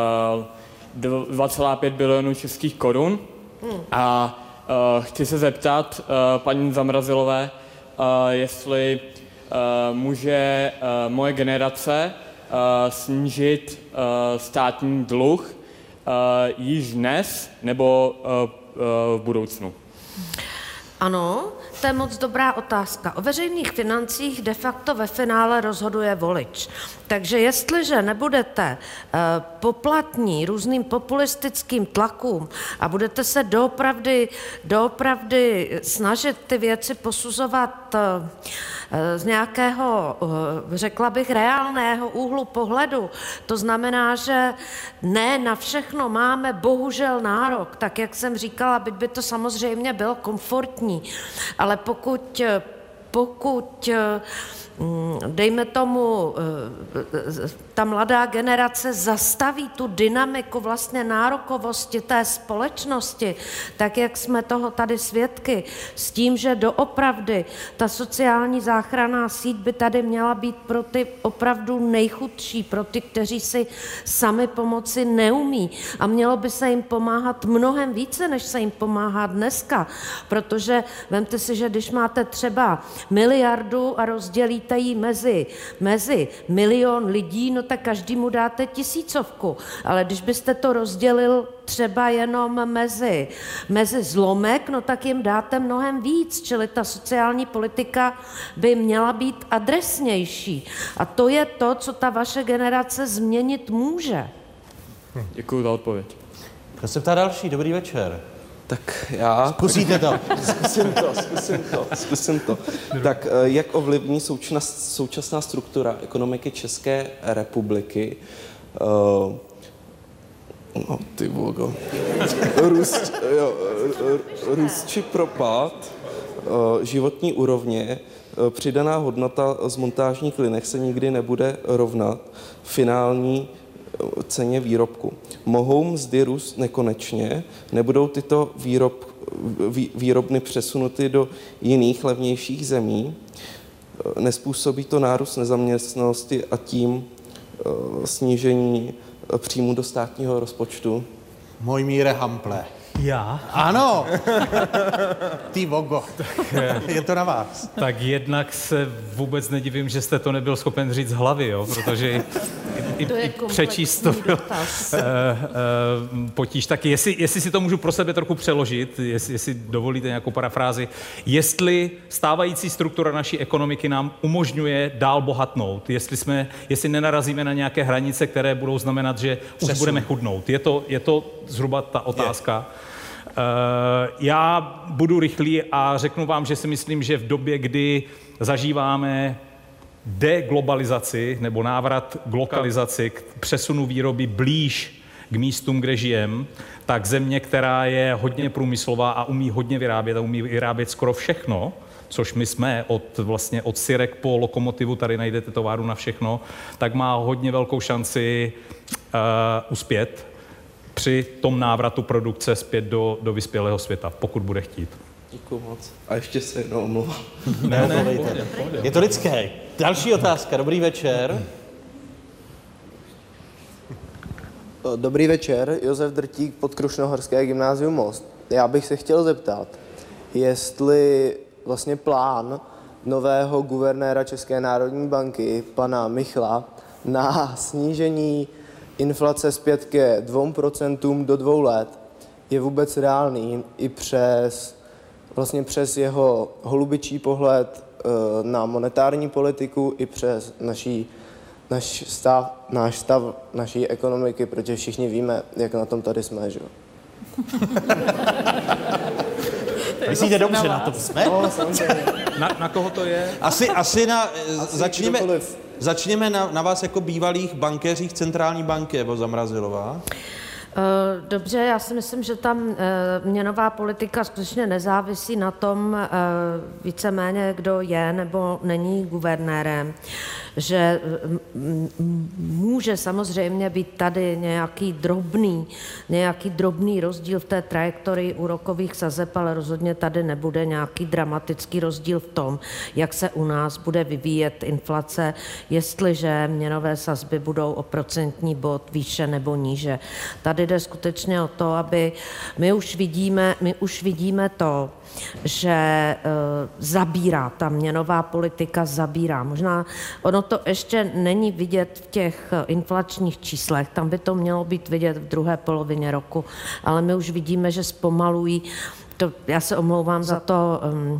2,5 bilionů českých korun. A chci se zeptat paní Zamrazilové, jestli může moje generace snížit státní dluh již dnes nebo v budoucnu.
Ano, to je moc dobrá otázka. O veřejných financích de facto ve finále rozhoduje volič. Takže jestliže nebudete poplatní různým populistickým tlakům a budete se doopravdy snažit ty věci posuzovat z nějakého, řekla bych, reálného úhlu pohledu, to znamená, že ne na všechno máme bohužel nárok, tak jak jsem říkala, byť by to samozřejmě bylo komfortní, ale pokud dejme tomu, ta mladá generace zastaví tu dynamiku vlastně nárokovosti té společnosti, tak jak jsme toho tady svědky, s tím, že doopravdy ta sociální záchranná síť by tady měla být pro ty opravdu nejchudší, pro ty, kteří si sami pomoci neumí. A mělo by se jim pomáhat mnohem více, než se jim pomáhá dneska, protože vemte si, že když máte třeba miliardu a rozdělíte ji mezi milion lidí, no tak každému dáte 1000, ale když byste to rozdělil třeba jenom mezi zlomek, no tak jim dáte mnohem víc, čili ta sociální politika by měla být adresnější. A to je to, co ta vaše generace změnit může.
Děkuji za odpověď.
Kdo se ptá další? Dobrý večer.
Tak já...
Zkusíte to.
Zkusím to. Tak jak ovlivní současná struktura ekonomiky České republiky no, ty vogo. Růst či propad životní úrovně, přidaná hodnota z montážních linek se nikdy nebude rovnat finální ceně výrobku. Mohou mzdy růst nekonečně, nebudou tyto výrobny přesunuty do jiných levnějších zemí, nespůsobí to nárůst nezaměstnanosti a tím snížení příjmu do státního rozpočtu.
Mojmíre Hample.
Já?
Ano! Ty vogo. Je to na vás.
Tak jednak se vůbec nedivím, že jste to nebyl schopen říct z hlavy, jo? Protože i přečíst to byl potíž. Tak jestli si to můžu pro sebe trochu přeložit, jestli dovolíte nějakou parafrázi, jestli stávající struktura naší ekonomiky nám umožňuje dál bohatnout, jestli nenarazíme na nějaké hranice, které budou znamenat, že už budeme chudnout. Je to zhruba ta otázka. Já budu rychlý a řeknu vám, že si myslím, že v době, kdy zažíváme deglobalizaci nebo návrat k lokalizaci, k přesunu výroby blíž k místům, kde žijem, tak země, která je hodně průmyslová a umí hodně vyrábět a umí vyrábět skoro všechno, což my jsme od syrek po lokomotivu, tady najdete továrnu na všechno, tak má hodně velkou šanci uspět při tom návratu produkce zpět do vyspělého světa, pokud bude chtít.
Děkuji moc. A ještě se jednou omlouvám.
Ne, je to lidské. Další otázka. Dobrý večer.
Dobrý večer. Josef Drtík, Podkrušnohorské gymnázium Most. Já bych se chtěl zeptat, jestli vlastně plán nového guvernéra České národní banky, pana Michla, na snížení inflace zpět ke 2% do 2 let je vůbec reálný i přes jeho holubičí pohled na monetární politiku i přes naší náš stav naší ekonomiky, protože všichni víme, jak na tom tady jsme, že jo?
Myslíte dobře, na to jsme?
No, samozřejmě.
Na koho to je?
Začněme na vás jako bývalých bankéřích centrální banky, Evo Zamrazilová.
Dobře, já si myslím, že tam měnová politika skutečně nezávisí na tom víceméně, kdo je nebo není guvernérem, že může samozřejmě být tady nějaký drobný rozdíl v té trajektorii úrokových sazeb, ale rozhodně tady nebude nějaký dramatický rozdíl v tom, jak se u nás bude vyvíjet inflace, jestliže měnové sazby budou o procentní bod výše nebo níže. Tady jde skutečně o to, aby my už vidíme to, že zabírá, ta měnová politika zabírá. Možná ono to ještě není vidět v těch inflačních číslech, tam by to mělo být vidět v druhé polovině roku, ale my už vidíme, že zpomalují. Já se omlouvám za to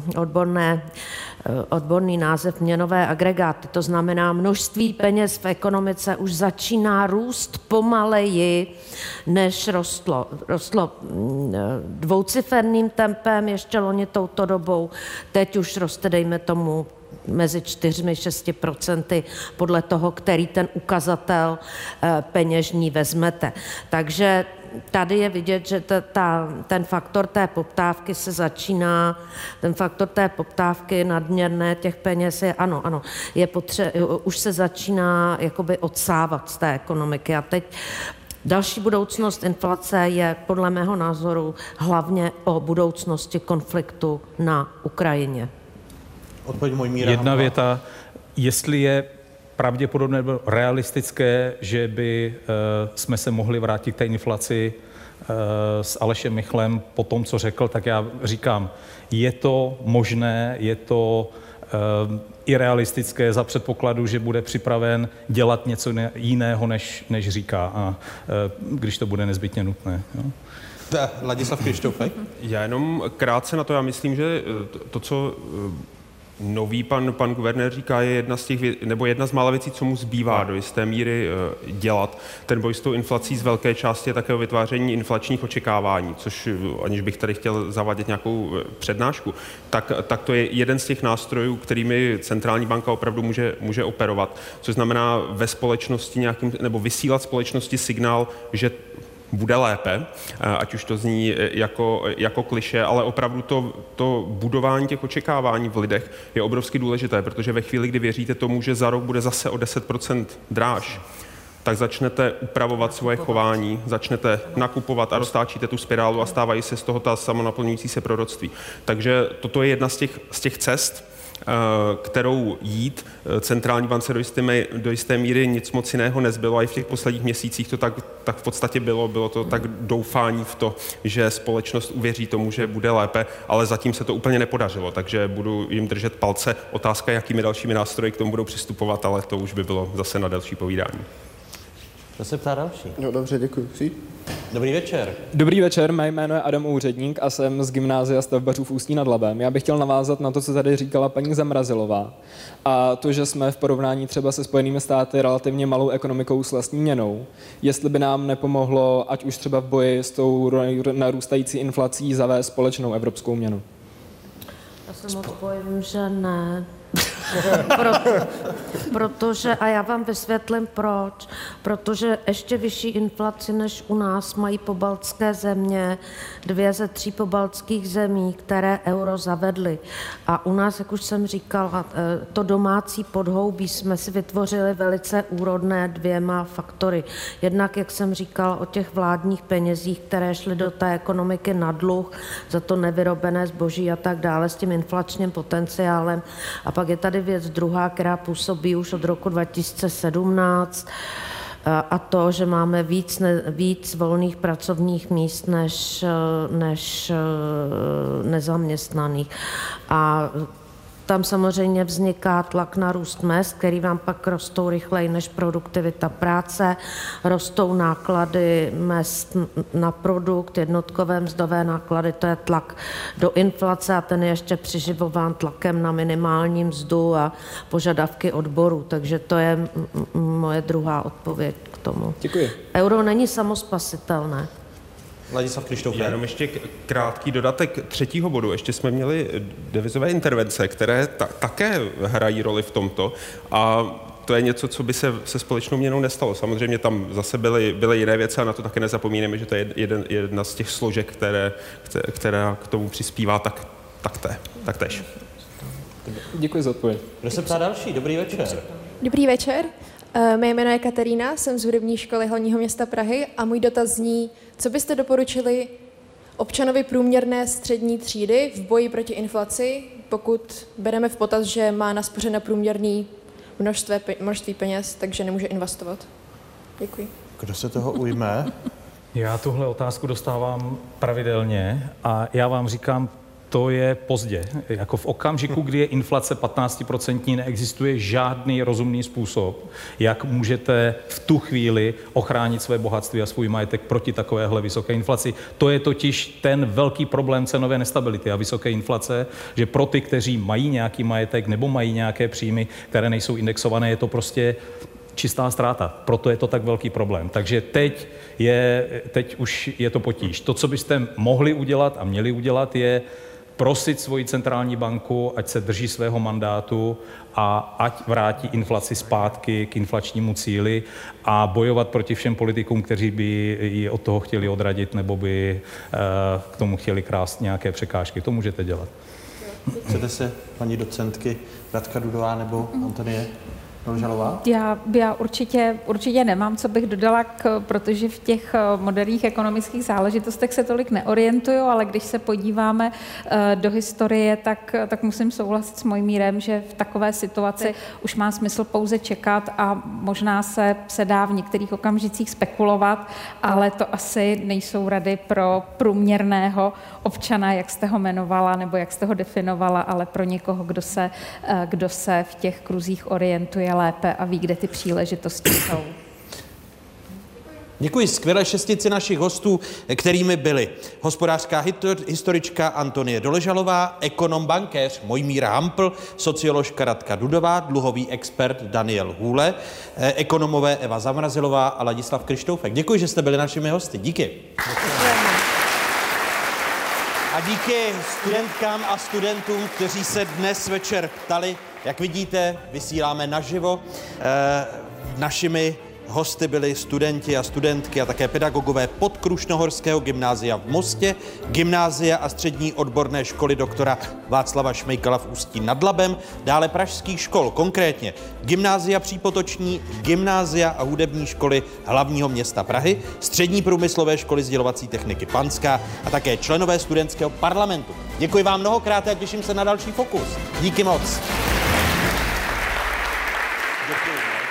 odborný název měnové agregáty. To znamená, množství peněz v ekonomice už začíná růst pomaleji, než rostlo. Rostlo dvouciferným tempem ještě loni touto dobou, teď už roste, dejme tomu, mezi 4–6% podle toho, který ten ukazatel peněžní vezmete. Takže tady je vidět, že ten faktor té poptávky se začíná, ten faktor té poptávky nadměrné těch peněz je, ano, už se začíná jakoby odsávat z té ekonomiky a teď další budoucnost inflace je podle mého názoru hlavně o budoucnosti konfliktu na Ukrajině.
Jedna věta, jestli je pravděpodobné nebo realistické, že by jsme se mohli vrátit k té inflaci s Alešem Michlem po tom, co řekl, tak já říkám, je to možné, je to i realistické za předpokladu, že bude připraven dělat něco jiného, než říká, a když to bude nezbytně nutné. Jo?
Ladislav Kryštoufek?
Já jenom krátce na to, já myslím, že to, co nový pan guvernér říká, je jedna z mála věcí, co mu zbývá do jisté míry dělat. Ten boj s tou inflací z velké části je také o vytváření inflačních očekávání, což aniž bych tady chtěl zavádět nějakou přednášku, tak to je jeden z těch nástrojů, kterými centrální banka opravdu může operovat, což znamená ve společnosti nebo vysílat společnosti signál, že bude lépe, ať už to zní jako klišé, ale opravdu to budování těch očekávání v lidech je obrovsky důležité, protože ve chvíli, kdy věříte tomu, že za rok bude zase o 10% dráž, tak začnete upravovat svoje chování, začnete nakupovat a roztáčíte tu spirálu a stávají se z toho ta samonaplňující se proroctví. Takže toto je jedna z těch cest, kterou jít. Centrální bance do jisté míry nic moc jiného nezbylo a i v těch posledních měsících to tak v podstatě bylo to tak doufání v to, že společnost uvěří tomu, že bude lépe, ale zatím se to úplně nepodařilo, takže budu jim držet palce. Otázka, jakými dalšími nástroji k tomu budou přistupovat, ale to už by bylo zase na delší povídání.
To se ptá další.
No dobře, děkuji.
Dobrý večer.
Dobrý večer, mé jméno je Adam Úředník a jsem z Gymnázia Stavbařů v Ústí nad Labem. Já bych chtěl navázat na to, co tady říkala paní Zamrazilová. A to, že jsme v porovnání třeba se Spojenými státy relativně malou ekonomikou s vlastní měnou. Jestli by nám nepomohlo, ať už třeba v boji s tou narůstající inflací, zavést společnou evropskou měnu.
Já se moc bojím, že ne. Protože, a já vám vysvětlím proč, protože ještě vyšší inflaci než u nás mají pobaltské země, 2 ze 3 pobaltských zemí, které euro zavedly. A u nás, jak už jsem říkala, to domácí podhoubí jsme si vytvořili velice úrodné 2 faktory. Jednak, jak jsem říkala, o těch vládních penězích, které šly do té ekonomiky na dluh, za to nevyrobené zboží a tak dále, s tím inflačním potenciálem. A pak je tady věc druhá, která působí už od roku 2017, a to, že máme víc volných pracovních míst než nezaměstnaných. A Tam samozřejmě vzniká tlak na růst mezd, který vám pak rostou rychleji než produktivita práce, rostou náklady mezd na produkt, jednotkové mzdové náklady, to je tlak do inflace a ten je ještě přiživován tlakem na minimální mzdu a požadavky odborů, takže to je moje druhá odpověď k tomu.
Děkuji.
Euro není samospasitelné.
Ladislav Kryštouf.
Jenom ještě krátký dodatek třetího bodu. Ještě jsme měli devizové intervence, které také hrají roli v tomto a to je něco, co by se společnou měnou nestalo. Samozřejmě tam zase byly jiné věci a na to také nezapomínáme, že to je jedna z těch složek, která k tomu přispívá taktéž.
Děkuji za odpověď.
Kdo se ptá další? Dobrý večer.
Dobrý večer. Mé jméno je Katerína, jsem z hudební školy hlavního města Prahy a můj dotaz zní, co byste doporučili občanovi průměrné střední třídy v boji proti inflaci, pokud bereme v potaz, že má naspořeno průměrné množství peněz, takže nemůže investovat. Děkuji.
Kdo se toho ujme?
Já tuhle otázku dostávám pravidelně a já vám říkám, to je pozdě. Jako v okamžiku, kdy je inflace 15%, neexistuje žádný rozumný způsob, jak můžete v tu chvíli ochránit své bohatství a svůj majetek proti takovéhle vysoké inflaci. To je totiž ten velký problém cenové nestability a vysoké inflace, že pro ty, kteří mají nějaký majetek nebo mají nějaké příjmy, které nejsou indexované, je to prostě čistá ztráta. Proto je to tak velký problém. Takže teď už je to potíž. To, co byste mohli udělat a měli udělat, je prosit svoji centrální banku, ať se drží svého mandátu a ať vrátí inflaci zpátky k inflačnímu cíli a bojovat proti všem politikům, kteří by ji od toho chtěli odradit nebo by k tomu chtěli krást nějaké překážky. To můžete dělat.
Chcete se, paní docentky Radka Dudová nebo Antonie Doležalová?
Já určitě nemám, co bych dodala, protože v těch moderních ekonomických záležitostech se tolik neorientuju, ale když se podíváme do historie, tak musím souhlasit s Mojmírem, že v takové situaci už má smysl pouze čekat a možná se dá v některých okamžicích spekulovat, ale to asi nejsou rady pro průměrného občana, jak jste ho jmenovala nebo jak jste ho definovala, ale pro někoho, kdo se v těch kruzích orientuje lépe a ví, kde ty příležitosti jsou.
Děkuji skvělé šestici našich hostů, kterými byli hospodářská historička Antonie Doležalová, ekonom bankéř Mojmír Hampl, socioložka Radka Dudová, dluhový expert Daniel Hůle, ekonomové Eva Zamrazilová a Ladislav Kryštoufek. Děkuji, že jste byli našimi hosty. Díky. A díky studentkám a studentům, kteří se dnes večer ptali. Jak vidíte, vysíláme naživo. Našimi hosty byli studenti a studentky a také pedagogové Podkrušnohorského gymnázia v Mostě, gymnázia a střední odborné školy doktora Václava Šmejkala v Ústí nad Labem, dále pražských škol, konkrétně Gymnázia Přípotoční, Gymnázia a hudební školy hlavního města Prahy, Střední průmyslové školy sdělovací techniky Panská a také členové studentského parlamentu. Děkuji vám mnohokrát a těším se na další Fokus. Díky moc. Děkuji.